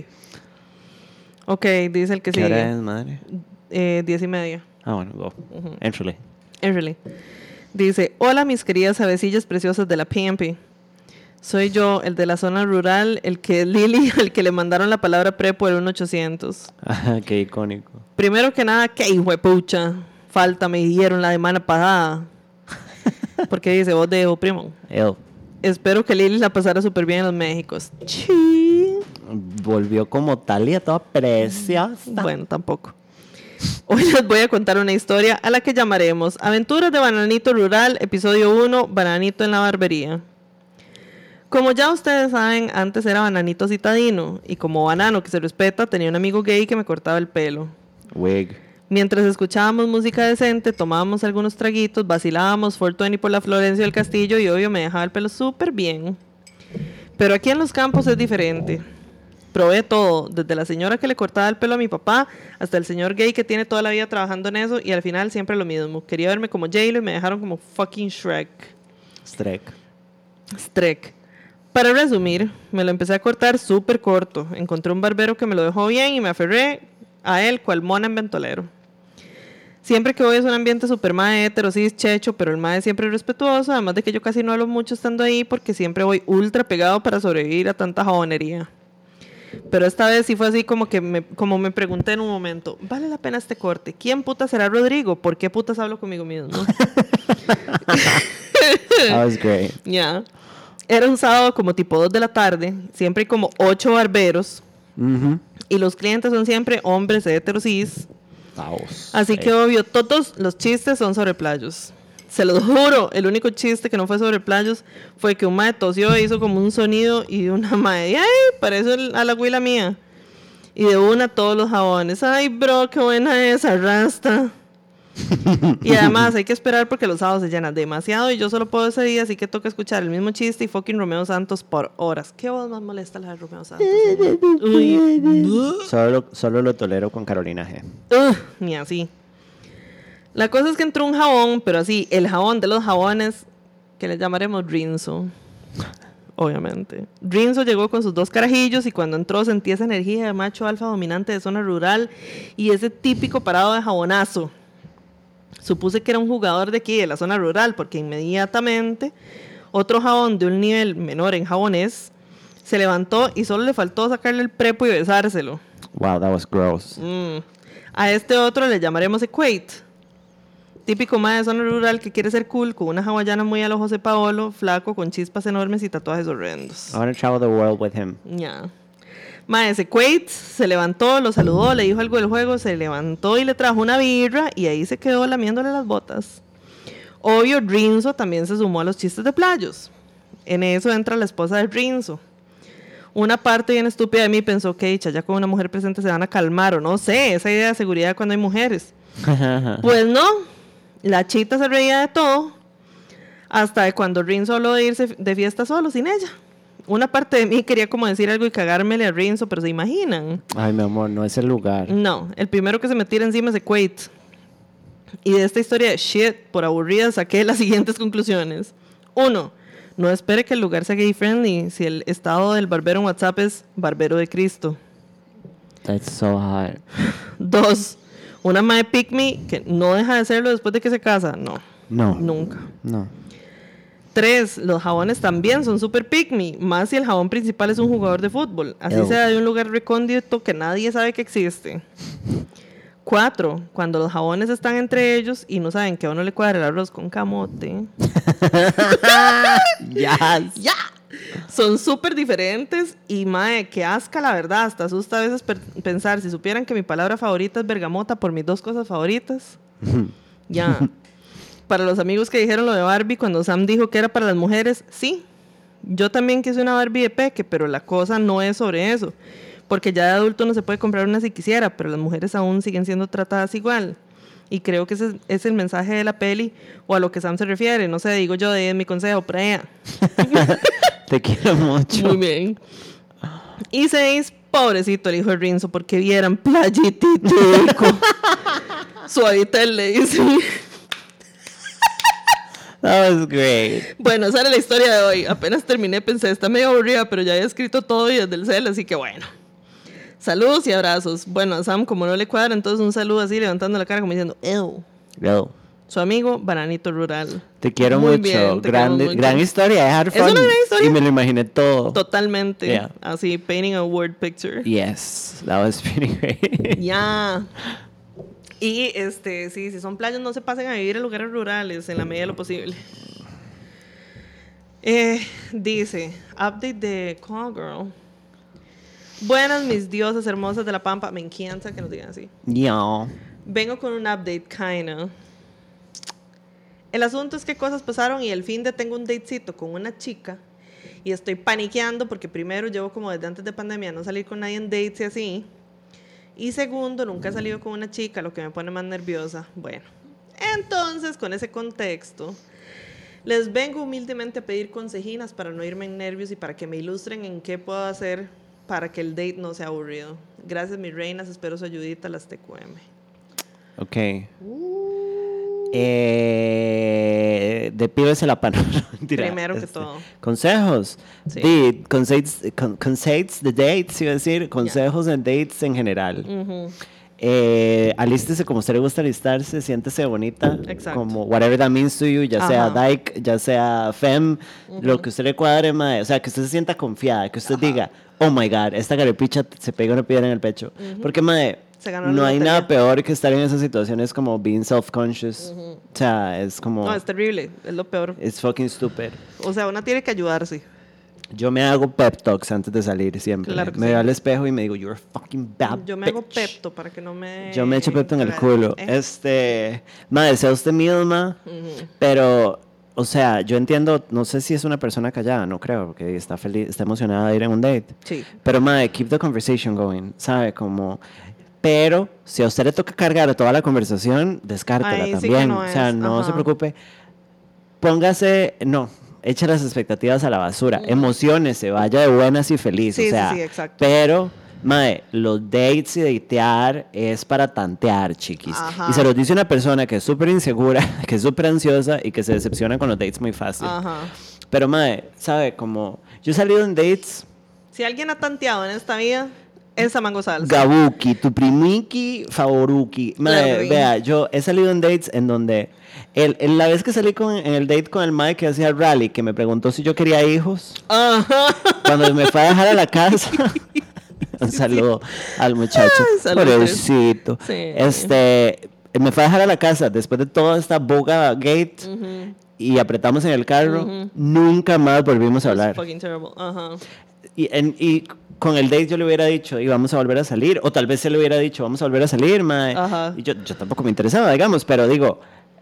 Ok, dice el que ¿Qué sigue. hora es, madre? Eh, diez y media. Ah, bueno, go. Uh-huh. Entry. Entry. Dice, hola mis queridas avecillas preciosas de la P M P. Soy yo, el de la zona rural, el que es Lili, el que le mandaron la palabra pre por el uno ochocientos. Ajá, qué icónico. Primero que nada, qué hijo de pucha. Falta me dieron la semana pasada. Porque dice, vos de primo. Ew. Espero que Lili la pasara súper bien en los Méxicos. Sí. Volvió como Talia, toda preciosa. Bueno, tampoco. Hoy les voy a contar una historia a la que llamaremos Aventuras de Bananito Rural, episodio uno, Bananito en la barbería. Como ya ustedes saben, antes era bananito citadino y como banano que se respeta, tenía un amigo gay que me cortaba el pelo. Wig. Mientras escuchábamos música decente, tomábamos algunos traguitos, vacilábamos cuatrocientos veinte por la Florencia del Castillo y obvio me dejaba el pelo súper bien. Pero aquí en los campos es diferente. Probé todo, desde la señora que le cortaba el pelo a mi papá hasta el señor gay que tiene toda la vida trabajando en eso y al final siempre lo mismo. Quería verme como J-Lo y me dejaron como fucking Shrek. Strek. Strek. Para resumir, me lo empecé a cortar súper corto. Encontré un barbero que me lo dejó bien y me aferré a él cual mona en ventolero. Siempre que voy es un ambiente súper mae, hetero, cis, checho, pero el mae es siempre respetuoso, además de que yo casi no hablo mucho estando ahí porque siempre voy ultra pegado para sobrevivir a tanta jabonería. Pero esta vez sí fue así como que me, como me pregunté en un momento, ¿vale la pena este corte? ¿Quién puta será Rodrigo? ¿Por qué putas hablo conmigo mismo? That was great. Ya. Yeah. Era un sábado como tipo dos de la tarde, siempre hay como ocho barberos Mm-hmm. y los clientes son siempre hombres heteros cis. Vamos. Así Hey. que obvio, todos los chistes son sobre playos. Se los juro, el único chiste que no fue sobre playos fue que un mae tosió e hizo como un sonido y una mae, ¡ay! Parece el- a la huila mía. Y de una todos los jabones, ¡ay, bro, qué buena esa rasta! Y además hay que esperar porque los sábados se llenan demasiado y yo solo puedo ese día, así que toca escuchar el mismo chiste y fucking Romeo Santos por horas. ¿Qué voz más molesta la de Romeo Santos? Uy. Solo, solo lo tolero con Carolina G. Ugh, ni así. La cosa es que entró un jabón, pero así, el jabón de los jabones, que le llamaremos Rinzo. Obviamente. Rinzo llegó con sus dos carajillos y cuando entró sentí esa energía de macho alfa dominante de zona rural y ese típico parado de jabonazo. Supuse que era un jugador de aquí, de la zona rural, porque inmediatamente otro jabón de un nivel menor en japonés se levantó y solo le faltó sacarle el prepo y besárselo. Wow, that was gross. Mm. A este otro le llamaremos Equate. Típico mae de zona rural que quiere ser cool, con una hawaiana muy a lo José Paolo, flaco, con chispas enormes y tatuajes horrendos. I want to travel the world with him. Ya. Mae, ese Equate se levantó, lo saludó, le dijo algo del juego, se levantó y le trajo una birra y ahí se quedó lamiéndole las botas. Obvio, Rinzo también se sumó a los chistes de playos. En eso entra la esposa de Rinzo. Una parte bien estúpida de mí pensó que ya con una mujer presente se van a calmar o no sé, esa idea de seguridad cuando hay mujeres. Pues no, la chita se reía de todo hasta de cuando Rinzo habló de irse de fiesta solo, sin ella. Una parte de mí quería como decir algo y cagármele a Rinzo, pero ¿se imaginan? Ay, mi amor, no es el lugar. No, el primero que se me tira encima es Equate. Y de esta historia de shit, por aburrida, saqué las siguientes conclusiones. Uno, no espere que el lugar sea gay friendly si el estado del barbero en WhatsApp es barbero de Cristo. That's so hot. Dos, una mae pick me que no deja de serlo después de que se casa. No, No. nunca. No. Tres, los jabones también son super pick me, más si el jabón principal es un jugador de fútbol. Así Ew. sea de un lugar recóndito que nadie sabe que existe. Cuatro, cuando los jabones están entre ellos y no saben que a uno le cuadra el arroz con camote. Yes. ¡Ya! Son súper diferentes y, mae, que asca la verdad. Hasta asusta a veces per- pensar, si supieran que mi palabra favorita es bergamota por mis dos cosas favoritas. Ya. Para los amigos que dijeron lo de Barbie cuando Sam dijo que era para las mujeres, sí. Yo también quise una Barbie de peque, pero la cosa no es sobre eso. Porque ya de adulto no se puede comprar una si quisiera, pero las mujeres aún siguen siendo tratadas igual. Y creo que ese es, es el mensaje de la peli, o a lo que Sam se refiere. No sé, digo yo, de mi consejo, para ella. Te quiero mucho. Muy bien. Y seis, pobrecito el hijo de Rinzo, porque vieran playititico. Suavita le dice. That was great. Bueno, esa era la historia de hoy. Apenas terminé, pensé, está medio aburrida, pero ya había escrito todo y desde el cel, así que bueno. Saludos y abrazos. Bueno, a Sam, como no le cuadra, entonces un saludo así, levantando la cara como diciendo, ew. Yo. Su amigo, Bananito Rural. Te quiero Muy mucho. bien, te gran, queremos mucho. gran historia. I had fun. Es una gran historia. Y me lo imaginé todo. Totalmente. Yeah. Así, painting a word picture. Yes, that was pretty great. Ya. Y este, sí, si son playas, no se pasen a vivir en lugares rurales en la medida de lo posible. Eh, dice, update de Call Girl. Buenas, mis diosas hermosas de la Pampa. Me encanta que nos digan así. Yeah. Vengo con un update, kinda. El asunto es que cosas pasaron y el fin de tengo un datecito con una chica y estoy paniqueando porque primero llevo como desde antes de pandemia no salir con nadie en dates y así. Y segundo, nunca he salido con una chica, lo que me pone más nerviosa. Bueno, entonces con ese contexto, les vengo humildemente a pedir consejinas para no irme en nervios y para que me ilustren en qué puedo hacer para que el date no sea aburrido. Gracias, mis reinas, espero su ayudita, las T Q M. Ok. Eh, de pibes en la pano. Primero que todo. Consejos. Sí. De, consejos, con, consejos de dates, iba a decir. Consejos yeah. en dates en general. Uh-huh. Eh, alístese como a usted le gusta alistarse, siéntese bonita. Exacto. Como whatever that means to you, ya Ajá. sea dyke, ya sea femme, uh-huh. lo que usted le cuadre, mae. O sea, que usted se sienta confiada, que usted Ajá. diga, oh my god, esta garepicha se pega una piedra en el pecho. Uh-huh. Porque, mae, no hay nada peor que estar en esas situaciones como being self-conscious. Uh-huh. O sea, es como... No, es terrible, es lo peor. It's fucking stupid. O sea, uno tiene que ayudarse. Yo me hago pep talks antes de salir siempre. Claro que me sí. veo al espejo y me digo, you're a fucking bad Yo me bitch. hago pepto para que no me... Yo me echo pepto en el culo. ¿Eh? Este... Madre, sea usted misma, uh-huh. pero... O sea, yo entiendo, no sé si es una persona callada, no creo, porque está feliz, está emocionada de ir en un date. Sí. Pero, madre, keep the conversation going, ¿sabe? Como... Pero, si a usted le toca cargar toda la conversación, descártela Ay, también. Sí no o sea, es. no Ajá. se preocupe. Póngase... No. Echa las expectativas a la basura. Mm. Emociónese, vaya de buenas y feliz. Sí, o sea, sí, sí, exacto. Pero, mae, los dates y datear es para tantear, chiquis. Ajá. Y se los dice una persona que es súper insegura, que es súper ansiosa y que se decepciona con los dates muy fácil. Ajá. Pero, mae, ¿sabe? Como, yo he salido en dates... Si alguien ha tanteado en esta vida, es a Mango Salsa. Gabuki, tu primiki favoruki. Mae, Claro, vea, yo he salido en dates en donde... El, el, la vez que salí con, en el date con el mae que hacía rally, que me preguntó si yo quería hijos, Ajá. cuando me fue a dejar a la casa, un saludo sí. al muchacho, ah, pobrecito, sí. este, me fue a dejar a la casa después de toda esta boga gate uh-huh. y apretamos en el carro, uh-huh. nunca más volvimos a hablar. Fucking terrible. Uh-huh. y, en, y con el date yo le hubiera dicho, y vamos a volver a salir, o tal vez se le hubiera dicho, vamos a volver a salir, mae. Uh-huh. Y yo, yo tampoco me interesaba, digamos, pero digo...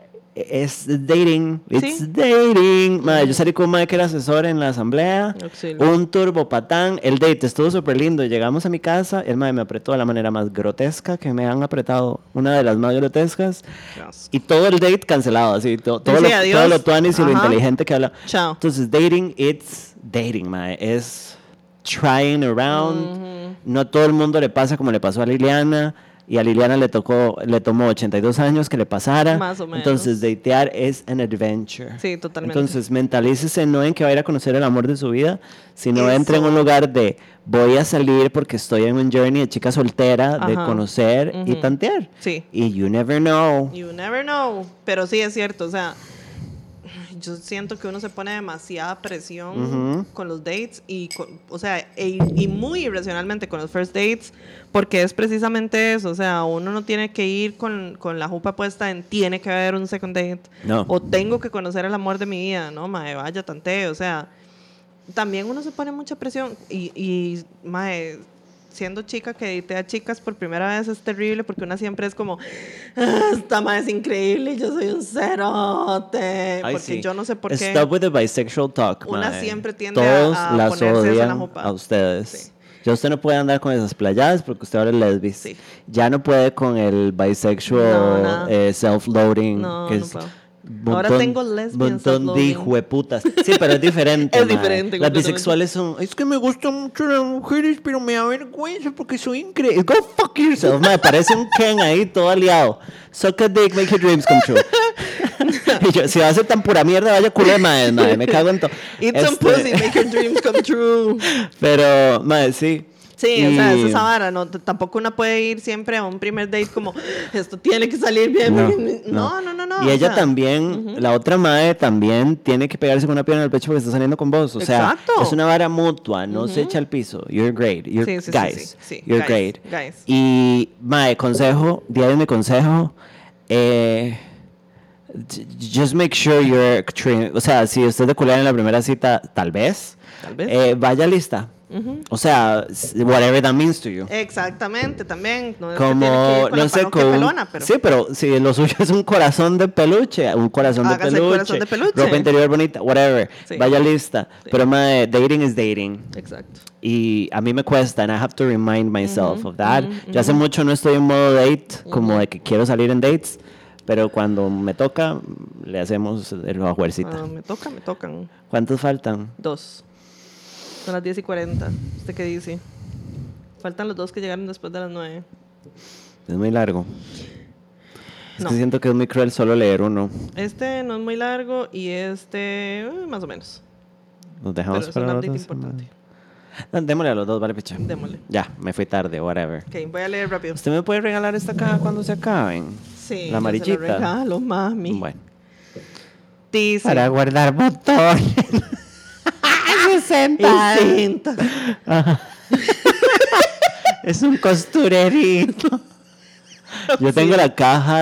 Es dating, it's ¿Sí? dating. Madre, yo salí con un madre que era asesor en la asamblea, Auxilio. un turbo patán. El date estuvo súper lindo. Llegamos a mi casa, el madre me apretó de la manera más grotesca que me han apretado, una de las más grotescas. Yes. Y todo el date cancelado, así, to, todo, lo, todo lo tuanis y lo inteligente que habla. Chao. Entonces, dating, it's dating, madre. Es trying around. Mm-hmm. No todo el mundo le pasa como le pasó a Liliana. Y a Liliana le tocó, le tomó ochenta y dos años que le pasara. Más o menos. Entonces, datear es an adventure. Sí, totalmente. Entonces, mentalícese no en que va a ir a conocer el amor de su vida, sino entre en un lugar de voy a salir porque estoy en un journey de chica soltera, Ajá. de conocer uh-huh. y tantear. Sí. Y you never know. You never know. Pero sí es cierto, o sea... Yo siento que uno se pone demasiada presión uh-huh. con los dates y, con, o sea, e, y muy irracionalmente con los first dates, porque es precisamente eso, o sea, uno no tiene que ir con, con la jupa puesta en tiene que haber un second date, no. o tengo que conocer el amor de mi vida, no, mae, vaya, tanteo, o sea, también uno se pone mucha presión y, y mae, siendo chica que datea chicas por primera vez es terrible porque una siempre es como ah, esta mae es increíble, yo soy un cerote, Ay, porque sí. yo no sé por qué. Stop with the bisexual talk, Una mae. siempre tiende Todos a, a las ponerse odian esa jupa a ustedes. Sí. Ya usted no puede andar con esas playadas porque usted ahora es lesbis. Sí. Ya no puede con el bisexual no, eh, self-loading. No, que no es puedo. Montón, Ahora tengo lesbian montón de hijueputas. Sí, pero es diferente. Es diferente. Las bisexuales son, es que me gustan mucho las mujeres, pero me da vergüenza porque soy increíble. Go fuck yourself, me parece un Ken ahí todo aliado. Suck a dick, make your dreams come true. Y yo, si va a ser tan pura mierda, vaya culé, madre, madre, me cago en todo. Eat este... some pussy, make your dreams come true. Pero, madre, sí. Sí, y... o sea, esa es esa vara, no, tampoco una puede ir siempre a un primer date como, esto tiene que salir bien. No, no, no, no, no, no. Y o ella sea, también, uh-huh. la otra madre también tiene que pegarse con una piedra en el pecho porque está saliendo con vos. O sea, Exacto. es una vara mutua, no uh-huh. se echa al piso. You're great. You're, sí, sí, guys, sí, sí, sí. you're guys, great. Guys. Y, mae, consejo, día de mi consejo, eh... just make sure you're trained. O sea, si usted es de culera en la primera cita, tal vez, tal vez. Eh, vaya lista. Uh-huh. O sea, whatever that means to you. Exactamente, también. No es como, que tiene que ir con no la sé, con pelona, pero... Sí, pero si lo suyo es un corazón de peluche, un corazón, de peluche, corazón de peluche, ropa interior bonita, whatever, sí. Vaya lista. Sí. Pero madre, dating is dating. Exacto. Y a mí me cuesta, and I have to remind myself uh-huh, of that. Uh-huh, Yo hace uh-huh. mucho no estoy en modo date, como uh-huh. de que quiero salir en dates. Pero cuando me toca, le hacemos el bajuercita. Uh, me toca, me tocan. ¿Cuántos faltan? Dos. Son las diez y cuarenta. ¿Usted qué dice? Faltan los dos que llegaron después de las nueve. Es muy largo. Es no. que siento que es muy cruel solo leer uno. Este no es muy largo y este eh, más o menos. Nos dejamos Pero para es un los update dos. importante. No, démosle a los dos, vale, picha. Démosle. Ya, me fui tarde, whatever. Ok, voy a leer rápido. ¿Usted me puede regalar esta caja cuando se acaben? Sí, la amarillita. Se la regalo, mami. Bueno. Dice. Para guardar botones. sesenta. sesenta. Es un costurerito. Yo tengo sí. la caja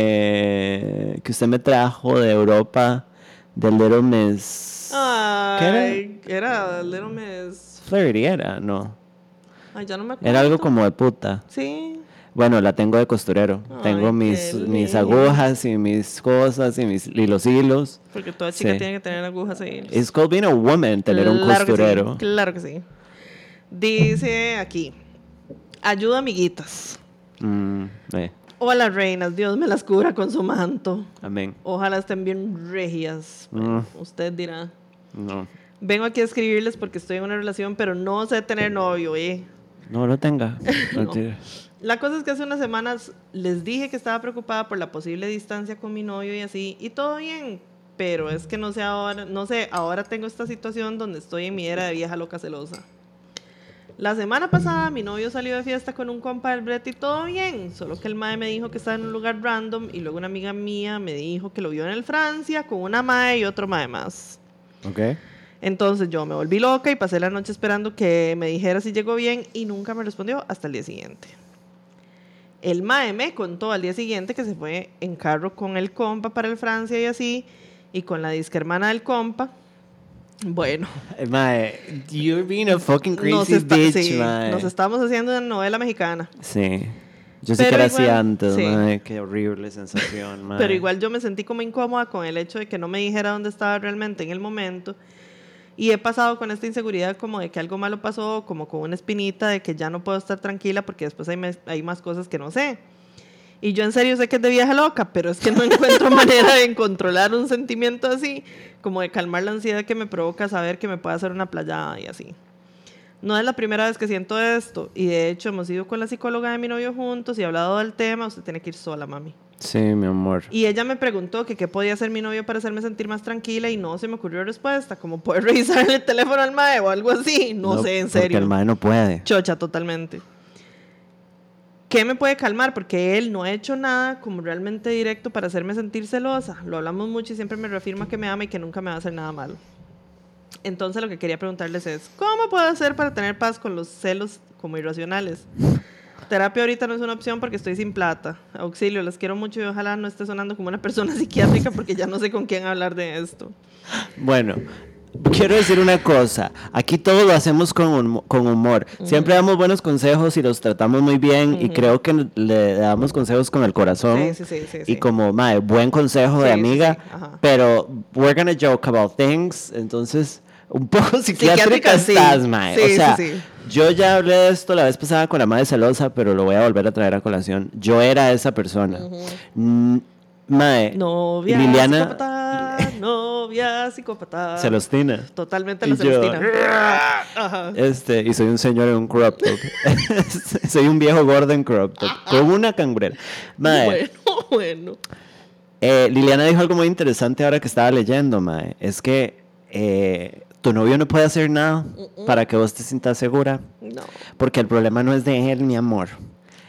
de que usted me trajo de Europa de Little Miss. Ay, ¿qué era? Era Little Miss Flirty era, no. Ay, ya no me acuerdo. Era algo como de puta. Sí. Bueno, la tengo de costurero. Ay, tengo mis, mis agujas y mis cosas y, mis, y los hilos. Porque toda chica sí. tiene que tener agujas y hilos. It's called being a woman, tener claro un costurero. Que sí, claro que sí. Dice aquí, ayuda amiguitas. Mm, eh. Hola reinas, Dios me las cubra con su manto. Amén. Ojalá estén bien regias. Bueno, mm. Usted dirá. No. Vengo aquí a escribirles porque estoy en una relación, pero no sé tener novio, ¿eh? No lo tenga. No. no. La cosa es que hace unas semanas les dije que estaba preocupada por la posible distancia con mi novio y así, y todo bien, pero es que no sé ahora, no sé, ahora tengo esta situación donde estoy en mi era de vieja loca celosa. La semana pasada mi novio salió de fiesta con un compa del brete y todo bien, solo que el mae me dijo que estaba en un lugar random y luego una amiga mía me dijo que lo vio en el Francia con una mae y otro mae más. Ok. Entonces yo me volví loca y pasé la noche esperando que me dijera si llegó bien y nunca me respondió hasta el día siguiente. El mae me contó al día siguiente que se fue en carro con el compa para el Francia y así, y con la disque hermana del compa. Bueno. Mae, you're being a fucking crazy nos está, bitch, sí, mae. Nos estamos haciendo una novela mexicana. Sí. Yo sí que era así antes, sí. Mae, qué horrible sensación, mae. Pero igual yo me sentí como incómoda con el hecho de que no me dijera dónde estaba realmente en el momento. Y he pasado con esta inseguridad como de que algo malo pasó, como con una espinita de que ya no puedo estar tranquila porque después hay, me, hay más cosas que no sé. Y yo en serio sé que es de vieja loca, pero es que no encuentro manera de controlar un sentimiento así, como de calmar la ansiedad que me provoca saber que me puede hacer una playada y así. No es la primera vez que siento esto, y de hecho hemos ido con la psicóloga de mi novio juntos y hablado del tema. Usted tiene que ir sola, mami. Sí, mi amor. Y ella me preguntó que qué podía hacer mi novio para hacerme sentir más tranquila y no se me ocurrió respuesta, como poder revisar el teléfono al mae o algo así. No, no sé, en serio. Porque el mae no puede. Chocha, totalmente. ¿Qué me puede calmar? Porque él no ha hecho nada como realmente directo para hacerme sentir celosa. Lo hablamos mucho y siempre me reafirma que me ama y que nunca me va a hacer nada malo. Entonces lo que quería preguntarles es, ¿cómo puedo hacer para tener paz con los celos como irracionales? Terapia ahorita no es una opción porque estoy sin plata. Auxilio, les quiero mucho y ojalá no esté sonando como una persona psiquiátrica porque ya no sé con quién hablar de esto. Bueno, quiero decir una cosa. Aquí todo lo hacemos con, un, con humor. Uh-huh. Siempre damos buenos consejos y los tratamos muy bien. Uh-huh. Y creo que le damos consejos con el corazón. Sí, sí, sí, sí, y sí. como, mae, buen consejo sí, de amiga. Sí, sí. Pero we're gonna joke about things. Entonces, un poco psiquiátrica, psiquiátrica estás, sí. mae. Sí, o sea, sí, sí. Yo ya hablé de esto la vez pasada con la madre celosa, pero lo voy a volver a traer a colación. Yo era esa persona. Uh-huh. Mm, mae, novia Liliana, psicópata, novia psicópata. Celostina. Totalmente la Celostina. Ajá. Este, y soy un señor en un crop top. Soy un viejo gordo en crop top. Con una cangurera. Mae, bueno, bueno. Eh, Liliana dijo algo muy interesante ahora que estaba leyendo, mae. Es que eh, tu novio no puede hacer nada uh-uh. para que vos te sientas segura. No. Porque el problema no es de él, mi amor.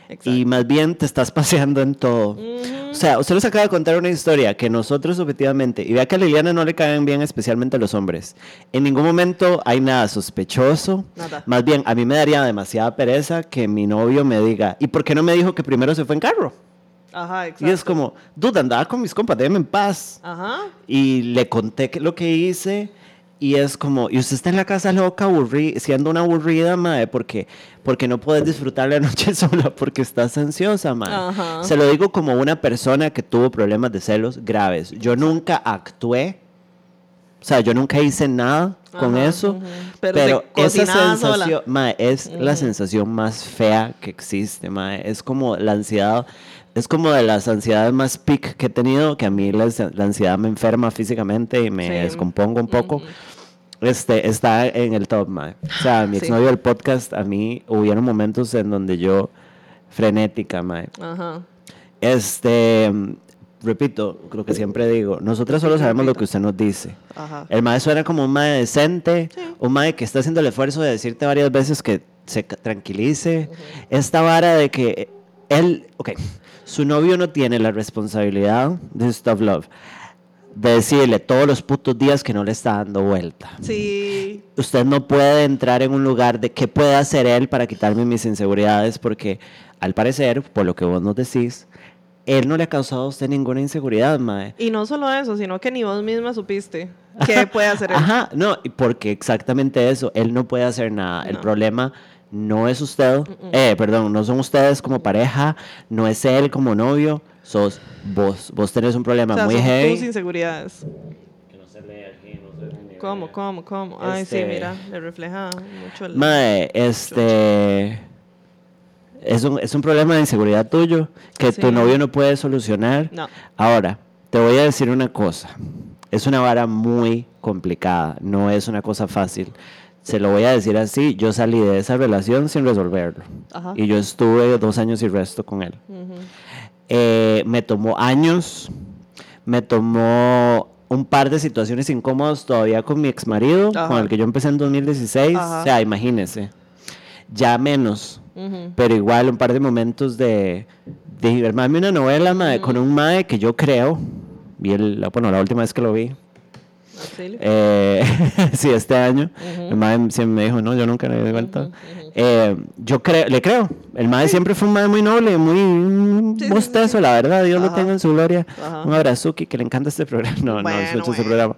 exacto. Y más bien te estás paseando en todo. Uh-huh. O sea, usted nos acaba de contar una historia que nosotros objetivamente, y vea que a Liliana no le caen bien especialmente los hombres. En ningún momento hay nada sospechoso. Nada. Más bien, a mí me daría demasiada pereza que mi novio me diga, ¿y por qué no me dijo que primero se fue en carro? Ajá, exacto. Y es como, duda, andaba con mis compas, déjeme en paz. Ajá. Y le conté que, lo que hice. Y es como, y usted está en la casa loca, aburri siendo una aburrida, mae, porque, porque no puedes disfrutar la noche sola porque estás ansiosa, mae. Ajá. Se lo digo como una persona que tuvo problemas de celos graves. Yo nunca actué, o sea, yo nunca hice nada con Ajá, eso, uh-huh. Pero, pero se esa cocinaba sensación, sola. mae, es Uh-huh. la sensación más fea que existe, mae. Es como la ansiedad. Es como de las ansiedades más peak que he tenido, que a mí la, la ansiedad me enferma físicamente y me Sí. descompongo un poco. Uh-huh. Este, está en el top, mae. O sea, mi Sí. exnovio del podcast, a mí hubieron momentos en donde yo, frenética, mae. Ajá. Este, repito, lo que siempre digo, nosotros solo Repito, sabemos lo repito. que usted nos dice. Ajá. El mae suena como un mae decente, Sí. un mae que está haciendo el esfuerzo de decirte varias veces que se ca- tranquilice. Uh-huh. Esta vara de que él, ok, su novio no tiene la responsabilidad de su tough love, de decirle todos los putos días que no le está dando vuelta. Sí. Usted no puede entrar en un lugar de qué puede hacer él para quitarme mis inseguridades, porque al parecer, por lo que vos nos decís, él no le ha causado a usted ninguna inseguridad, mae. Y no solo eso, sino que ni vos misma supiste qué puede hacer él. Ajá, no, porque exactamente eso, él no puede hacer nada. No. El problema no es usted, uh-uh. eh, perdón, no son ustedes como pareja, no es él como novio, sos vos. Vos tenés un problema O sea, muy son heavy. tus inseguridades. Que no se lee aquí, no se lee. ¿Cómo, cómo, cómo? Ay, Este- sí, mira, le refleja mucho el... Mae, este... Es un, es un problema de inseguridad tuyo que Sí. tu novio no puede solucionar. No. Ahora, te voy a decir una cosa. Es una vara muy complicada, no es una cosa fácil. Se lo voy a decir así, yo salí de esa relación sin resolverlo. Ajá. Y yo estuve dos años y resto con él. Ujú. Eh, me tomó años, me tomó un par de situaciones incómodas todavía con mi ex marido, Ajá. con el que yo empecé en dos mil dieciséis. Ajá. O sea, imagínese. Ya menos. Ujú. Pero igual un par de momentos de, de armarme una novela, mae, con un mae que yo creo, vi el, bueno, la última vez que lo vi, Auxilio. eh, sí, este año, Ujú. el mae siempre me dijo, no, yo nunca le di vuelta. Ujú, ujú. Eh, yo creo, le creo, el mae siempre fue un mae muy noble, muy Sí, sí, bostezo, sí, sí. la verdad, Dios lo Ajá. tenga en su gloria. Ajá. Un abrazuki, que le encanta este programa, no, Bueno, no, escucha este bueno. programa.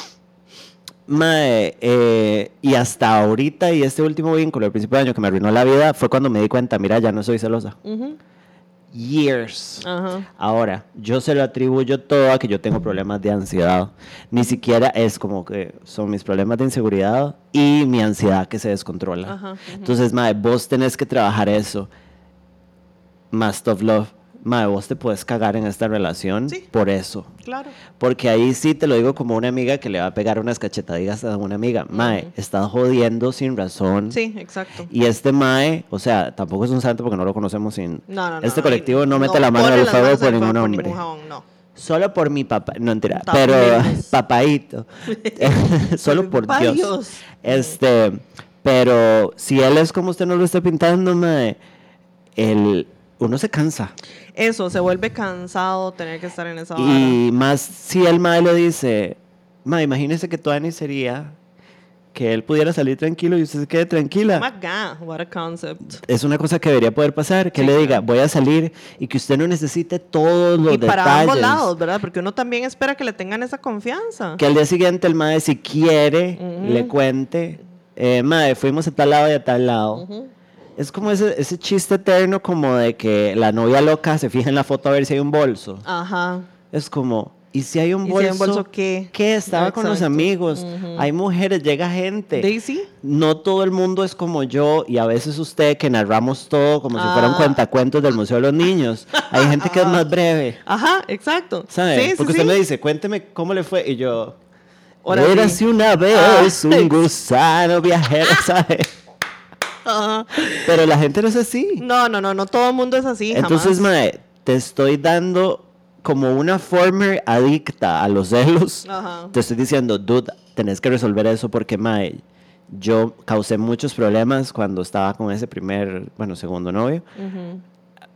Mae, eh, y hasta ahorita y este último vínculo, el principio de año que me arruinó la vida, fue cuando me di cuenta, mira, ya no soy celosa. Ujú. Years. Ajá. Ahora, yo se lo atribuyo todo a que yo tengo problemas de ansiedad. Ni siquiera es como que son mis problemas de inseguridad y mi ansiedad que se descontrola. Ajá, ujú. Entonces, mae, vos tenés que trabajar eso. Más tough love. Mae, vos te puedes cagar en esta relación Sí. por eso. Claro. Porque ahí sí te lo digo como una amiga que le va a pegar unas cachetadillas a una amiga. Mae, Ujú. estás jodiendo sin razón. Sí, exacto. Y este mae, o sea, tampoco es un santo porque no lo conocemos sin... No, no, no. este no, colectivo y no mete la mano pone al las fuego manos por al ningún fuego hombre. ningún jabón, no. Solo por mi papá, no mentira, También. pero papaíto. Solo por Ay, Dios. Dios. Este, pero si él es como usted nos lo está pintando, mae, el, uno se cansa. Eso, se vuelve cansado tener que estar en esa vara. Y más si el mae le dice, mae, imagínese que Tuani sería que él pudiera salir tranquilo y usted se quede tranquila. Oh my God, what a concept. Es una cosa que debería poder pasar, que Sí, le diga, claro. voy a salir y que usted no necesite todos los Y detalles. para ambos lados, ¿verdad? Porque uno también espera que le tengan esa confianza. Que al día siguiente el mae, si quiere, Ujú. le cuente, eh, mae, fuimos a tal lado y a tal lado. Ujú. Es como ese, ese chiste eterno como de que la novia loca se fija en la foto a ver si hay un bolso. Ajá. Es como, ¿y si hay un ¿Y si bolso? hay un bolso qué? ¿Qué? Estaba con los Exacto. amigos. Ujú. Hay mujeres, llega gente. Daisy. No todo el mundo es como yo y a veces usted que narramos todo como si fuera un Ah. cuentacuentos del Museo de los Niños. Hay gente que es más breve, Ajá, exacto. ¿sabe? Sí, sí, Porque sí. usted me dice, cuénteme cómo le fue y yo... Ahora Érase sí. una vez Ah. un gusano viajero, ¿sabe? Ajá. Pero la gente no es así. No, no, no, no todo el mundo es así. Entonces, jamás. mae, te estoy dando como una former adicta a los celos. Ajá. Te estoy diciendo, dude, tenés que resolver eso porque, mae, yo causé muchos problemas cuando estaba con ese primer, bueno, segundo novio. Ujú.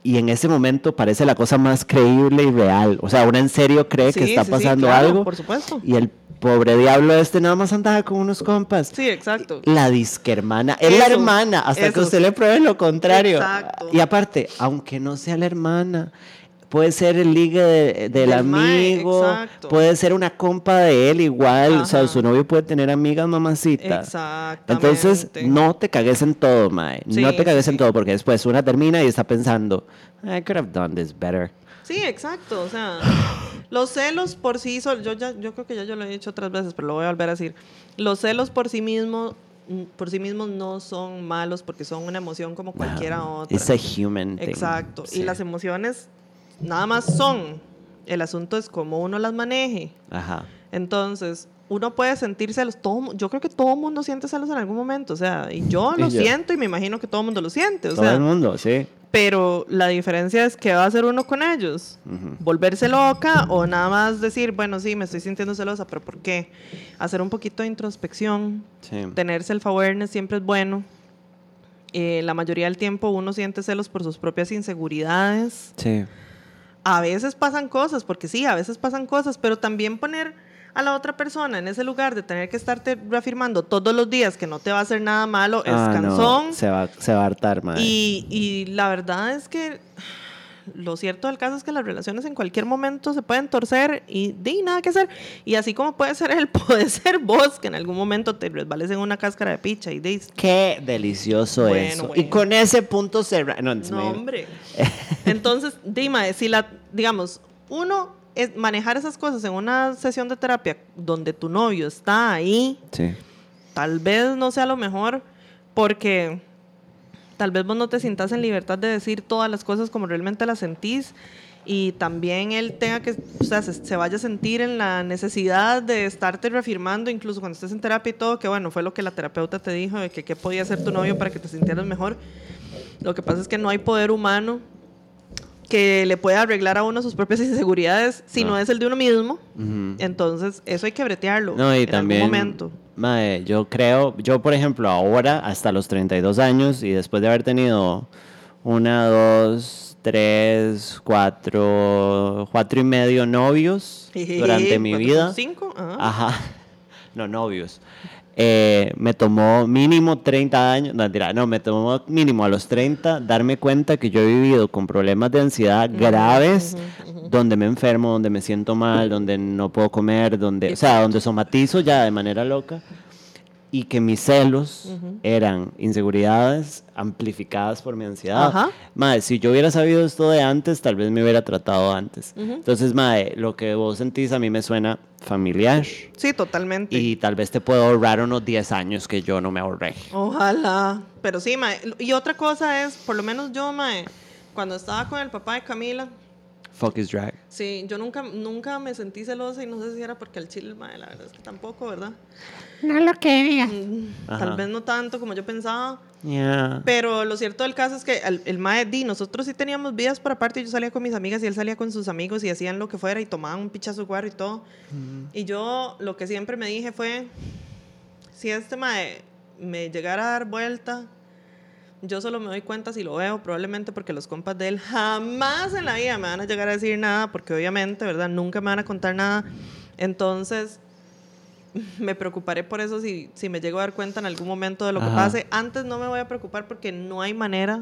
y en ese momento parece la cosa más creíble y real. O sea, uno en serio cree Sí, que está sí, sí, pasando claro, algo. por supuesto. Y el pobre diablo este nada más andaba con unos compas. Sí, exacto. La disque hermana. Es la Esos, hermana, hasta que esos. usted le pruebe lo contrario. Exacto. Y aparte, aunque no sea la hermana, puede ser el ligue de- del, Del mae, amigo, exacto. puede ser una compa de él igual. O sea, Ajá. su novio puede tener amigas mamacitas. Exactamente. Entonces, no te cagues en todo, mae. Sí, no te cagues sí, en sí. todo, porque después una termina y está pensando, I could have done this better. Sí, exacto, o sea, los celos por sí solos, yo ya, yo creo que ya yo lo he dicho otras veces, pero lo voy a volver a decir. Los celos por sí mismos, por sí mismos no son malos porque son una emoción como cualquiera otra. It's a human thing. Exacto. Sí. Y las emociones nada más son. El asunto es cómo uno las maneje. Ajá. Entonces, uno puede sentir celos. Todo, yo creo que todo mundo siente celos en algún momento. O sea, y yo Y lo yo. siento y me imagino que todo el mundo lo siente. O Todo sea, el mundo, sí. pero la diferencia es qué va a hacer uno con ellos. Ujú. Volverse loca o nada más decir, bueno, sí, me estoy sintiendo celosa, pero ¿por qué? Hacer un poquito de introspección. Sí. Tener self-awareness siempre es bueno. Eh, la mayoría del tiempo uno siente celos por sus propias inseguridades. Sí. A veces pasan cosas, porque sí, a veces pasan cosas, pero también poner a la otra persona en ese lugar de tener que estarte reafirmando todos los días que no te va a hacer nada malo es Ah, cansón. no, se va, se va a hartar, mae. Y, y la verdad es que lo cierto del caso es que las relaciones en cualquier momento se pueden torcer y de nada que hacer. Y así como puede ser él, puede ser vos, que en algún momento te resbales en una cáscara de picha y de... Qué delicioso Bueno, eso. bueno. Y con ese punto cerra... No, se No, me- hombre. Entonces, dime, si la, digamos, uno es manejar esas cosas en una sesión de terapia donde tu novio está ahí, Sí. tal vez no sea lo mejor porque tal vez vos no te sientas en libertad de decir todas las cosas como realmente las sentís y también él tenga que, o sea, se, se vaya a sentir en la necesidad de estarte reafirmando, incluso cuando estés en terapia y todo, que bueno, fue lo que la terapeuta te dijo, de que qué podía hacer tu novio para que te sintieras mejor. Lo que pasa es que no hay poder humano que le pueda arreglar a uno sus propias inseguridades si no, No. es el de uno mismo. Ujú. Entonces, eso hay que bretearlo No, y en también, algún momento. mae, yo creo, yo por ejemplo ahora hasta los treinta y dos años y después de haber tenido una, dos, tres, cuatro, cuatro y medio novios durante mi ¿Cuántos vida. son? ¿Cinco? Ajá. Ajá, no novios. Eh, me tomó mínimo treinta años, no, mentira, no, me tomó mínimo a los treinta darme cuenta que yo he vivido con problemas de ansiedad graves, donde me enfermo, donde me siento mal, donde no puedo comer, donde, o sea, donde somatizo ya de manera loca, y que mis celos eran inseguridades amplificadas por mi ansiedad. Ajá. Mae, si yo hubiera sabido esto de antes, tal vez me hubiera tratado antes. Entonces, mae, lo que vos sentís a mí me suena familiar. Sí, totalmente. Y tal vez te puedo ahorrar unos diez años que yo no me ahorré. Ojalá. Pero sí, mae. Y otra cosa es, por lo menos yo, mae, cuando estaba con el papá de Camila, Fuck is drag. sí, yo nunca, nunca me sentí celosa y no sé si era porque el chile, mae, la verdad es que tampoco, ¿verdad? No lo quería. Mm, Ajá. Tal vez no tanto como yo pensaba. Yeah. Pero lo cierto del caso es que el, el mae di, nosotros sí teníamos vidas por aparte. Yo salía con mis amigas y él salía con sus amigos y hacían lo que fuera y tomaban un pichazo de guaro y todo. Y yo lo que siempre me dije fue, si este mae me llegara a dar vuelta, yo solo me doy cuenta si lo veo, probablemente porque los compas de él jamás en la vida me van a llegar a decir nada, porque obviamente, ¿verdad? Nunca me van a contar nada. Entonces, me preocuparé por eso si, si me llego a dar cuenta en algún momento de lo que Ajá. pase. Antes no me voy a preocupar porque no hay manera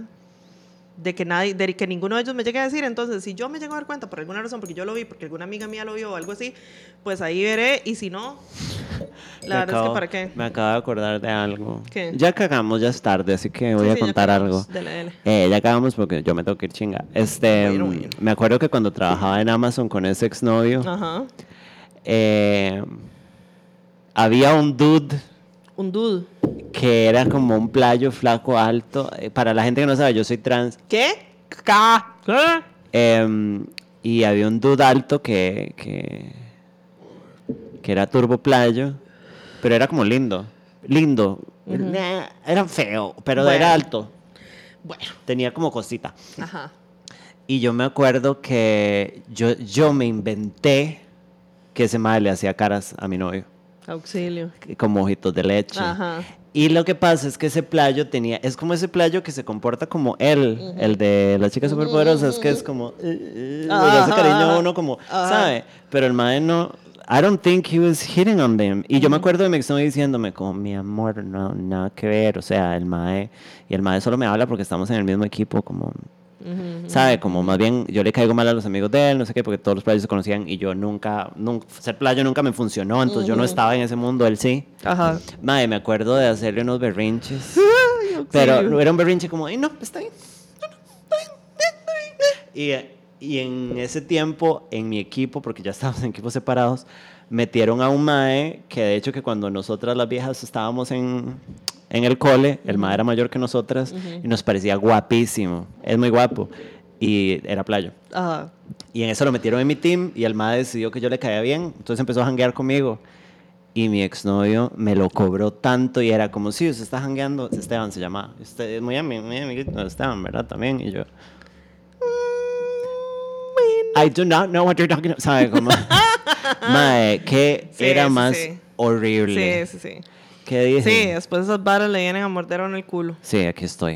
de que nadie, de que ninguno de ellos me llegue a decir. Entonces, si yo me llego a dar cuenta por alguna razón, porque yo lo vi, porque alguna amiga mía lo vio o algo así, pues ahí veré. Y si no, la Me verdad es que acabo- para qué. Me acabo de acordar de algo. ¿Qué? Ya cagamos, ya es tarde, así que voy Sí, a sí, ya contar algo. acabamos. Dele, dele. Eh, ya acabamos porque yo me tengo que ir chinga. Este, Bueno, mm, bueno. me acuerdo que cuando trabajaba en Amazon con ese exnovio, Ajá. eh, había un dude Un dude. que era como un playo flaco alto. Eh, para la gente que no sabe, yo soy trans. ¿Qué? ¿Qué? Em, y había un dude alto que, que, que era turbo playo, pero era como lindo. Lindo. Nah, era feo, pero Bueno. era alto. Bueno. Tenía como cosita. Ajá. Y yo me acuerdo que yo, yo me inventé que ese madre le hacía caras a mi novio, Auxilio. como ojitos de leche. Ajá. Y lo que pasa es que ese playo tenía, es como ese playo que se comporta como él, uh-huh. el de las chicas superpoderosas, uh-huh. que es como, uh, uh, le hace cariño a uno como, uh-huh. ¿sabe? Pero el mae no, I don't think he was hitting on them. Y uh-huh. yo me acuerdo de mi exnovio diciéndome como, mi amor, no, nada que ver, o sea, el mae, y el mae solo me habla porque estamos en el mismo equipo, como... Uh-huh, ¿sabe? Como uh-huh. más bien yo le caigo mal a los amigos de él, no sé qué, porque todos los playos se conocían y yo nunca, nunca ser playo nunca me funcionó, entonces uh-huh. yo no estaba en ese mundo, él sí. Ajá. Madre, me acuerdo de hacerle unos berrinches, pero era un berrinche como, ay, no, está bien, no, no, está bien, está bien. Y, y en ese tiempo, en mi equipo, porque ya estábamos en equipos separados, metieron a un mae que de hecho que cuando nosotras las viejas estábamos en... en el cole, el uh-huh. mae era mayor que nosotras uh-huh. y nos parecía guapísimo, es muy guapo, y era playo. Uh-huh. Y en eso lo metieron en mi team y el mae decidió que yo le caía bien, entonces empezó a janguear conmigo y mi exnovio me lo cobró tanto y era como, sí, usted está jangueando, Esteban se llama, usted es muy amigo, muy amiguito de Esteban, ¿verdad? También, y yo... I do not know what you're talking about, ¿sabe? Como, mae, que sí, era sí, más sí. horrible. Sí, sí, sí. ¿Qué dije? Sí, después esas varas le vienen a morder en el culo. Sí, aquí estoy.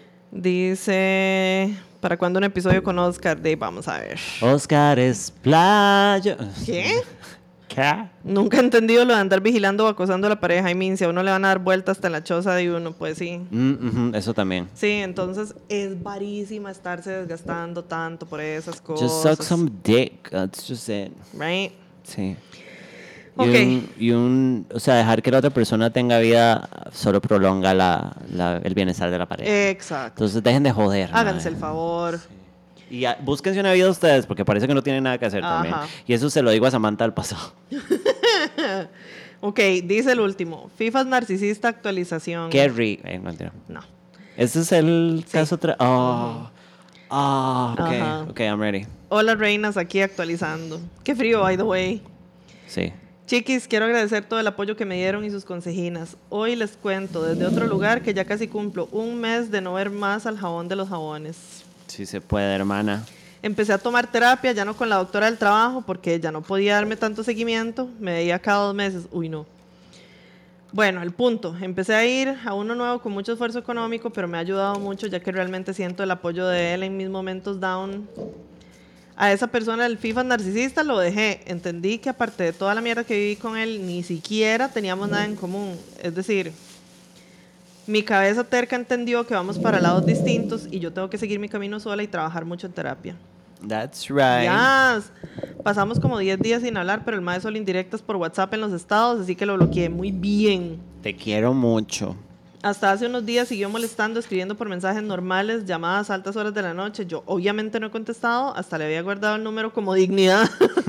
Dice, ¿para cuándo un episodio con Oscar? De, vamos a ver. Oscar es playo. ¿Qué? ¿Qué? Nunca he entendido lo de andar vigilando o acosando a la pareja. Y min, si a uno le van a dar vueltas hasta en la choza de uno, pues sí. Mm, uh-huh, eso también. Sí, entonces es varísima estarse desgastando tanto por esas cosas. Just suck some dick, that's just it. Right? Sí. Y, okay. un, y un, o sea, dejar que la otra persona tenga vida solo prolonga la, la, el bienestar de la pareja. Exacto. Entonces dejen de joder. Háganse madre. el favor. Sí. Y a, búsquense una vida ustedes, porque parece que no tienen nada que hacer Ajá. también. Y eso se lo digo a Samantha del pasado. Ok, dice el último. FIFA narcisista actualización. Qué ri... Eh, no, entiendo. No. Ese es el sí. caso... Tra- oh. Ah, uh-huh. oh, ok. Ajá. Ok, I'm ready. Hola, reinas, aquí actualizando. Qué frío, by the way. Sí. Chiquis, quiero agradecer todo el apoyo que me dieron y sus consejinas. Hoy les cuento desde otro lugar que ya casi cumplo un mes de no ver más al jabón de los jabones. Sí se puede, hermana. Empecé a tomar terapia, ya no con la doctora del trabajo, porque ya no podía darme tanto seguimiento. Me veía cada dos meses. Uy, no. Bueno, el punto. Empecé a ir a uno nuevo con mucho esfuerzo económico, pero me ha ayudado mucho, ya que realmente siento el apoyo de él en mis momentos down. A esa persona del FIFA narcisista lo dejé. Entendí que aparte de toda la mierda que viví con él, ni siquiera teníamos nada en común. Es decir, mi cabeza terca entendió que vamos para lados distintos y yo tengo que seguir mi camino sola y trabajar mucho en terapia. That's right. Yes. Pasamos como diez días sin hablar, pero el mae solo indirectas por WhatsApp en los estados, así que lo bloqueé. Muy bien. Te quiero mucho. Hasta hace unos días siguió molestando, escribiendo por mensajes normales, llamadas a altas horas de la noche. Yo obviamente no he contestado, hasta le había guardado el número como dignidad.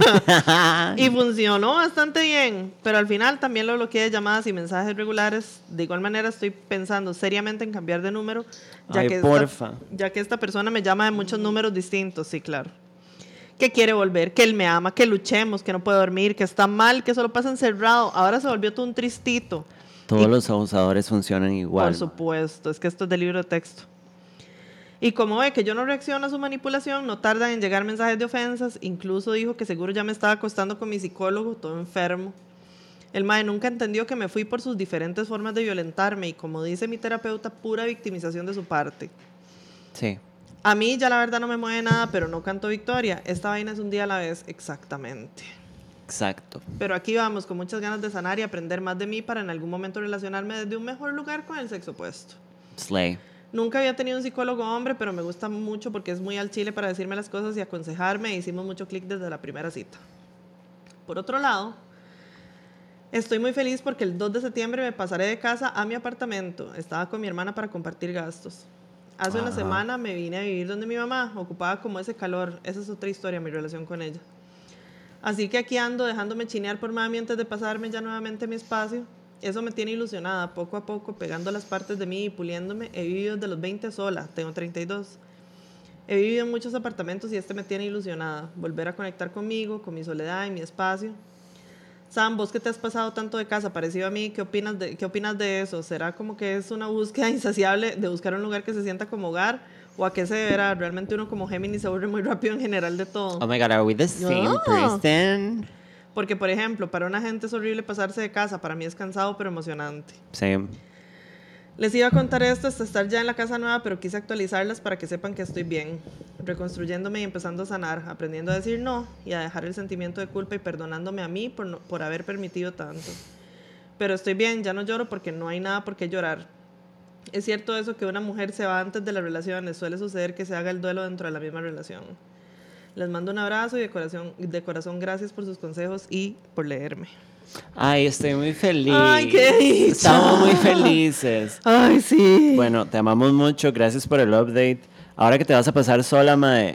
Y funcionó bastante bien, pero al final también lo bloqueé de llamadas y mensajes regulares. De igual manera estoy pensando seriamente en cambiar de número, ya, Ay, que, porfa. esta, ya que esta persona me llama de muchos números distintos, sí, claro. Que quiere volver, que él me ama, que luchemos, que no puede dormir, que está mal, que solo pasa encerrado. Ahora se volvió todo un tristito. Todos y, los abusadores funcionan igual. Por supuesto, es que esto es de libro de texto. Y como ve que yo no reacciono a su manipulación, no tardan en llegar mensajes de ofensas. Incluso dijo que seguro ya me estaba acostando con mi psicólogo, todo enfermo. El mae nunca entendió que me fui por sus diferentes formas de violentarme y, como dice mi terapeuta, pura victimización de su parte. Sí. A mí ya la verdad no me mueve nada, pero no canto victoria. Esta vaina es un día a la vez, exactamente. Exacto. Pero aquí vamos, con muchas ganas de sanar y aprender más de mí para en algún momento relacionarme desde un mejor lugar con el sexo opuesto. Slay. Nunca había tenido un psicólogo hombre, pero me gusta mucho porque es muy al chile para decirme las cosas y aconsejarme. E hicimos mucho clic desde la primera cita. Por otro lado, estoy muy feliz porque el dos de septiembre me pasaré de casa a mi apartamento. Estaba con mi hermana para compartir gastos. Hace Ajá. una semana me vine a vivir donde mi mamá, ocupada como ese calor. Esa es otra historia, mi relación con ella. Así que aquí ando dejándome chinear por mami antes de pasarme ya nuevamente a mi espacio. Eso me tiene ilusionada, poco a poco, pegando las partes de mí y puliéndome. He vivido desde los veinte sola, tengo treinta y dos. He vivido en muchos apartamentos y este me tiene ilusionada. Volver a conectar conmigo, con mi soledad y mi espacio. Sam, vos que te has pasado tanto de casa, parecido a mí, ¿qué opinas de, qué opinas de eso? ¿Será como que es una búsqueda insaciable de buscar un lugar que se sienta como hogar? ¿O a qué se deberá? Realmente uno como Géminis se aburre muy rápido en general de todo. Oh my God, are we the same no. person? Porque, por ejemplo, para una gente es horrible pasarse de casa. Para mí es cansado, pero emocionante. Same. Les iba a contar esto hasta estar ya en la casa nueva, pero quise actualizarlas para que sepan que estoy bien, reconstruyéndome y empezando a sanar, aprendiendo a decir no y a dejar el sentimiento de culpa y perdonándome a mí por, no, por haber permitido tanto. Pero estoy bien, ya no lloro porque no hay nada por qué llorar. Es cierto eso que una mujer se va antes de las relaciones, suele suceder que se haga el duelo dentro de la misma relación. Les mando un abrazo y de corazón, de corazón gracias por sus consejos y por leerme. Ay, estoy muy feliz. Ay, qué dicha. Estamos muy felices. Ay, sí. Bueno, te amamos mucho. Gracias por el update. Ahora que te vas a pasar sola, mae,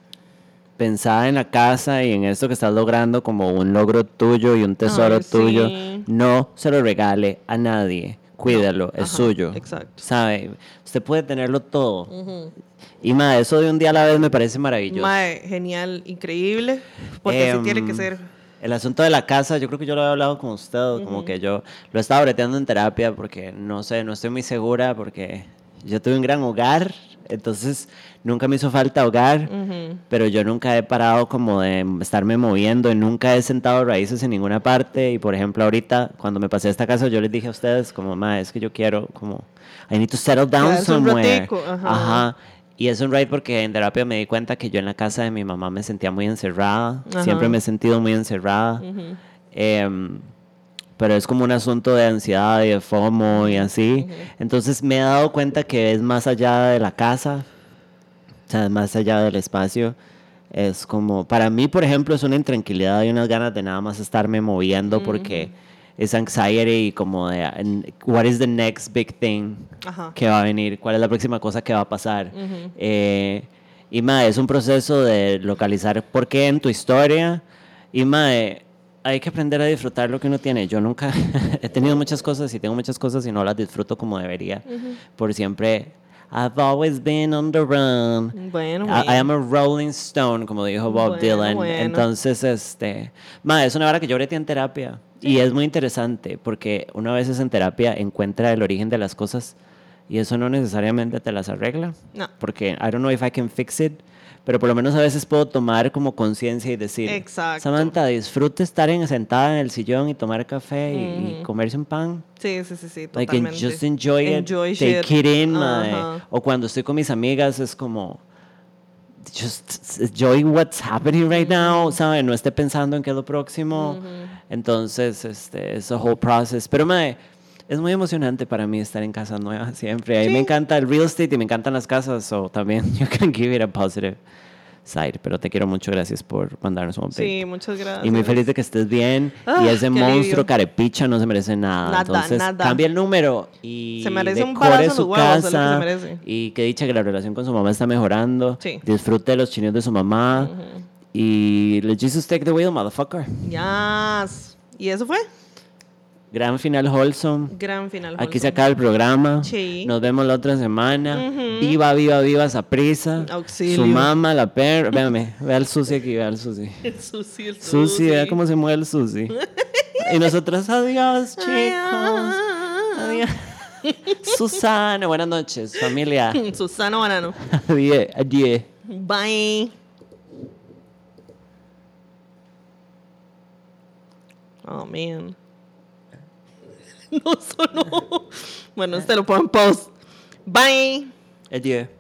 pensá en la casa y en esto que estás logrando como un logro tuyo y un tesoro Ay, sí. tuyo. No se lo regale a nadie. Cuídalo, No. es Ajá, suyo. exacto. ¿Sabe? Usted puede tenerlo todo. Uh-huh. Y mae, eso de un día a la vez me parece maravilloso. Mae, genial, increíble. Porque Eh, así tiene que ser. El asunto de la casa, yo creo que yo lo he hablado con usted, uh-huh. como que yo lo he estado breteando en terapia porque no sé, no estoy muy segura porque yo tuve un gran hogar, entonces nunca me hizo falta hogar, uh-huh. pero yo nunca he parado como de estarme moviendo y nunca he sentado raíces en ninguna parte. Y por ejemplo ahorita cuando me pasé a esta casa yo les dije a ustedes como, ma, es que yo quiero como, I need to settle down Quedarse somewhere. Un ratico, ajá. Ajá. Y es un right porque en terapia me di cuenta que yo en la casa de mi mamá me sentía muy encerrada. Ajá. Siempre me he sentido muy encerrada. Uh-huh. eh, pero es como un asunto de ansiedad y de FOMO y así. Uh-huh. Entonces me he dado cuenta que es más allá de la casa, o sea, más allá del espacio. Es como, para mí, por ejemplo, es una intranquilidad y unas ganas de nada más estarme moviendo uh-huh. porque es anxiety y como de, what is the next big thing Ajá. que va a venir, cuál es la próxima cosa que va a pasar. Uh-huh. Eh, y mae, es un proceso de localizar por qué en tu historia. Y mae, hay que aprender a disfrutar lo que uno tiene. Yo nunca he tenido muchas cosas y tengo muchas cosas y no las disfruto como debería. Uh-huh. Por siempre, I've always been on the run. Bueno, I, bueno. I am a rolling stone, como dijo Bob bueno, Dylan. Bueno. Entonces, este, mae, es una hora que yo breteé en terapia. Sí. Y es muy interesante porque una vez en terapia encuentra el origen de las cosas y eso no necesariamente te las arregla. No. Porque I don't know if I can fix it, pero por lo menos a veces puedo tomar como conciencia y decir, Exacto. Samantha, disfrute estar en, sentada en el sillón y tomar café y, mm. y comerse un pan. Sí, sí, sí, sí, like, totalmente. Just enjoy, enjoy it, take shit. it in, uh-huh. mae. O cuando estoy con mis amigas es como, just enjoy what's happening right mm-hmm. now, ¿sabes? No esté pensando en qué es lo próximo. Mm-hmm. Entonces, este, es a whole process. Pero, mae, es muy emocionante para mí estar en casa nueva siempre. A mí sí. me encanta el real estate y me encantan las casas, o so también you can give it a positive side. Pero te quiero mucho, gracias por mandarnos un update. Sí, muchas gracias. Y muy feliz de que estés bien. Ah, y ese monstruo alivio. Carepicha no se merece nada. Nada, Entonces, nada. cambia el número y se merece un decore balazo su en los huevos, casa. es lo que se merece. Y que dicha que la relación con su mamá está mejorando. Sí. Disfrute de los chinos de su mamá. Uh-huh. Y let Jesus take the wheel, motherfucker. Yes. ¿Y eso fue? Gran final wholesome. Gran final wholesome. Aquí se acaba el programa. Sí. Nos vemos la otra semana. Uh-huh. Viva, viva, viva Saprissa. Auxilio. Su mamá, la perra. Véame, ve al Susi aquí, ve al Susi. El Susi, el Susi. Susi, vea cómo se mueve el Susi. Y nosotros, adiós, chicos. Adiós. Susana, buenas noches, familia. Susana Banano. Adiós, adiós. Bye. Oh, man. No sonó. Bueno, este lo pongo en post. Bye. Adiós.